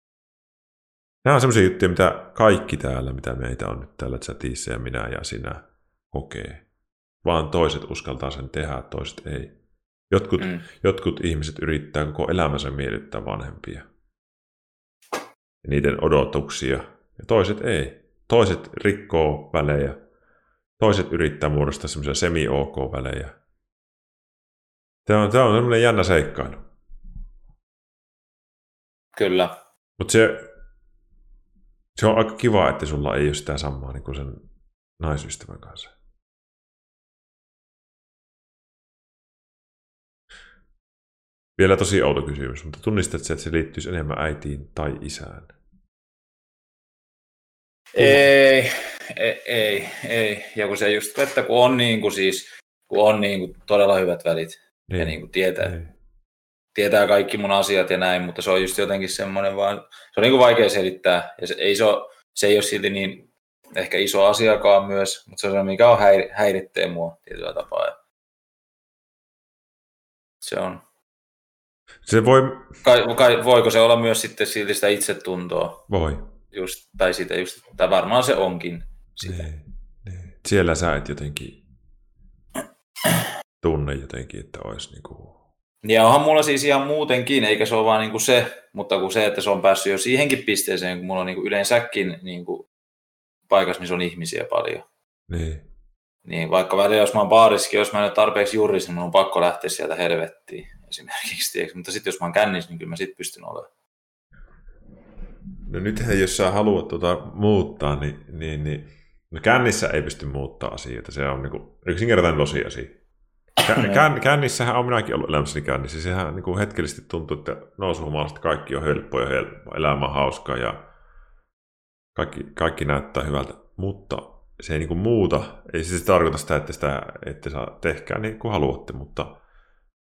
Nämä on semmoisia juttuja, mitä kaikki täällä, mitä meitä on nyt täällä chatissa ja minä ja sinä kokee. Vaan toiset uskaltaa sen tehdä, toiset ei. Jotkut, mm. jotkut ihmiset yrittää koko elämänsä miellyttää vanhempia. Ja niiden odotuksia. Ja toiset ei. Toiset rikkoo välejä. Toiset yrittää muodostaa semmoisia semi-ok-välejä. Tämä on, tämä on semmoinen jännä seikkailu. Kyllä. Mutta se, se on aika kiva, että sulla ei ole sitä samaa niin kuin sen naisystävän kanssa. Vielä tosi outo kysymys, mutta tunnistat se, että se liittyisi enemmän äitiin tai isään? Ei, ei, ei, ei. Ja kun se just, että kun on, niin kuin siis, kun on niin kuin todella hyvät välit niin. Ja niin kuin tietää, niin. tietää kaikki mun asiat ja näin, mutta se on just jotenkin semmoinen vaan, se on niin kuin vaikea selittää. Ja se ei, se ole, se ei ole silti niin ehkä iso asiakaan myös, mutta se on se, mikä on häiri, häiritsee mua tietyllä tapaa. Ja se on. Se voi... Kai, kai, voiko se olla myös sitten silti sitä itsetuntoa? Voi. Just, tai sitä just, tai varmaan se onkin sitä. Ne, ne. Siellä sä et jotenkin tunne jotenkin, että olisi niinku... Ja onhan mulla siis ihan muutenkin, eikä se ole vaan niinku se, mutta kun se, että se on päässyt jo siihenkin pisteeseen, kun mulla on niinku yleensäkin niinku paikassa, missä on ihmisiä paljon. Niin. Niin vaikka välillä, jos mä oon baarissakin, jos mä en ole tarpeeksi juuri, niin mun on pakko lähteä sieltä helvettiin esimerkiksi. Tiedätkö? Mutta sitten jos mä oon kännissä, niin kyllä mä sit pystyn olemaan. No nythän jos sä haluat tuota muuttaa, niin, niin, niin no kännissä ei pysty muuttaa asioita. Se on niinku yksinkertainen tosiasia. Kän, kännissähän on minäkin ollut elämässäni kännissä. Sehän niinku hetkellisesti tuntuu, että nousuhumalasta kaikki on helppoa ja helppoa. Elämä on hauskaa ja kaikki, kaikki näyttää hyvältä. Mutta se ei niinku muuta. Ei se tarkoita sitä, että, sitä, että saa tehkää niin kuin haluatte, mutta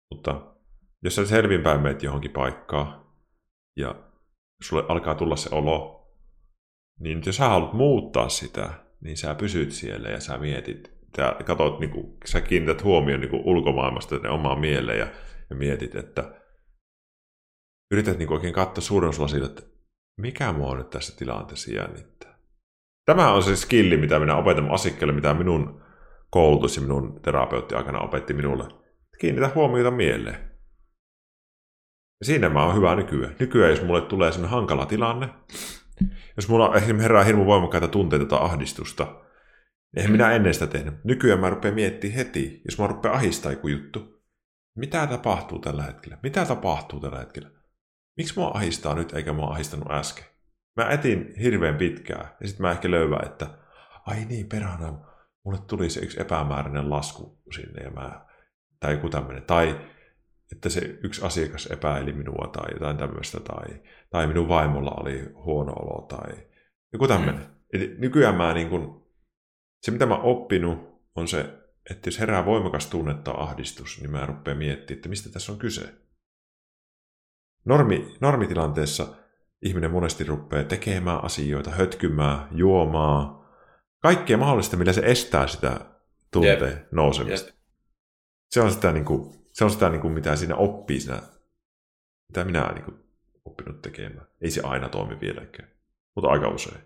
Mutta jos sä selvinpäin meet johonkin paikkaan ja sulle alkaa tulla se olo, niin jos sä haluat muuttaa sitä, niin sä pysyt siellä ja sä mietit, sä katot, niin kuin, sä kiinnität huomioon niin kuin ulkomaailmasta tänne omaan mieleen ja, ja mietit, että yrität niin kuin oikein katsoa suurennuslasilla, että mikä mua nyt tässä tilanteessa jännittää. Tämä on se skilli, mitä minä opetan asiakkaille, mitä minun koulutus ja minun terapeutti aikana opetti minulle. Kiinnitä huomiota mieleen. Ja siinä mä oon hyvä nykyään. Nykyään, jos mulle tulee sellainen hankala tilanne, jos mulla herää hirmu voimakkaita tunteita tai ahdistusta, niin eihän minä ennen sitä tehnyt. Nykyään mä rupean miettimään heti, jos mä rupean ahistaa joku juttu. Mitä tapahtuu tällä hetkellä? Mitä tapahtuu tällä hetkellä? Miksi mua ahistaa nyt, eikä mua ahistanut äsken? Mä etin hirveän pitkään, ja sitten mä ehkä löydän, että ai niin, perhana, mulle tuli se yksi epämääräinen lasku sinne, ja mä, tai joku tämmöinen. Tai että se yksi asiakas epäili minua, tai jotain tämmöistä, tai, tai minun vaimolla oli huono olo, tai joku tämmöinen. Mm. Eli nykyään mä niin kun, se mitä mä oon oppinut, on se, että jos herää voimakas tunne tai ahdistus, niin mä rupean miettimään, että mistä tässä on kyse. Normi, normitilanteessa ihminen monesti rupeaa tekemään asioita, hötkymään, juomaan, kaikkea mahdollista, millä se estää sitä tunteen yep. nousemista. Yep. Se on sitä, niin kuin, se on sitä niin kuin, mitä siinä oppii, siinä, mitä minä olen niin kuin, oppinut tekemään. Ei se aina toimi vieläkään, mutta aika usein.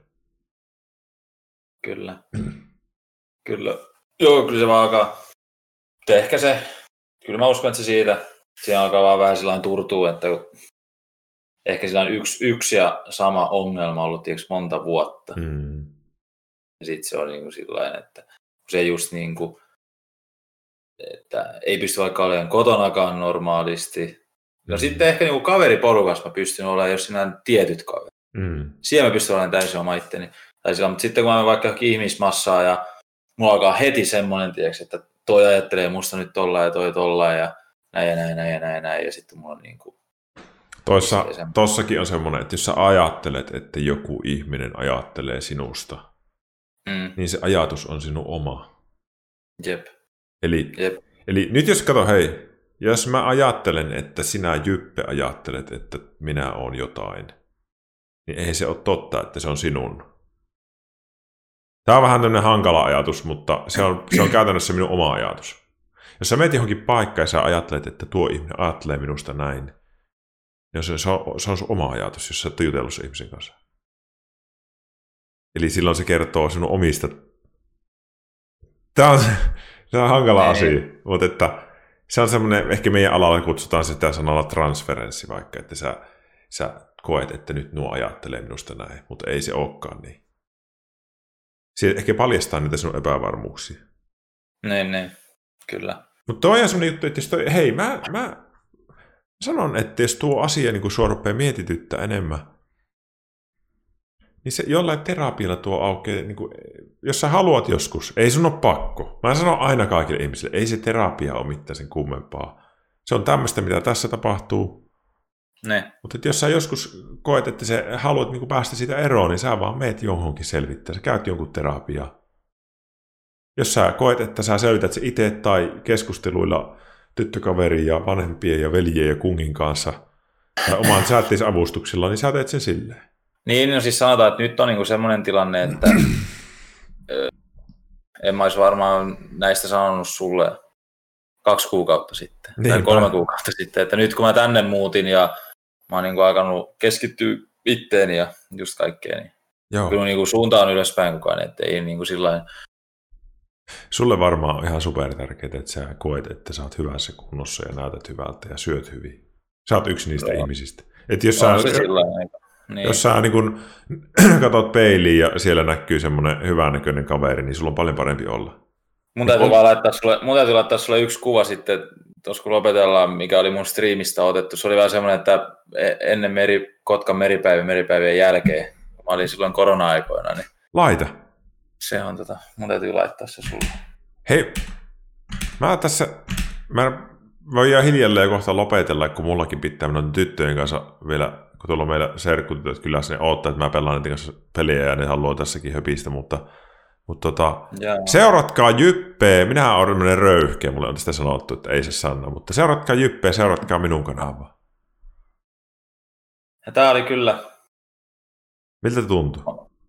Kyllä. Kyllä. Joo, kyllä se vaan alkaa. Ehkä se, kyllä mä uskon, että se siitä, siinä alkaa vaan vähän sellainen turtuu, että ehkä sillä on yksi, yksi ja sama ongelma ollut tiiäks, monta vuotta. Mm. Ja sitten se on niin kuin sillain, että se just niin kuin, että ei pysty vaikka olemaan kotonakaan normaalisti. No mm. sitten ehkä niin kuin kaveriporukassa mä pystyn olemaan, jos siinä on tietyt kaverit. Mm. Siellä mä pystyn olemaan täysin oma itteni. Tai sillä, mutta sitten kun mä vaikka johonkin ihmismassaa ja mulla alkaa heti semmoinen, tiiäks, että toi ajattelee musta nyt tollaan ja toi tollaan ja näin ja näin, näin ja näin ja näin. Ja sitten mulla on niin kuin Toissa, tossakin on semmoinen, että jos sä ajattelet, että joku ihminen ajattelee sinusta, mm. niin se ajatus on sinun oma. Jep. Eli, Jep. eli nyt jos kato, hei, jos mä ajattelen, että sinä Jyppe ajattelet, että minä oon jotain, niin ei se ole totta, että se on sinun. Tämä on vähän tämmöinen hankala ajatus, mutta se on, se on käytännössä minun oma ajatus. Jos sä menet johonkin paikkaan ja sä ajattelet, että tuo ihminen ajattelee minusta näin, niin se, se, on, se on sun oma ajatus, jos sä et ole jutellut sen ihmisen kanssa. Eli silloin se kertoo sinun omista. Tämä on, tämä on hankala Ei. asia, mutta että se on semmoinen, ehkä meidän alalla kutsutaan sitä sanalla transferenssi vaikka, että sä, sä koet, että nyt nuo ajattelee minusta näin, mutta ei se olekaan niin. Se ehkä paljastaa niitä sinun epävarmuuksia. Niin, niin, kyllä. Mutta toi on semmoinen juttu, että jos toi, hei, mä, mä sanon, että jos tuo asia niin sua rupeaa mietityttää enemmän, niin se jollain terapialla tuo aukeaa, niin kuin, jos sä haluat joskus, ei sun ole pakko. Mä sanon aina kaikille ihmisille, ei se terapia ole mitään sen kummempaa. Se on tämmöistä, mitä tässä tapahtuu. Ne. Mutta jos sä joskus koet, että sä haluat niin päästä siitä eroon, niin sä vaan meet johonkin selvittää. Sä käyt jonkun terapiaa. Jos sä koet, että sä selvität se itse tai keskusteluilla tyttökaverin ja vanhempien ja veljien ja kungin kanssa tai oman säättisavustuksilla, niin sä teet sen silleen. Niin, no siis sanotaan, että nyt on niinku semmoinen tilanne, että en mä olisi varmaan näistä sanonut sulle kaksi kuukautta sitten, niin, tai kolme kuukautta sitten, että nyt kun mä tänne muutin ja mä oon niinku alkanut keskittyä itteeni ja just kaikkeen, niin Joo. kyllä niinku suunta on ylöspäin kukaan, että ei niinku sillain. Sulle varmaan on ihan supertärkeää, että sä koet, että sä oot hyvässä kunnossa ja näytät hyvältä ja syöt hyvin. Sä oot yksi niistä Joo. ihmisistä. Että jos sä, niin. jos sä niin kun katot peiliin ja siellä näkyy semmoinen hyvännäköinen kaveri, niin sulla on paljon parempi olla. Mun täytyy vaan laittaa sulle, mun täytyy laittaa sulle yksi kuva sitten, tuossa kun lopetellaan, mikä oli mun striimistä otettu. Se oli vähän semmoinen, että ennen meri, Kotkan meripäivän meripäivien jälkeen, mä olin silloin korona-aikoina. Niin Laita. Se on tota, mun täytyy laittaa se sulle. Hei, mä tässä, mä voin ihan hiljalleen kohta lopetella, kun mullakin pitää mennä tyttöjen kanssa vielä, kun tuolla on meillä serkkutytöt kylässä, ne odottaa, että mä pelaan niiden kanssa peliä ja ne haluaa tässäkin höpistä, mutta Mutta tota, seuratkaa Jyppeä. Minähän olen tämmöinen röyhkeä, mulle on tästä sanottu, että ei se sano, mutta seuratkaa Jyppeä, seuratkaa minun kanavaa. Ja tää oli kyllä... Miltä tuntui?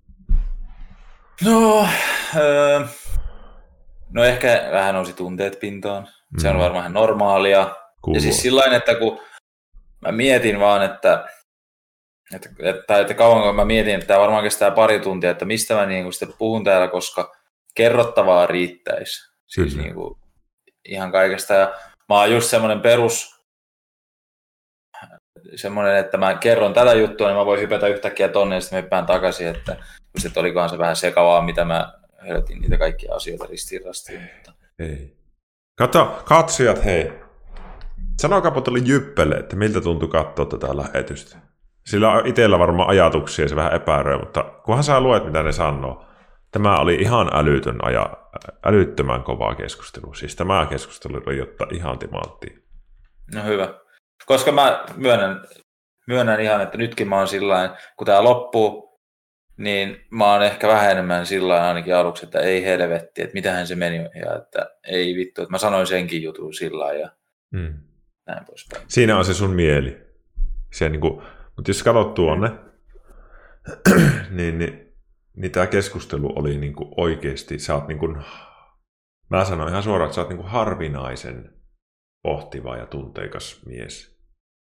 No, öö, no ehkä vähän nousi tunteet pintaan. Se on Mm. varmaan ihan normaalia. Kuuluu. Ja siis sillain, että kun mä mietin vaan, että, että, että, että kauan kun mä mietin, että tämä varmaan kestää pari tuntia, että mistä mä niin kuin sitten puhun täällä, koska kerrottavaa riittäisi. Siis niin kuin ihan kaikesta. Ja mä oon just semmoinen perus, semmoinen, että mä kerron tätä juttua, niin mä voin hypätä yhtäkkiä tonne ja sitten mä hyppään takaisin, että just, että olikohan se vähän sekavaa, mitä mä höydätin niitä kaikkia asioita ristiin rastiin. Mutta... Ei. Kato, katsojat, hei. Sanokaapa tuolle Jyppelle, että miltä tuntui katsoa tätä lähetystä. Sillä on itsellä varmaan ajatuksia, se vähän epäröi, mutta kunhan sä luet, mitä ne sanoo. Tämä oli ihan älytön aja, älyttömän kovaa keskustelua. Siis tämä keskustelu oli jotta ihan timanttia. No hyvä. Koska mä myönnän, myönnän ihan, että nytkin mä oon sillain, kun tää loppuu, niin mä oon ehkä vähän enemmän sillain ainakin aluksi, että ei helvetti, että mitähän se meni, ja että ei vittu, että mä sanoin senkin jutun sillain ja mm. näin poispäin. Siinä on se sun mieli. Se, niin kuin, mutta jos katsot tuonne, niin, niin, niin tämä keskustelu oli niin kuin oikeasti, sä oot niin kuin, mä sanon ihan suoraan, että sä oot niin kuin harvinaisen pohtiva ja tunteikas mies.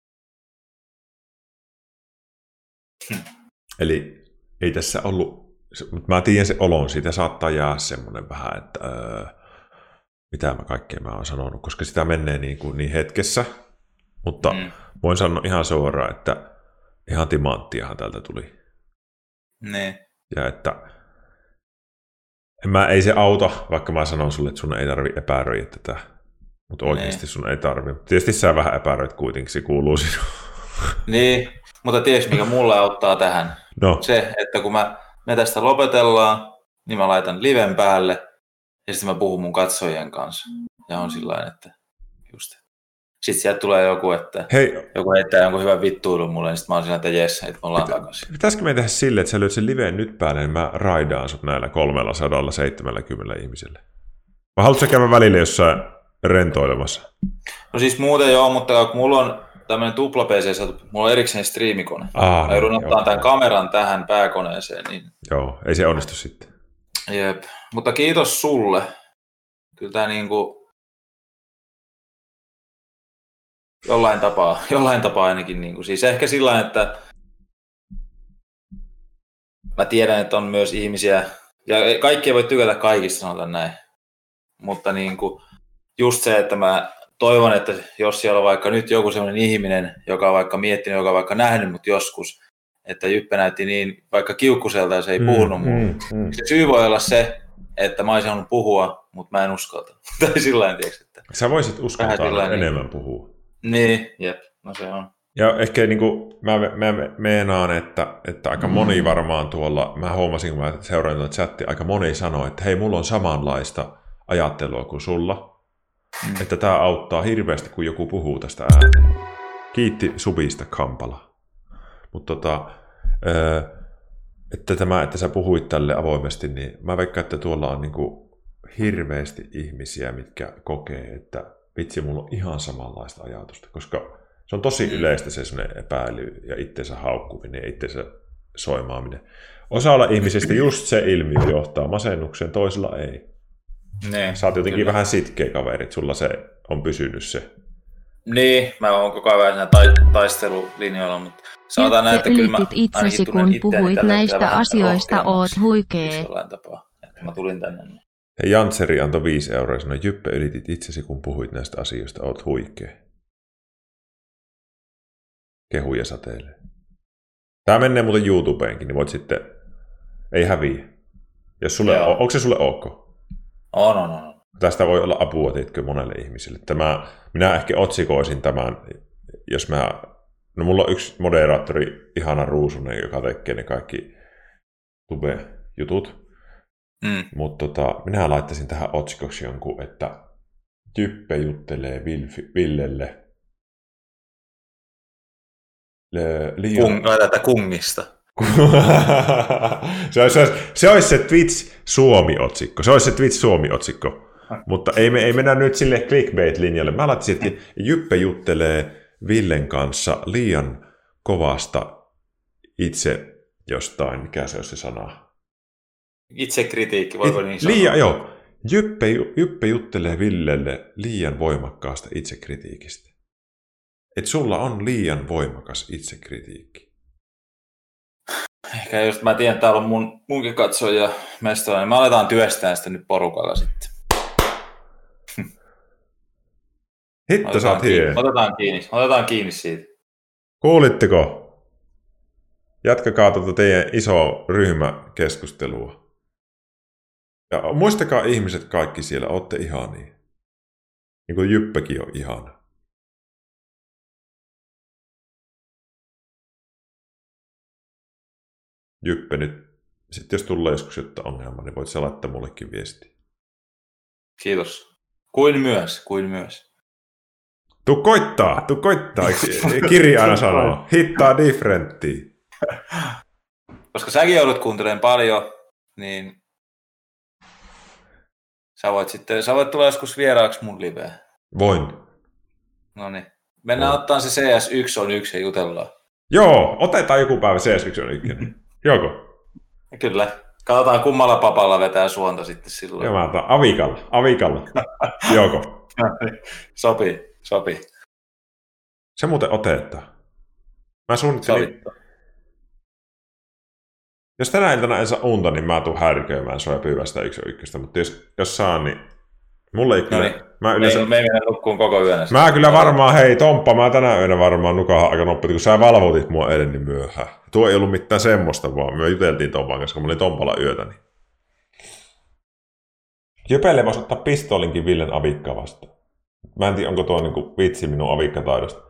Hmm. Eli ei tässä ollut, mutta mä tiedän se olon, siitä saattaa jää semmoinen vähän, että öö, mitä mä kaikkea mä oon sanonut, koska sitä menee niin, kuin niin hetkessä, mutta mm. voin sanoa ihan suoraan, että ihan timanttiahan täältä tuli. Ne. Ja että mä, ei se auta, vaikka mä sanon sulle, että sun ei tarvi epäröidä tätä, mutta oikeasti sun ei tarvi. Tietysti sä vähän epäröit kuitenkin, se kuuluu sinuun. Niin, mutta tiedätkö mikä mulle auttaa tähän? No. Se, että kun mä, me tästä lopetellaan, niin mä laitan liven päälle ja sitten mä puhun mun katsojien kanssa. Ja on sillain, että just. Sitten sieltä tulee joku, että Hei. joku heittää jonkun hyvän vittuilun mulle, niin sitten mä oon sillä, että jes, että me ollaan Pitä, takaisin. Pitäisikö me tehdä silleen, että sä lyöt sen liveen nyt päälle, niin mä raidaan sut näillä kolmesataaseitsemänkymmentä ihmisille? Vai haluatko sä käydä välillä jossain rentoilemassa? No siis muuten joo, mutta kun mulla on tämmöinen tupla P C, mulla on erikseen striimikone. Ah, mä joudun ottaa tämän kameran tähän pääkoneeseen. Niin... Joo, ei se onnistu sitten. Jep, mutta kiitos sulle. Kyllä tää niinku... Jollain tapaa, jollain tapaa ainakin. Niinku. Siis ehkä sillä että mä tiedän, että on myös ihmisiä, ja kaikki ei voi tykätä kaikista, sanotaan näin. Mutta niinku, just se, että mä toivon, että jos siellä on vaikka nyt joku sellainen ihminen, joka on vaikka miettinyt, joka on vaikka nähnyt mut joskus, että Jyppe näytti niin vaikka kiukkuselta ja se ei mm, puhunut mulle. Mm, mm. Se syy voi olla se, että mä olisin halunnut puhua, mutta mä en uskalta. Tai sillain, tiiäks, että... Sä voisit uskaltaa enemmän niin... puhua. Niin, jep, no se on. Ja ehkä niin kuin, mä, mä, mä meenaan, että, että aika moni varmaan tuolla, mä huomasin, kun mä seuraan tuota chattia, aika moni sanoi, että hei, mulla on samanlaista ajattelua kuin sulla. Mm. Että tämä auttaa hirveästi, kun joku puhuu tästä ääneen. Kiitti Subista Kampala. Mutta tota, että tämä, että sä puhuit tälle avoimesti, niin mä veikkaan, että tuolla on niinku hirveästi ihmisiä, mitkä kokee, että vitsi, mulla on ihan samanlaista ajatusta, koska se on tosi yleistä se sellainen epäily ja itsensä haukkuminen ja itsensä soimaaminen. Osalla ihmisistä just se ilmiö johtaa masennukseen, toisella ei. Ne, sä oot jotenkin kyllä. vähän sitkeä kaverit, sulla se on pysynyt se. Niin, mä oon koko ajan siinä ta- taistelulinjoilla, mutta sanotaan näin, että kyllä mä itsesi, kun puhuit näistä asioista, oot huikee. Tapaa, että mä tulin tänne. Ja Jantseri antoi viisi euroa ja sanoi, Jyppe, ylitit itsesi, kun puhuit näistä asioista, oot huikee. Kehuja sateilee. Tää menee muuten YouTubeenkin, niin voit sitten, ei häviä. Jos sulle, on, onko se sulle ok? On, on, on. Tästä voi olla apua, tiedätkö, monelle ihmiselle. Tämä, minä ehkä otsikoisin tämän, jos mä... No mulla on yksi moderaattori, ihana Ruusunen, joka tekee ne kaikki tube-jutut. Mm. Mutta tota, minä laittaisin tähän otsikoksi jonkun, että Jyppe juttelee Vilfi, Villelle. Le, liian... Kung, tätä kungista. se, olisi, se olisi se Twitch Suomi-otsikko. Se olisi se Twitch Suomi-otsikko. Mutta ei, me, ei mennä nyt sille clickbait-linjalle. Mä laittaisin, että Jyppe juttelee Villen kanssa liian kovasta itse jostain. Mikä se olisi se sana? Itsekritiikki, voiko niin sanoa? Liian, joo. Jyppe, Jyppe juttelee Villelle liian voimakkaasta itsekritiikistä. Että sulla on liian voimakas itsekritiikki. Ehkä just mä tiedän, että täällä on mun, munkin katsoja mestalla, niin me aletaan työstää sitä nyt porukalla sitten. Hitto, sä oot hieno. Otetaan kiinni, otetaan kiinni siitä. Kuulitteko? Jatkakaa tuota teidän isoa ryhmäkeskustelua. Ja muistakaa ihmiset kaikki siellä, ootte ihania. Niin kuin Jyppäkin on ihana. Jyppe nyt, sitten jos tulee joskus jotain ongelmaa, niin voit sä laittaa mullekin viestiä. Kiitos. Kuin myös, kuin myös. Tuu koittaa, tuu koittaa. Kirja aina sanoo. Hittaa differenttiä. Koska säkin joudut kuuntelemaan paljon, niin sä voit sitten, sä voit tulla joskus vieraaksi mun liveen. Voin. Noniin. Mennään ottaa se C S yksi on yksi ja jutellaan. Joo, otetaan joku päivä C S yksi on yksi. Joko? Kyllä. Katsotaan kummalla papalla vetää suonta sitten silloin. Joo, mä otan avikalla. Avikalla. Joko? Sopii, sopii. Se muuten otetaan. Mä suunnittelin... Sovittu. Jos tänä iltana en saa unta, niin mä tuun häiriköimään sua ja pyyvää sitä yksi ykköstä. Mutta jos, jos saan, niin... Mulle ei kyllä... No niin. Mä yleensä... Me ei mennä nukkuun koko yönä. Mä kyllä varmaan, hei Tomppa, mä tänä yönä varmaan nukahan aika nopeasti, kun sä valvotit mua eilen niin myöhään. Tuo ei ollut mitään semmoista, vaan me juteltiin Tompan kanssa, kun mä olin Tompalla yötä. Niin... Jöpelle voisi ottaa pistoolinkin Villen avikkaa vastaan. Mä en tiedä, onko tuo niinku vitsi minun avikkataidosta.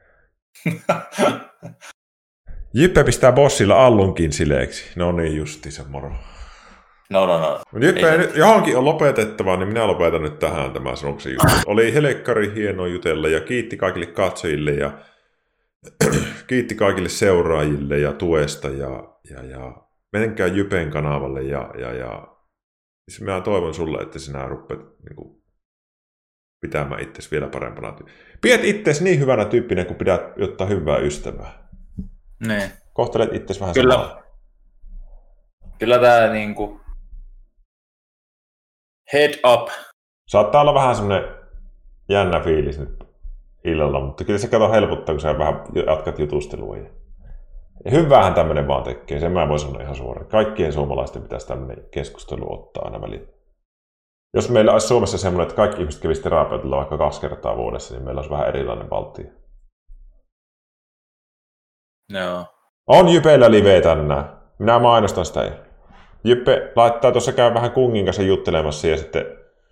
Jyppe pistää bossilla allunkin sileeksi. No niin, justiinsa moro. No, no, no. Jyppe, nyt johonkin on lopetettava, niin minä lopetan nyt tähän tämä sanoksen juttu. Oli helkkari hieno jutella ja kiitti kaikille katsojille ja kiitti kaikille seuraajille ja tuesta ja, ja, ja menkää Jypen kanavalle ja, ja, ja minä toivon sulle, että sinä rupeat niin kuin, pitämään itsesi vielä parempana. Pidät itsesi niin hyvänä tyyppinä, kun pidät jotta hyvää ystävää. Niin. Kohtelet itsesi vähän Kyllä. samalla. Kyllä tämä niinku head up. Saattaa olla vähän semmoinen jännä fiilis nyt illalla, mutta kyllä se kato helpottaa, kun sä vähän jatkat jutustelua. Ja hyväähän tämmöinen vaan tekee, sen mä voin sanoa ihan suoraan. Kaikkien suomalaisten pitäisi tämmöinen keskustelu ottaa aina väliin. Jos meillä olisi Suomessa semmoinen, että kaikki ihmiset kävisi terapeutilla vaikka kaksi kertaa vuodessa, niin meillä olisi vähän erilainen valtio. Joo. On Jypeillä live tänään. Minä mainostan sitä. Jyppe laittaa tuossa käy vähän kungin kanssa juttelemassa ja sitten...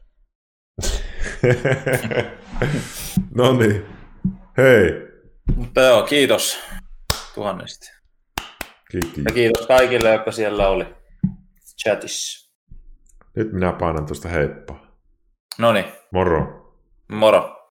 No niin. Hei. Mutta joo, kiitos tuhannesti. Kiitos. Ja kiitos kaikille, jotka siellä oli chatissa. Nyt minä painan tuosta heippaa. Noniin. Moro. Moro.